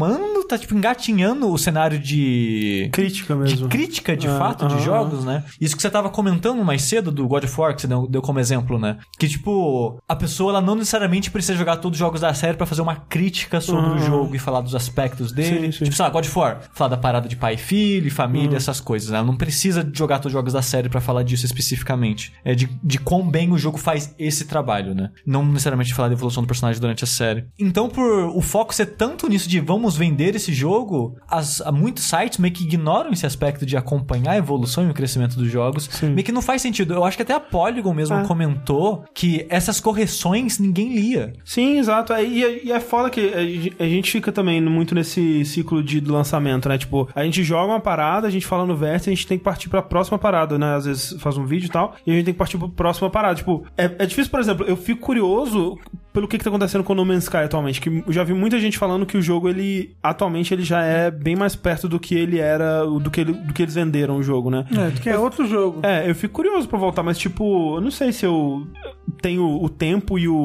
tá, tipo, engatinhando o cenário de... Crítica mesmo. De crítica, de ah, fato, ah, de ah, jogos, né? Isso que você tava comentando mais cedo do God of War, que você deu, deu como exemplo, né? Que, tipo, a pessoa, ela não necessariamente precisa jogar todos os jogos da série pra fazer uma crítica sobre uhum. o jogo e falar dos aspectos dele. Sim, sim. Tipo, sei lá, God of War, falar da parada de pai e filho, família, uhum. essas coisas, né? Ela não precisa jogar todos os jogos da série pra falar disso especificamente. É de, de quão bem o jogo faz esse trabalho, né? Não necessariamente falar da evolução do personagem durante a série. Então, por o foco ser tanto nisso de vamos vender esse jogo, as, muitos sites meio que ignoram esse aspecto de acompanhar a evolução e o crescimento dos jogos. Sim. Meio que não faz sentido. Eu acho que até a Polygon mesmo é. comentou que essas correções ninguém lia. Sim, exato. E, e é foda que a gente fica também muito nesse ciclo de lançamento, né? Tipo, a gente joga uma parada, a gente fala no vértice, a gente tem que partir pra próxima parada, né? Às vezes faz um vídeo e tal, e a gente tem que partir pra próxima parada. Tipo, é, é difícil, por exemplo, eu fico curioso pelo que que tá acontecendo com o No Man's Sky atualmente, que eu já vi muita gente falando que o jogo, ele, atualmente, ele já é bem mais perto do que ele era, do que, ele, do que eles venderam o jogo, né? É, do que é outro jogo. É, eu fico curioso pra voltar, mas tipo, eu não sei se eu tenho o tempo e o,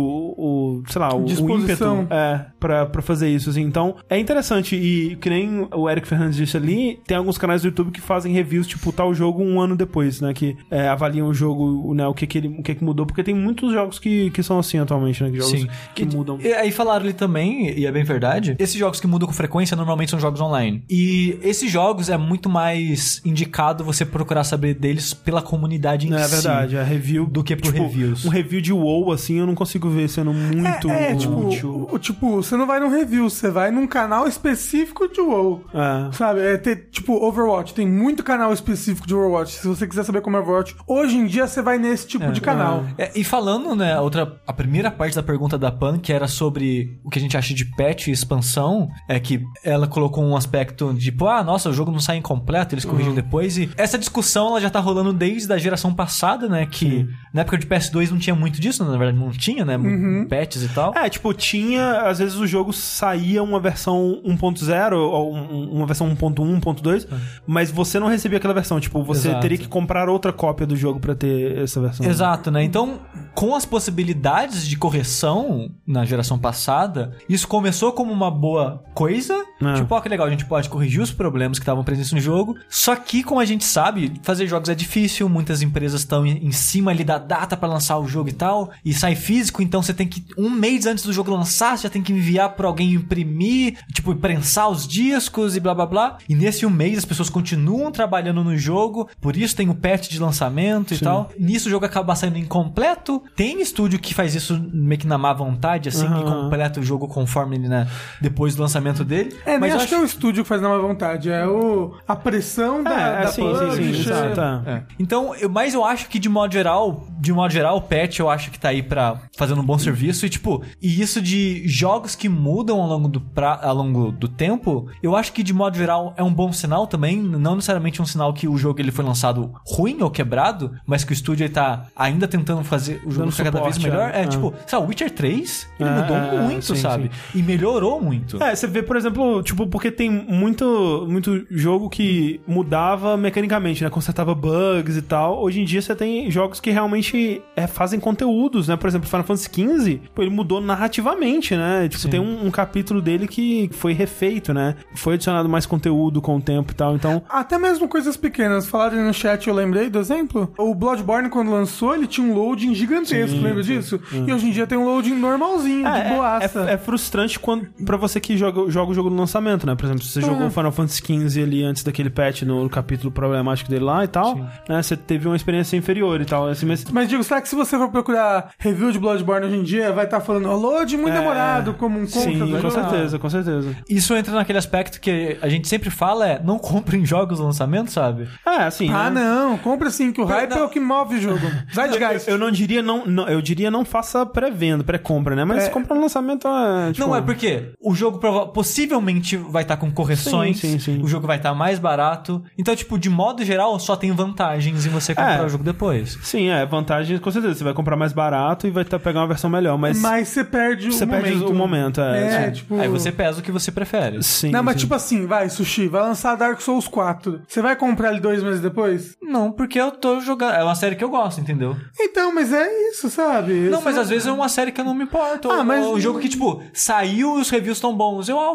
o sei lá, o, o ímpeto é, pra, pra fazer isso, assim. Então, é interessante, e que nem o Eric Fernandes disse ali, tem alguns canais do YouTube que fazem reviews, tipo, tal jogo um ano depois, né? Que é, avaliam o jogo, né? O que que, ele, o que que mudou, porque tem muitos jogos que, que são assim atualmente, né? Que jogos Sim. que, que mudam. E aí falaram ali também, e é bem verdade, esses jogos que mudam com frequência normalmente são jogos online. E esses jogos é muito mais indicado você procurar saber deles pela comunidade em é, si. É verdade, é review do que por tipo, reviews. Um review de WoW, assim, eu não consigo ver sendo muito É, é tipo, útil. o, tipo, você não vai num review, você vai num canal específico de WoW. É. Sabe? É ter, tipo, Overwatch. Tem muito canal específico de Overwatch. Se você quiser saber como é Overwatch, hoje em dia você vai nesse tipo É, de canal. É. É, e falando, né, a outra, a primeira parte da pergunta da Pan, que era sobre o que a gente acha de patch e expansão, é que ela colocou um aspecto de, tipo, ah, nossa, o jogo não sai incompleto, eles corrigem uhum. depois. E essa discussão, ela já tá rolando desde a geração passada, né, que Sim. na época de P S dois não tinha muito disso, na verdade não tinha, né, uhum. patches e tal. É, tipo, tinha, às vezes o jogo saía uma versão um ponto zero ou um, uma versão um ponto um, um ponto dois, uhum. mas você não recebia aquela versão, tipo, você Exato. teria que comprar outra cópia do jogo pra ter essa versão. Exato, né, então, com as possibilidades de correção na geração passada, isso começou como uma boa coisa, é. tipo, ó, que legal, a gente pode corrigir os problemas que estavam presentes no jogo, só que, como a gente sabe, fazer jogos é difícil, muitas empresas estão em, em cima ali da data pra lançar o jogo e tal, e sai físico, então você tem que, um mês antes do jogo lançar, você já tem que enviar pra alguém imprimir, tipo, prensar os discos e blá blá blá, e nesse um mês as pessoas continuam trabalhando no jogo, por isso tem o patch de lançamento Sim. e tal, nisso o jogo acaba saindo incompleto, tem estúdio que faz isso meio que na má vontade, assim, uhum. que completa o jogo conforme ele, né, depois do lançamento dele. É, mas nem acho, acho que é o estúdio que faz na má vontade, é o, a pressão da, é, da sim, sim, sim, exato. É. Então, eu, mas eu acho que de modo geral, de modo geral, o patch eu acho que tá aí pra fazer um bom serviço e tipo, e isso de jogos que mudam ao longo do, pra, ao longo do tempo, eu acho que de modo geral é um bom sinal também, não necessariamente um sinal que o jogo ele foi lançado ruim ou quebrado, mas que o estúdio ele tá ainda tentando fazer o jogo ficar cada vez melhor. É, é tipo, sabe, Witcher três, ele é, mudou é, muito, sim, sabe? Sim. E melhorou muito. É, você vê, por exemplo, tipo, porque tem muito, muito jogo que mudava mecanicamente, né? Consertava bugs e tal. Hoje em dia você tem jogos que realmente é, fazem conteúdos, né? Por exemplo, Final Fantasy quinze, pô, ele mudou narrativamente, né? Tipo, Sim. tem um, um capítulo dele que foi refeito, né? Foi adicionado mais conteúdo com o tempo e tal, então... Até mesmo coisas pequenas. Falaram no chat, eu lembrei do exemplo. O Bloodborne, quando lançou, ele tinha um loading gigantesco, sim, lembra sim, disso? Sim. E hoje em dia tem um loading normalzinho, é, de boaça. É, é, é frustrante quando, pra você que joga, joga o jogo no lançamento, né? Por exemplo, se você uhum. jogou Final Fantasy quinze ali antes daquele patch no, no capítulo problemático dele lá e tal, sim. né? Você teve uma experiência inferior e tal. Assim, mas... mas, digo, será que se você for procurar review de Bloodborne hoje em dia, vai estar tá falando, oh, load muito é... demorado, como um contra Sim, do com jogo? certeza, com certeza. Isso entra naquele aspecto que a gente sempre fala, é, não comprem jogos no lançamento, sabe? É, assim, Ah, né? não, compra sim, que o hype não. é o que move o jogo. Zeitgeist. Eu, eu não diria, não, não, eu diria não faça pré-venda, pré-compra, né? Mas é... compra no lançamento, é, tipo... Não, é porque o jogo prova- possivelmente vai estar tá com correções, sim, sim, sim. o jogo vai estar tá mais barato, então, tipo, de modo geral, só tem vantagens em você comprar é. o jogo depois. Sim, é, vantagens com certeza, você vai comprar mais barato e vai tá, pegar uma versão melhor, mas... Mas você perde o você momento. Você perde o momento, é. É, é. tipo... Aí você pesa o que você prefere. Sim, Não, mas sim. tipo assim, vai, Sushi, vai lançar Dark Souls quatro. Você vai comprar ele dois meses depois? Não, porque eu tô jogando... É uma série que eu gosto, entendeu? Então, mas é isso, sabe? Não, Isso mas é... às vezes é uma série que eu não me importo. Ah, ou, mas... ou um jogo que, tipo, saiu e os reviews tão bons. Eu, ah, ok, eu espero.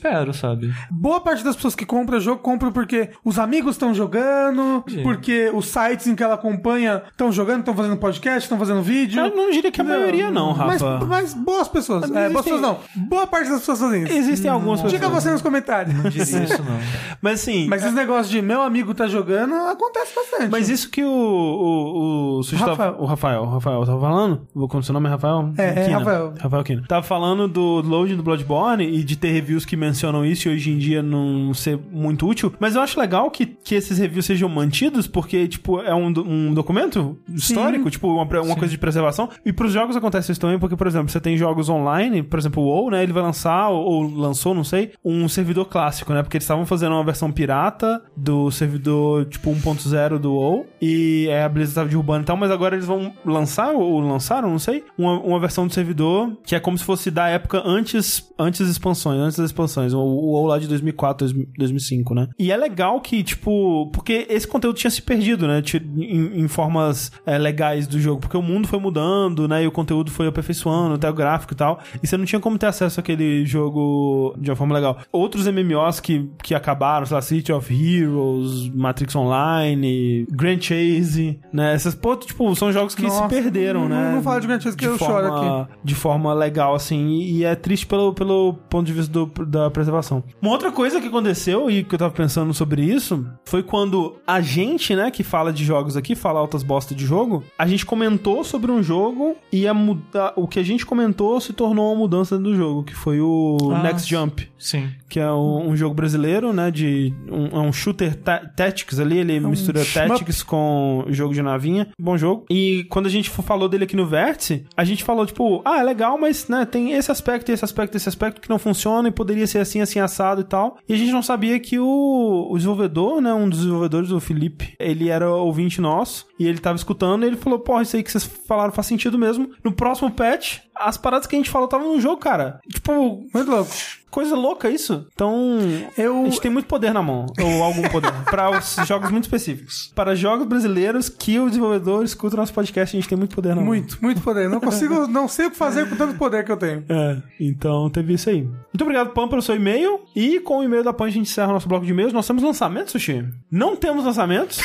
espero, sabe? Boa parte das pessoas que compram o jogo, compram porque os amigos estão jogando, Sim. porque os sites em que ela acompanha estão jogando, estão fazendo podcast, estão fazendo vídeo. Eu não diria que a maioria não, Rafa. Mas, mas boas pessoas. É, boas pessoas não. Boa parte das pessoas fazem isso. Existem hum, algumas pessoas. Diga você nos comentários. Não diria isso, não. Mas assim... Mas esse negócio de meu amigo tá jogando, acontece bastante. Mas isso que o... O, o, o, Rafael. Tava, o Rafael. O Rafael tava falando? Como seu nome é Rafael? É, é Rafael. Rafael Kina. Tava falando do loading do Bloodborne e de ter reviews que mencionam isso e hoje em dia não ser muito útil. Mas eu acho legal que, que esses reviews sejam mantidos porque, tipo, é um, um documento histórico, Sim. tipo, uma, uma coisa de preservação. E pros jogos acontece isso também porque, por exemplo, você tem jogos online, por exemplo, o WoW, né? Ele vai lançar, ou, ou lançou, não sei, um servidor clássico, né? Porque eles estavam fazendo uma versão pirata do servidor, tipo, um ponto zero do WoW e é, a Blizzard tava derrubando e tal, mas agora eles vão lançar, ou lançaram, não sei, uma, uma versão do servidor que é como se fosse da época antes, antes das expansões, antes das expansões, o, o WoW lá de dois mil e quatro, dois mil e cinco, né? E é legal que, tipo, porque esse conteúdo tinha se perdido, né? Em, em formas é, legais do jogo, porque o mundo foi mudando, né? E o conteúdo foi aperfeiçoando, até o gráfico e tal, e você não tinha como ter acesso àquele jogo de uma forma legal. Outros M M Os que, que acabaram, sei lá, City of Heroes, Matrix Online, Grand Chase, né? Essas, pô, tipo, são jogos que Nossa, se perderam, não, né? Não, não fala de Grand Chase que eu forma, choro aqui. De forma legal, assim, e, e é triste pelo, pelo ponto de vista do, da preservação. Uma outra coisa que aconteceu, e que eu tava pensando sobre isso, foi quando a gente, né, que fala de jogos aqui, fala altas bosta de jogo, a gente comentou sobre um jogo e a muda, o que a gente comentou se tornou uma mudança do jogo, que foi o ah, Next Jump. Sim. Que é um, um jogo brasileiro, né, de um, um shooter ta- Tactics ali, ele um mistura shmup. Tactics com jogo de navinha. Bom jogo. E quando a gente falou dele aqui no Vértice, a gente falou, tipo, ah, é legal, mas, né, tem esse aspecto, esse aspecto, esse aspecto que não funciona e poderia ser assim, assim, assado e tal. E a gente não sabia que o, o desenvolvedor, né, um dos desenvolvedores, o Felipe, ele era ouvinte nosso e ele tava escutando e ele falou, porra, isso aí que vocês falaram faz sentido mesmo. No próximo patch, as paradas que a gente falou estavam no jogo, cara. Tipo, muito louco. Coisa louca isso. Então, eu... a gente tem muito poder na mão, ou algum poder, para os jogos muito específicos. Para jogos brasileiros que o desenvolvedor escuta o nosso podcast, a gente tem muito poder na mão. Muito, muito poder. Não consigo, não sei o que fazer com tanto poder que eu tenho. É, então teve isso aí. Muito obrigado, Pan, pelo seu e-mail. E com o e-mail da Pan a gente encerra o nosso bloco de e-mails. Nós temos lançamentos, Sushi? Não temos lançamentos.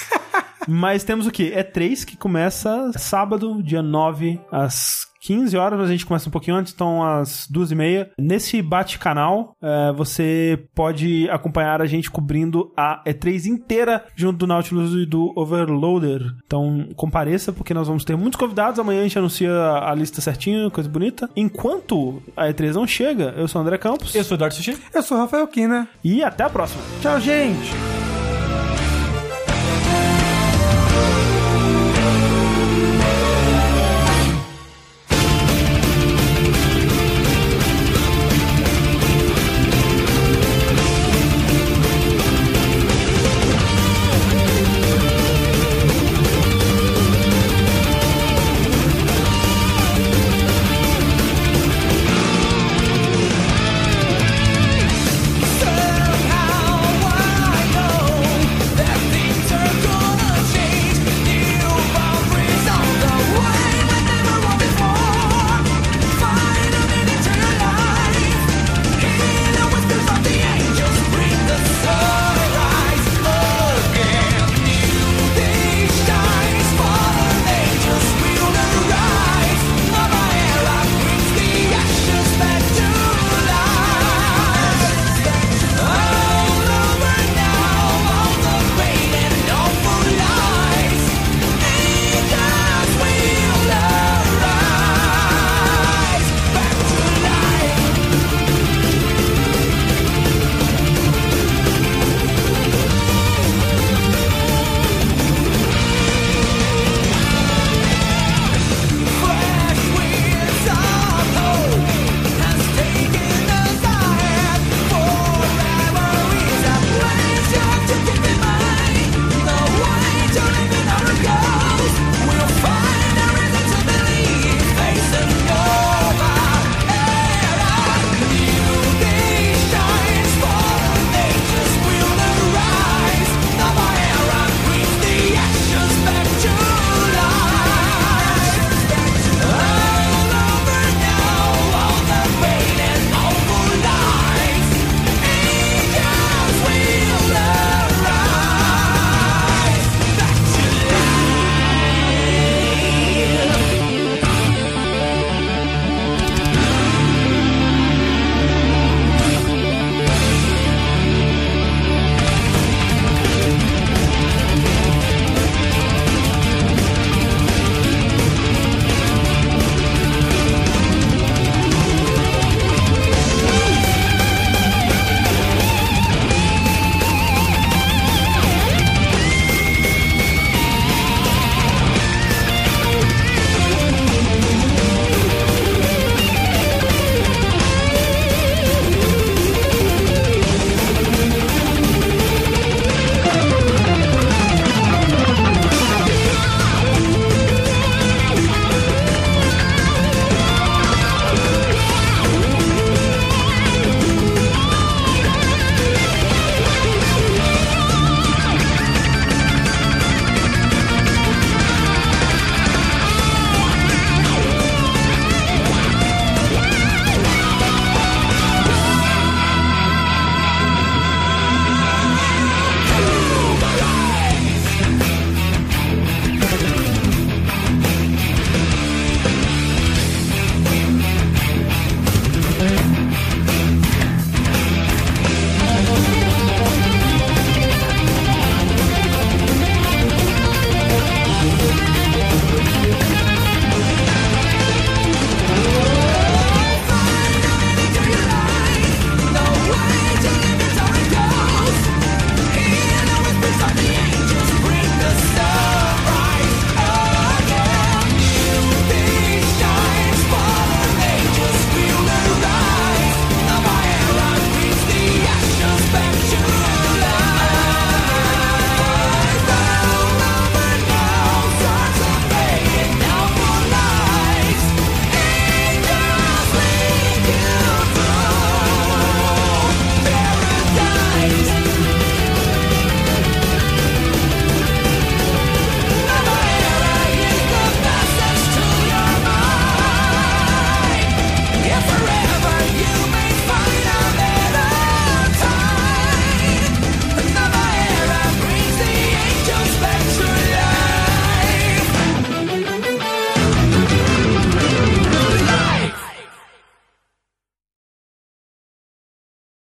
Mas temos o quê? E três que começa sábado, dia nove, às quinze horas, mas a gente começa um pouquinho antes, então às duas e meia. Nesse bate-canal, é, você pode acompanhar a gente cobrindo a E três inteira junto do Nautilus e do Overloader. Então compareça, porque nós vamos ter muitos convidados. Amanhã a gente anuncia a lista certinho, coisa bonita. Enquanto a E três não chega, eu sou o André Campos. Eu sou o Eduardo Sushi. Eu sou o Rafael Kina. E até a próxima. Tchau, gente!